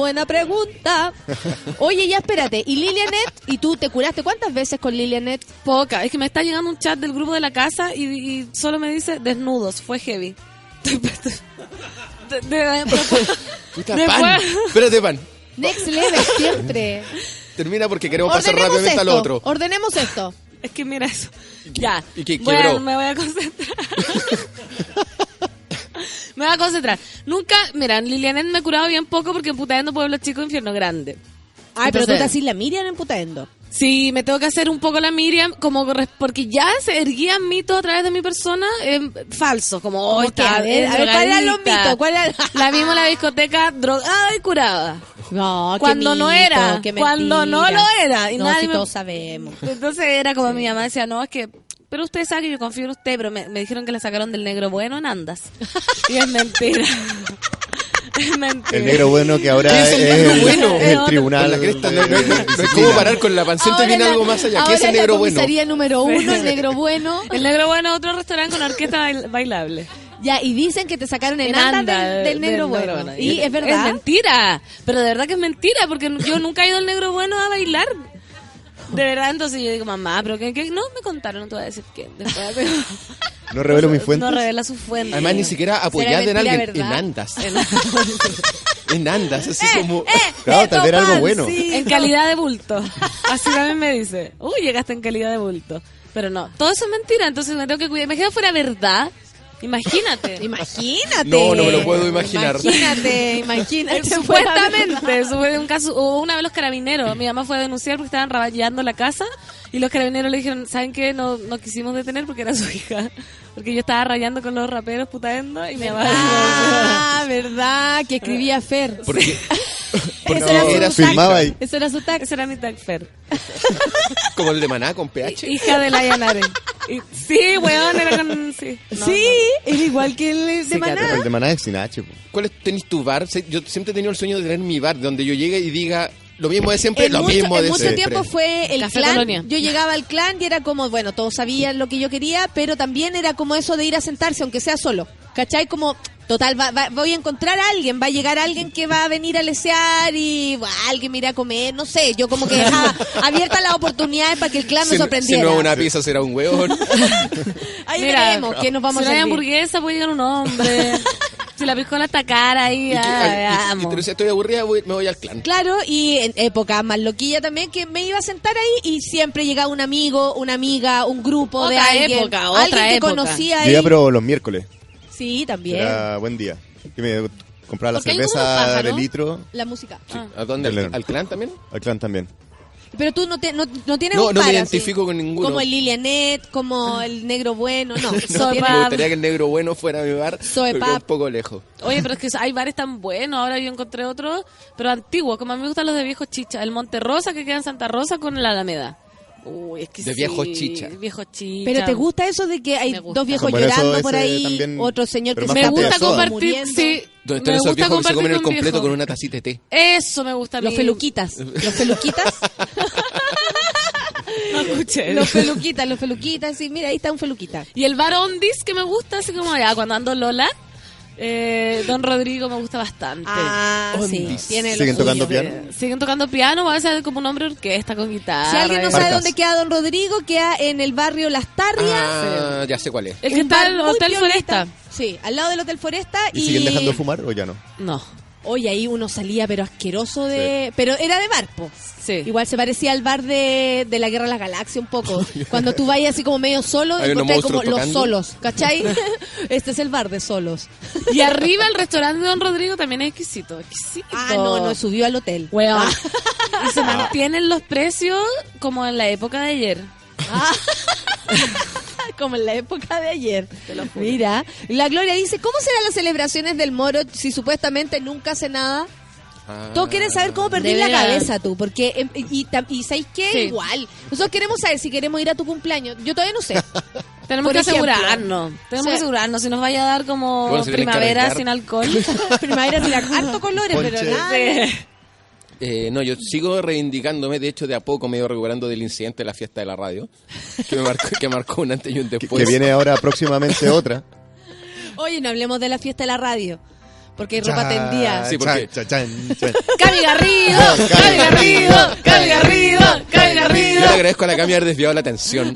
Oye, ya espérate. ¿Y Lilianet? ¿Y tú te curaste cuántas veces con Lilianet? Poca. Es que me está llegando un chat del grupo de la casa y solo me dice desnudos. Fue heavy. Puta, Después- pan. Espérate, pan. Next level siempre. Termina porque queremos pasar Ordenemos rápidamente esto. al otro. Ordenemos esto. Es que mira eso. Ya. ¿Y qué Bueno, quebró? me voy a concentrar. Me voy a concentrar. Nunca, mira, en Lilianet me he curado bien poco porque en Putaendo, Pueblo Chico, Infierno Grande. Ay, pero tú Entonces- te haces la Miriam en Putaendo. Sí, me tengo que hacer un poco la Miriam, porque ya se erguían mitos a través de mi persona falsos, como hoy ¿Cómo que? A ver, ¿cuáles eran los mitos? ¿Cuál era? La vimos en la discoteca drogada y curada. No, Cuando qué no mito, era, qué cuando no mentira. lo era. Y No, nadie si me- todos sabemos. Entonces era como mi mamá decía, no, es que... Pero usted sabe que yo confío en usted, pero me dijeron que la sacaron del negro bueno en Andas. Y es mentira. Es mentira. El negro bueno que ahora ¿Qué es es el negro bueno? el tribunal. Con la cresta, de- no hay de- cómo parar con la panciente, Ahora viene la- algo más allá. ¿Qué ahora es el negro la bueno? comisaría número 1, el negro bueno. El negro bueno es otro restaurante con orquesta bailable. Ya, y dicen que te sacaron en En Anda Anda, del negro bueno. Y es verdad. Es mentira. Pero de verdad que es mentira, porque yo nunca he ido al negro bueno a bailar. De verdad, entonces yo digo, mamá, pero ¿qué? No, me contaron, no te voy a decir qué. Después, No revelo mi fuente. no revela su fuente. Además, ni siquiera apoyada en mentira, alguien. ¿verdad? En Andas. En Andas, así como... Claro, tal vez era algo bueno. En calidad de bulto. Así también me dice. Uy, llegaste en calidad de bulto. Pero no, todo eso es mentira, entonces me tengo que cuidar. Imagínate fuera verdad. Imagínate. Imagínate. No, no me lo puedo imaginar. Imagínate. Supuestamente, eso fue un caso, hubo una vez los carabineros, mi mamá fue a denunciar porque estaban rayando la casa y los carabineros le dijeron, ¿saben qué? No quisimos detener porque era su hija, porque yo estaba rayando con los raperos Putaendo y mi mamá... Ah, verdad, que escribía Fer. Porque Eso era su era tag. filmaba ahí. Eso era su tag. Ese era mi tag Fer. como el de Maná con PH. Hija de la Yanare. Sí, weón, era con... Sí, no, Sí, era igual que el de Sí, Maná. Pero el de Maná es sin H. Po. ¿Cuál tenés tu bar? Yo siempre he tenido el sueño de tener mi bar, donde yo llegue y diga lo mismo de siempre, lo mismo de mucho siempre. tiempo fue el Café clan. Colonia. Yo llegaba al clan y era como, bueno, todos sabían lo que yo quería, pero también era como eso de ir a sentarse, aunque sea solo. ¿Cachai? Como, total, voy a encontrar a alguien, va a llegar alguien que va a venir a lesear y alguien me irá a comer, no sé. Yo como que dejaba abiertas las oportunidades para que el clan me Si sorprendiera. no es una pizza, será un huevón. Ahí Mira, veremos qué nos vamos si a no hay servir. hamburguesa puede llegar un hombre. Si la piscola está cara ahí, Y te decía, estoy aburrida, me voy al clan. Claro, y en época más loquilla también, que me iba a sentar ahí y siempre llegaba un amigo, una amiga, un grupo de Otra alguien. época, otra alguien que época. conocía Yo ahí. iba, pero los miércoles. Sí, también. Era buen día. Y me compraba la Porque hay como unos cerveza pájaros. de litro. La música. ¿A dónde? Del Lennon. ¿Al clan también? Al clan también. Pero tú no tienes No, un no par, me así, identifico con ninguno. como el Lilianet, como el negro bueno, no. Me gustaría que el negro bueno fuera mi bar, pero un poco lejos. Oye, pero es que hay bares tan buenos. Ahora yo encontré otros, pero antiguos, como a mí me gustan los de Viejo Chicha. El Monte Rosa, que queda en Santa Rosa, con la Alameda. Uy, es que de sí, Viejo Chicha. Viejo Chicha. Pero ¿te gusta eso de que hay dos viejos Bueno, llorando eso, por ese ahí, también, otro señor que pero se más está parte de soda. compartir, muriendo? sí. Donde están esos viejos que se comen el completo con una tacita de té. Eso me gusta a mí. Los feluquitas. Los feluquitas. No escuché. Los feluquitas, sí, mira, ahí está un feluquita. Y el bar Ondis que me gusta, así como ya cuando ando Lola, Don Rodrigo me gusta bastante. Ah, sí. Tiene ¿Siguen tocando piano? Siguen tocando piano, va a ser como un hombre orquesta con guitarra. Si alguien no sabe dónde queda Don Rodrigo, queda en el barrio Las Tarrias. Ah, ya sé cuál es. El que está en el Hotel piolita. Foresta. Sí, al lado del Hotel Foresta. ¿Y siguen dejando de fumar o ya no? No. Oye, ahí uno salía pero asqueroso de... Sí. Pero era de bar, po. Sí. Igual se parecía al bar de la Guerra de las Galaxias un poco. Cuando tú vayas así como medio solo, encontrás como los solos, ¿cachai? Este es el bar de solos. Y arriba el restaurante de Don Rodrigo también es exquisito. Ah, no, subió al hotel. Weón. Y se mantienen los precios como en la época de ayer. Como en la época de ayer. Mira, la Gloria dice, ¿cómo serán las celebraciones del Moro si supuestamente nunca hace nada? Todos quieren saber cómo perdí la cabeza tú, porque y ¿sabéis qué? Sí. Igual. Nosotros queremos saber si queremos ir a tu cumpleaños. Yo todavía no sé. Tenemos Por que ejemplo. asegurarnos. Tenemos que asegurarnos. Si nos vaya a dar como Bueno, si primavera tienen que sin alcohol. Primavera sin harto colores, Ponche. pero nada. Sí. No, yo sigo reivindicándome, de hecho de a poco me he ido recuperando del incidente de la fiesta de la radio, que marcó un antes y un después. Que viene ahora próximamente otra. Oye, no hablemos de la fiesta de la radio. Porque hay ropa tendida. Sí, porque- Cami Garrido, Cami Garrido, Cami Garrido, Cami Yo Garrido. le agradezco a la Cami haber desviado la atención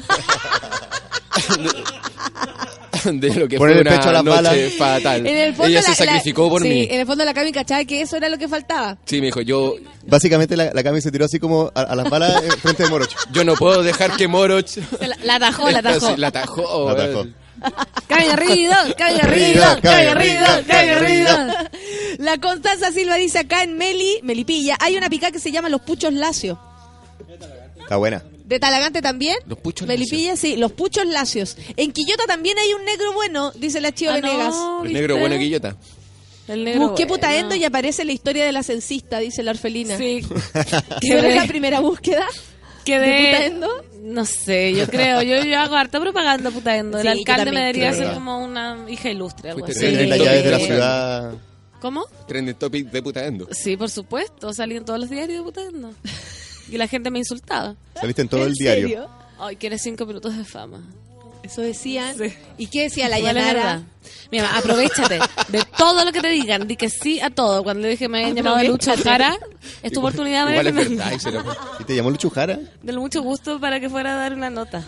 de lo que Poner fue el pecho a una las balas. noche fatal. En el fondo Ella se sacrificó por sí, mí. en el fondo la Cami cachaba que eso era lo que faltaba. Sí, me dijo, yo Básicamente la Cami se tiró así como a las balas frente de Morocho. no puedo dejar que Moroch... La atajó, la atajó. Sí, la atajó. La atajó. Cami Garrido, Cami Garrido, Cami Garrido, Cami Garrido. La Constanza Silva dice acá en Melipilla, hay una picada que se llama Los Puchos Lacios. Está buena. ¿De Talagante también? Los Puchos Melipilla, sí, Los Puchos Lacios. En Quillota también hay un negro bueno, dice la Chío Venegas. El negro bueno Quillota. El negro Busqué bueno. Putaendo y aparece la historia de la censista, dice la orfelina. Sí. ¿Fue la primera búsqueda? Que ¿De de Putaendo? No sé, yo creo. Yo hago harta propaganda Putaendo. El Sí, yo alcalde también me debería creo. ser como una hija ilustre, algo Fuiste así. trending En las topic llaves de la de ciudad. ¿Cómo? Trending topic de Putaendo. Sí, por supuesto. Salí en todos los diarios de Putaendo. Y la gente me insultaba. Saliste en todo el diario. serio? Ay, quieres 5 minutos de fama. Eso decían. Sí. ¿Y qué decía la Igual es Yanara? verdad. Mira, aprovechate de todo lo que te digan. Di que sí a todo. Cuando le dije me habían llamado de Lucho Jara, es tu oportunidad de Igual es verme. verdad. Y se lo... ¿Y te llamó Lucho Jara? Del mucho gusto para que fuera a dar una nota.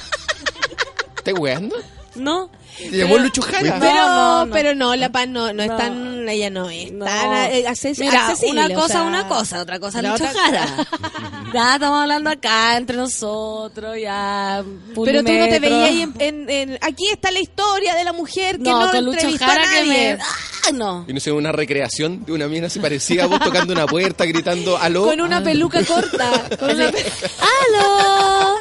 ¿Estás weando? No. ¿Te llamó Lucho Jara? Pero no, la Paz no es tan, ella no es No. tan Mira, accesible. una cosa, otra cosa La Lucho otra- Jara. Ya estamos hablando acá entre nosotros, ya. Pero tú no te Pulimetro. veías ahí en aquí está la historia de la mujer que no, con Lucho entrevistó Jara a que nadie. me. ¡Ah, no! Y no sé, una recreación de una mina así parecía a vos tocando una puerta, gritando aló. Con una peluca corta. Con una ¡Aló!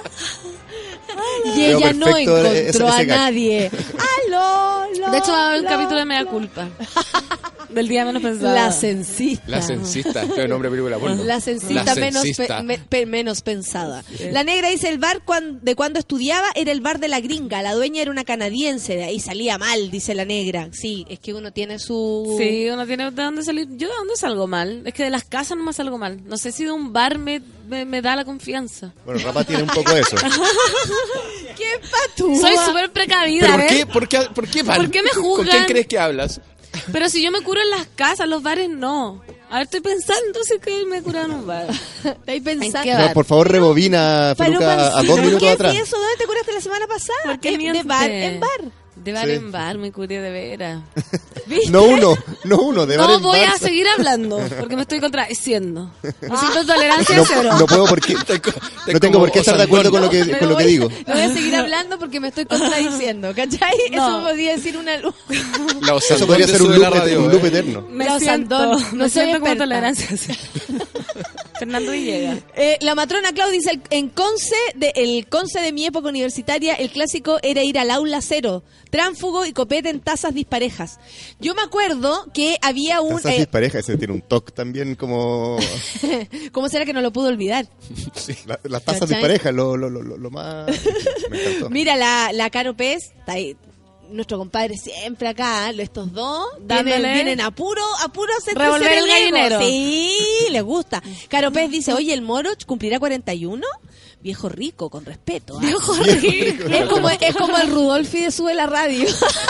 Y ella no perfecto encontró ese a gag. nadie. ¡Aló! De hecho, va a haber un capítulo de Mea Culpa. Del día menos pensado. La censista. La censista, que es el nombre de película porno. La censista La menos, censista. menos pensada. La negra dice, el bar de cuando estudiaba era el bar de la gringa. La dueña era una canadiense, de ahí salía mal, dice la negra. Sí, es que uno tiene su... Sí, uno tiene de dónde salir. ¿Yo de dónde salgo mal? Es que de las casas no me salgo mal. No sé si de un bar me da la confianza. Bueno, Rapa tiene un poco de eso. ¡Qué patúa! Soy súper precavida, ¿Pero ¿ves? por qué? ¿Por qué, Val? ¿Por qué me ¿Con juzgan? quién crees que hablas? Pero si yo me curo en las casas, los bares no. A ver, estoy pensando si que me curo en un bar. Estáis pensando... ¿En qué No, bar? por favor, rebobina, Pero, Feluca, a 2 ¿por minutos qué atrás. si eso? ¿Dónde te curaste la semana pasada? ¿Por qué de mientes? bar en bar. De bar Sí. en bar, me curé de veras. ¿Viste? No uno, de bar No en voy bar. a seguir hablando, porque me estoy contradiciendo. Me siento tolerancia No, cero. no puedo porque no tengo por qué estar de acuerdo con lo que digo. No voy a seguir hablando porque me estoy contradiciendo, ¿cachai? No. Eso podría decir una luz. La Eso podría ser un loop eterno. Me Los siento, Sandón, no me soy siento como experta. tolerancia cero. Fernando Villegas. La matrona Clau dice, el Conce de mi época universitaria, el clásico era ir al aula cero, tránfugo y copete en tazas disparejas. Yo me acuerdo que había un... Tazas disparejas, ese tiene un toque también como... ¿Cómo será que no lo pudo olvidar? Sí. Las tazas ¿Cachai? disparejas, lo más... Me encantó. Mira, la Caro Pez, está ahí. Nuestro compadre siempre acá, estos dos Dándole. vienen a puro hacer Revolver crecer el ego. gallinero. Sí, les gusta. Caro Pez dice, oye, el Moroch cumplirá 41. Viejo rico, con respeto. ¿Ah? Viejo rico. Es como el Rudolfi de Sube la Radio.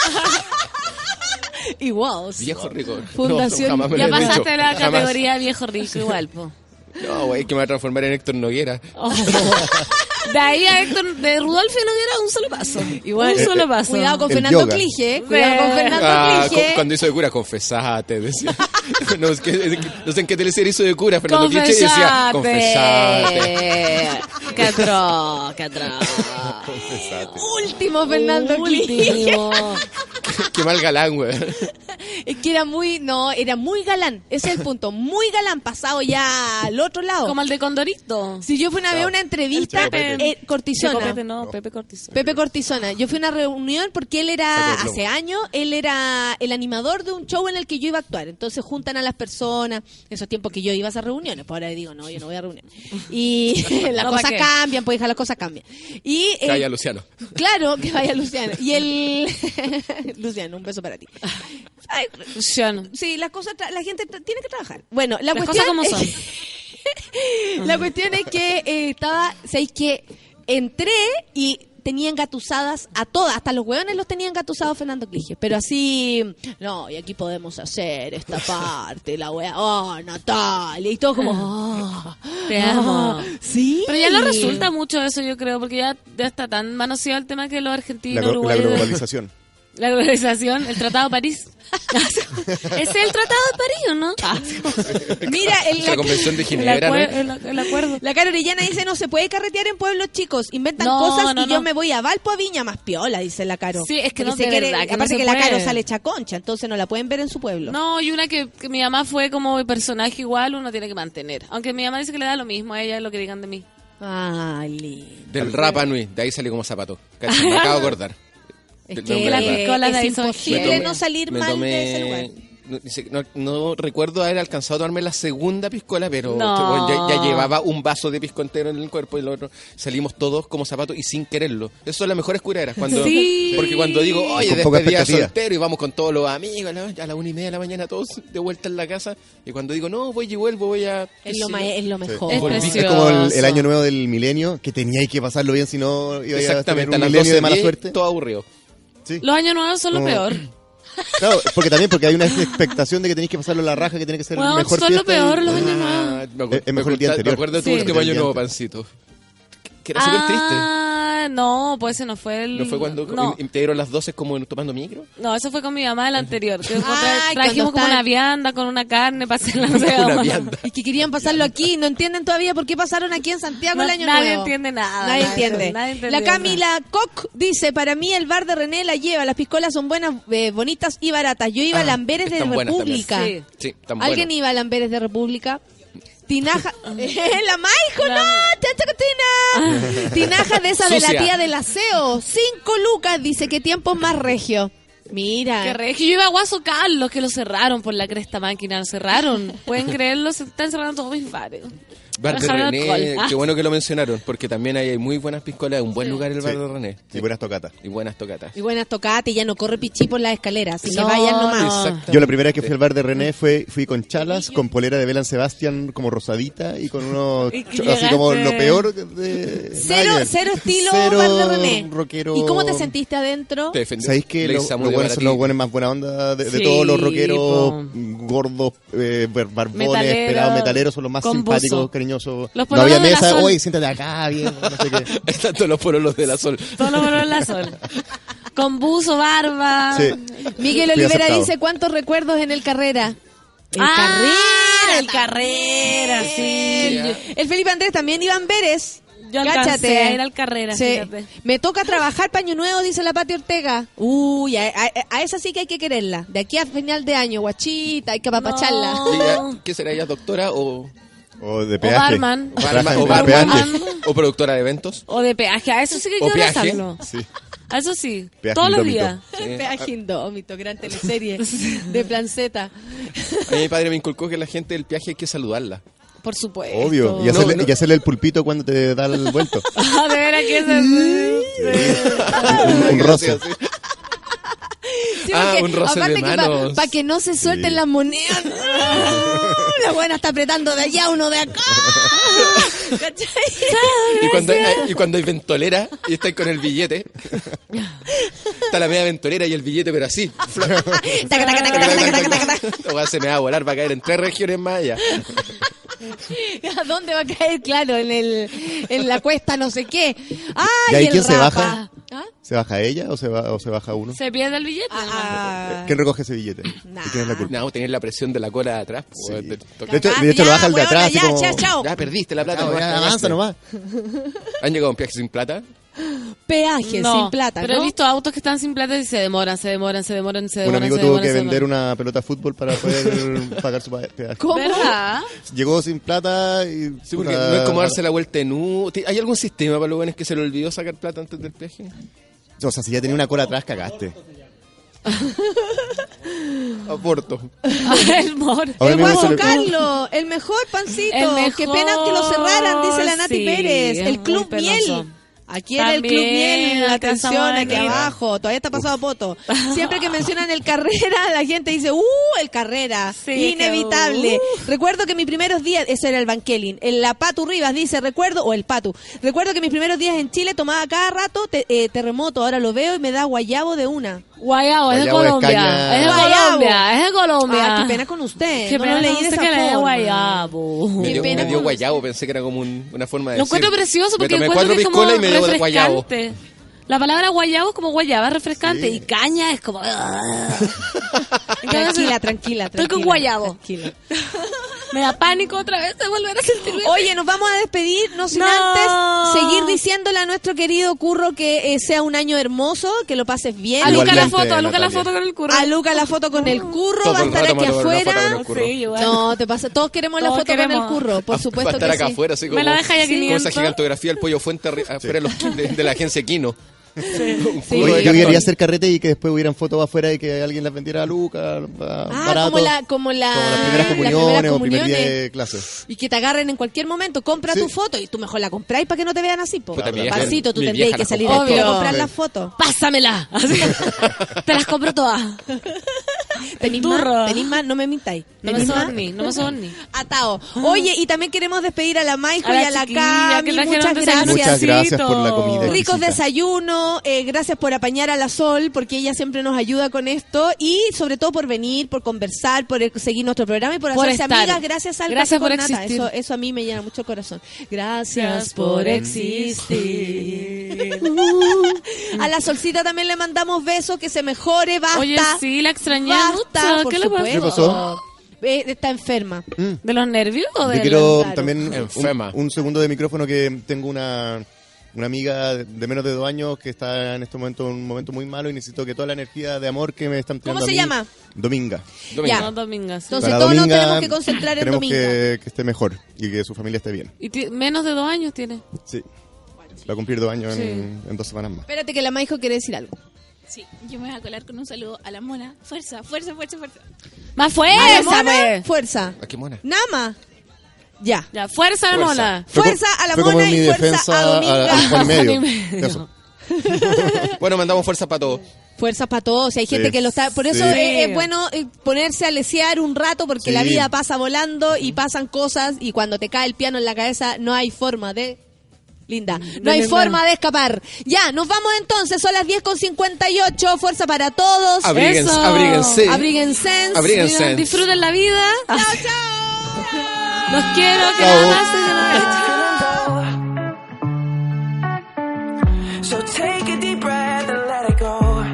Igual. Viejo rico. Fundación- jamás me Ya lo he pasaste dicho. la Jamás. categoría viejo rico igual, po. No, güey, que me va a transformar en Héctor Noguera. De ahí a Héctor, de Rudolfo no era un solo paso. Igual. Un solo paso. Cuidado con El Fernando yoga. Clige. Cuidado con Fernando Clige. Cuando hizo de cura, confesate, decía. No, no sé en qué teleserie hizo de cura, Fernando Cliche decía, confesate. Qué atroz, qué atroz. Confesate. Último Fernando Clige. Último. Qué mal galán, güey. Es que era muy galán. Ese es el punto. Muy galán, pasado ya al otro lado. Como el de Condorito. Si yo fui una vez a una entrevista, Cortisona. Pepe, no, Pepe Cortisona. Pepe Cortisona. Yo fui a una reunión porque él era, Pepe Globo. hace años, él era el animador de un show en el que yo iba a actuar. Entonces juntan a las personas, esos tiempos que yo iba a esas reuniones. Pues ahora digo, no, yo no voy a reuniones. Y las No, cosas ¿para qué? cambian, pues hija, las cosas cambian. Y Que vaya Luciano. claro, que vaya Luciano. Y el Luciano, un beso para ti. Ay, Luciano. sí, las cosas, la gente tiene que trabajar. Bueno, la Las cuestión cosas como es la cuestión es que ¿sabéis qué? Entré y tenía engatusadas a todas, hasta los hueones los tenía engatusados Fernando Clige, pero así, no, y aquí podemos hacer esta parte, la wea, oh, Natalia, y todo como, oh, Te amo. sí. Pero ya no resulta mucho eso, yo creo, porque ya está tan manoseado el tema que los argentinos, La uruguayos... globalización. La globalización, el Tratado de París. ¿Ese es el Tratado de París o no? Mira, La convención de Ginebra, ¿no? el acuerdo. La Caro Orellana dice, no se puede carretear en pueblos chicos, inventan No, cosas no, y yo no. me voy a Valpo, a Viña, más piola, dice la Caro. Sí, es que Porque no, se de quiere- verdad, que no aparte se que la Caro puede. sale chaconcha, entonces no la pueden ver en su pueblo. No, y una que mi mamá fue como personaje igual, uno tiene que mantener. Aunque mi mamá dice que le da lo mismo a ella lo que digan de mí. Ay, lindo. Del Rapa Nui, de ahí salió como zapato. Cacha, me acabo de acordar. Es Del que nombre del Rapa. piscolas de ahí es son imposible giles. no salir me mal tomé- de ese lugar. No recuerdo haber alcanzado a tomarme la segunda piscola, pero No. bueno, ya llevaba un vaso de pisco entero en el cuerpo y el otro salimos todos como zapatos y sin quererlo. Eso son las mejores curaderas. Sí. Porque cuando digo, oye, Con poca despedida expectativa. soltero y vamos con todos los amigos a la 1:30 de la mañana todos de vuelta en la casa. Y cuando digo, no, voy y vuelvo, voy a... Es lo, es lo mejor. Es Volví. precioso. Es como el año nuevo del milenio, que teníais que pasarlo bien, si no iba a tener Exactamente, a un las milenio de mala 12:10, suerte. todo aburrido. Sí. Los años nuevos son lo Como- peor. Claro, porque hay una expectación de que tenéis que pasarlo la raja, que tiene que ser Bueno, mejor son lo fiesta peor y- los años nuevos. Es mejor el día anterior. Me acuerdo de tu Sí. último año El día nuevo, antes. Pancito. Que era súper triste. Ah, no, pues ese no fue el... ¿No fue cuando No, te dieron las 12 como tomando micro? no, eso fue con mi mamá el anterior. Que Ay, trajimos cuando como están- una vianda con una carne para hacer la Una vianda. Y que querían pasarlo aquí, no entienden todavía por qué pasaron aquí en Santiago el año Nadie nuevo. entiende nada. Nadie entiende. Nadie entendió La Camila Koch dice, para mí el bar de René la lleva, las piscolas son buenas, bonitas y baratas. Yo iba a Lamberes de están buenas República. también. Sí, tan ¿Alguien bueno. iba a Lamberes de República? Tinaja, la Maijo, no, chachacatina. Tinaja de esa de la Sucia. tía del aseo, 5 lucas, dice, qué tiempos más regio. Mira. Qué regio. Yo iba a Guaso Carlos, que lo cerraron por la cresta máquina. Lo cerraron. ¿Pueden creerlo? Se están cerrando todos mis bares. Bar de Dejaron René, alcohol. qué bueno que lo mencionaron, porque también hay muy buenas piscolas, un buen lugar el bar Sí. de René. Y buenas tocatas. Y buenas tocatas. Y buenas tocatas, y ya no corre pichí por las escaleras, así No, que vayan nomás. Exactamente. Yo la primera vez que fui al bar de René fui con chalas, con polera de Belan Sebastián como rosadita y con unos Y que así como llegaste- lo peor de Cero, nada que ver. cero estilo Cero bar de René. rockero. ¿Y cómo te sentiste adentro? Te defendió. ¿Sabéis que Ley los Samuel de buenos son Baratí. los buenos más buena onda de Sí, todos los rockeros po. gordos, barbones, Metaleros, pelados metaleros son los más con simpáticos, buzo. cariñosos? Los No había pololos de la mesa, Sol. oye, siéntate acá, bien, no sé qué. Están todos los pololos de la Sol. Todo lo bueno en la sol. Con buzo, barba. Sí. Miguel Fui Olivera aceptado. dice, ¿cuántos recuerdos en el Carrera? El El Carrera, sí. El Felipe Andrés también, Iván Vélez. Yo alcancé a ir al Carrera, Sí. fíjate. Me toca trabajar paño nuevo, dice la Pati Ortega. Uy, a esa sí que hay que quererla. De aquí a final de año, guachita, hay que apapacharla. No. ¿Qué será ella, doctora o O de O peaje. barman. O barman. O productora de eventos. O de peaje. A eso sí que O quiero peaje. hacerlo. Sí. A eso sí. Peaje Todos los indómito. días. Peaje indómito, gran teleserie de Plan Z. A mí mi padre me inculcó que la gente del peaje hay que saludarla. Por supuesto. Obvio. Y hacerle, y hacerle el pulpito cuando te da el vuelto. Ah, de veras que un roce. Sí, Un roce aparte de que manos. para que no se suelten las monedas. La buena está apretando de allá, uno de acá. ¿Cachai? Y cuando hay ventolera y estáis con el billete, está la media ventolera y el billete, pero así. Se me va a volar, va a caer en 3 regiones más allá. ¿A dónde va a caer? Claro, en la cuesta no sé qué. ¡Ay, ¿Y ahí el quién se rapa! baja? ¿Ah? ¿Se baja ella o se baja uno? Se pierde el billete. ¿Quién recoge ese billete? ¿Y quién es la culpa? No, tener la presión de la cola de atrás. Sí. De hecho lo baja el de atrás. Ya, así como... chao. Ya perdiste la plata. No, ya avanza nomás. ¿Han llegado a un viaje sin plata? Peaje No, sin plata, pero ¿no? he visto autos que están sin plata y se demoran. Un amigo tuvo que vender una pelota de fútbol para poder pagar su peaje. ¿Cómo? ¿Verdad? Llegó sin plata y... Sí, porque no es como darse la vuelta en U. ¿Hay algún sistema para los buenos que se le olvidó sacar plata antes del viaje? O sea, si ya tenía una cola atrás, cagaste. Aporto. El mor. Ahora El mismo Guaso se le- Carlos, el mejor pancito. El mejor, Qué pena que lo cerraran, dice la Nati sí, Pérez. es El muy Club penoso. Miel. Aquí era el Club También, Miel, acá atención, estamos aquí aquí. abajo. Todavía está pasado a poto. Siempre que mencionan el Carrera, la gente dice, el Carrera. Sí, Inevitable. Recuerdo que mis primeros días, ese era el Bankelin. En la Patu Rivas dice, o el Patu. Recuerdo que mis primeros días en Chile tomaba cada rato terremoto. Ahora lo veo y me da guayabo de una. Guayabo, es de Guayabo es Colombia. caña. Es de Guayabo. Colombia. Es de Colombia. Ah, qué pena con usted. Qué no pena lo leí con de usted esa que le dé forma. guayabo. Me pena dio con guayabo, pensé que era como una forma de Lo decir. encuentro precioso porque me tomé encuentro 4 que es como piscolas y me dio guayabo. refrescante. La palabra guayabo es como guayaba, refrescante. Sí. Y caña es como... Tranquila. Estoy con guayabo. Tranquila. Me da pánico otra vez de volver a sentirme... Oye, nos vamos a despedir, no sin No. antes seguir diciéndole a nuestro querido Curro que sea un año hermoso, que lo pases bien. A Luca la Igualmente, foto, a Luca la Natalia. foto con el curro. A Luca la foto con el Curro, Todo va a el estar rato aquí me tomo una foto afuera. con el Curro. Sí, igual. No, te pasa, todos queremos la Todos foto con queremos. el Curro, por Va supuesto a estar que acá sí. afuera, así como, Me la deja ya como 500. esa gigantografía del pollo fuente afuera de la agencia Kino. Un Sí. culo de Oye, yo cartón. quería hacer carrete y que después hubieran fotos afuera y que alguien las vendiera a Luca, barato. Como las como las primeras comuniones o primer día de clase. Y que te agarren en cualquier momento, compra Sí. tu foto y tú mejor la compráis para que no te vean así, po. Puta, mi vieja- Pancito, tú mi tendrías vieja que las salir compra aquí a todas. comprar Sí. las fotos. ¡Pásamela! Así. Te las compro todas. ¿Tenís más? No me mintáis. No me ¿Tenís más? sorni, no me sorni. Atao. Oye, y también queremos despedir a la Maijo A y la a la chiquilla, Cami. que trajeron Muchas desayuno. gracias. Muchas gracias por la comida Ricos exquisita. desayunos, gracias por apañar a la Sol, porque ella siempre nos ayuda con esto, y sobre todo por venir, por conversar, por seguir nuestro programa y por Por hacerse estar. amigas gracias al Gracias Café por con Nata. existir. Eso a mí me llena mucho el corazón. Gracias Gracias por por existir. A la Solcita también le mandamos besos, que se mejore, basta. Oye, sí, la extrañé Basta, mucho. por ¿Qué le supuesto. ¿Qué pasó? Está enferma. ¿De los nervios o de Yo quiero claro. también Enferma. un segundo de micrófono, que tengo una amiga de menos de 2 años que está en este momento en un momento muy malo y necesito que toda la energía de amor que me están ¿Cómo tirando se a mí, llama? Dominga. Ya. No, Dominga, sí. Entonces Para todos nos Dominga tenemos que concentrar en queremos Dominga. que esté mejor y que su familia esté bien. Y menos de 2 años tiene. Sí. Va a cumplir 2 años Sí. en 2 semanas más. Espérate que la Maijo quiere decir algo. Sí, yo me voy a colar con un saludo a la mona. Fuerza. ¡Más ¿A fuerza, la mona? pues! Fuerza. ¿A qué mona? Nama. Ya. Ya, fuerza la Fuerza. mona. Fuerza a la Fue como mona mi y fuerza defensa a Dominga. al Juan y medio. Juan y medio. Eso. Bueno, mandamos fuerza para todos. Fuerza para todos. Si hay gente Sí, que lo está. Por eso sí. es bueno ponerse a lesear un rato, porque Sí. la vida pasa volando y pasan cosas. Y cuando te cae el piano en la cabeza, no hay forma de. Linda, no hay forma de escapar. Ya, nos vamos entonces. Son las 10:58. Fuerza para todos. Abríguense, Eso. abríguense. Abríguense. Abríguense. Disfruten la vida. Chao, chao. Los quiero, que Chao. nada más se So take a deep breath and let it go.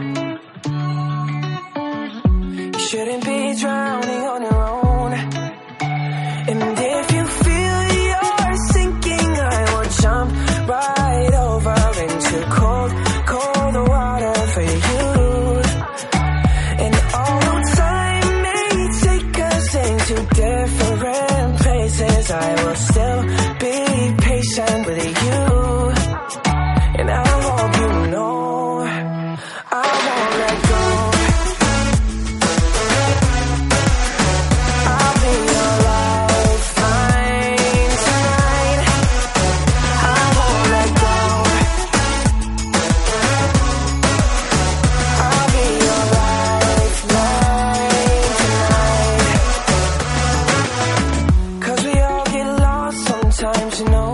You shouldn't be drowning on your own. And if you feel you're sinking, I will jump right over into cold, cold water for you. And although time may take us into different places, I will will still be patient with you. And I hope you know I won't let go. I'll be your lifeline tonight. I won't let go. I'll be your lifeline tonight. 'Cause we all get lost sometimes, you know.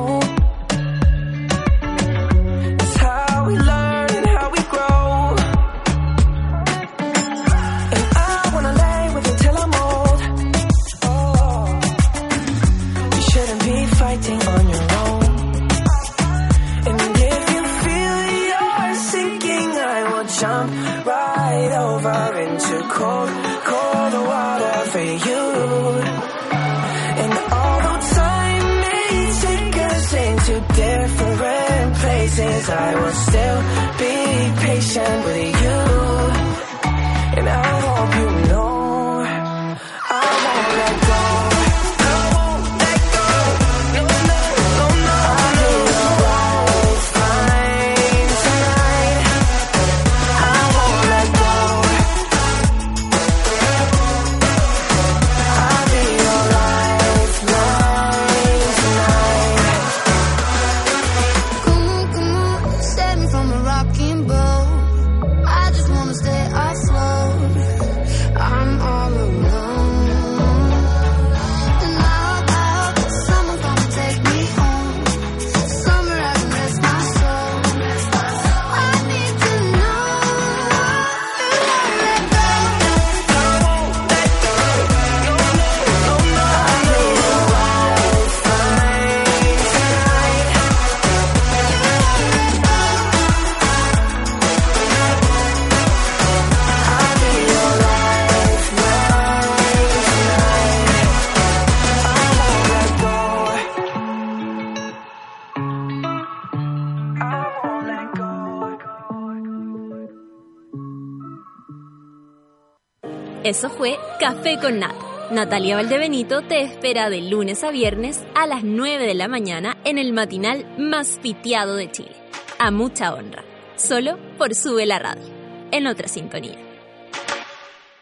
Cold, cold water for you. And although time may take us into different places, I will still be patient with you. And I hope you know I won't let go. I won't let go. No, no, no, no. I'll be your lifeline tonight. I won't let go. Eso fue Café con Nat. Natalia Valdebenito te espera de lunes a viernes a las 9 de la mañana en el matinal más piteado de Chile. A mucha honra. Solo por Sube la Radio. En otra sintonía.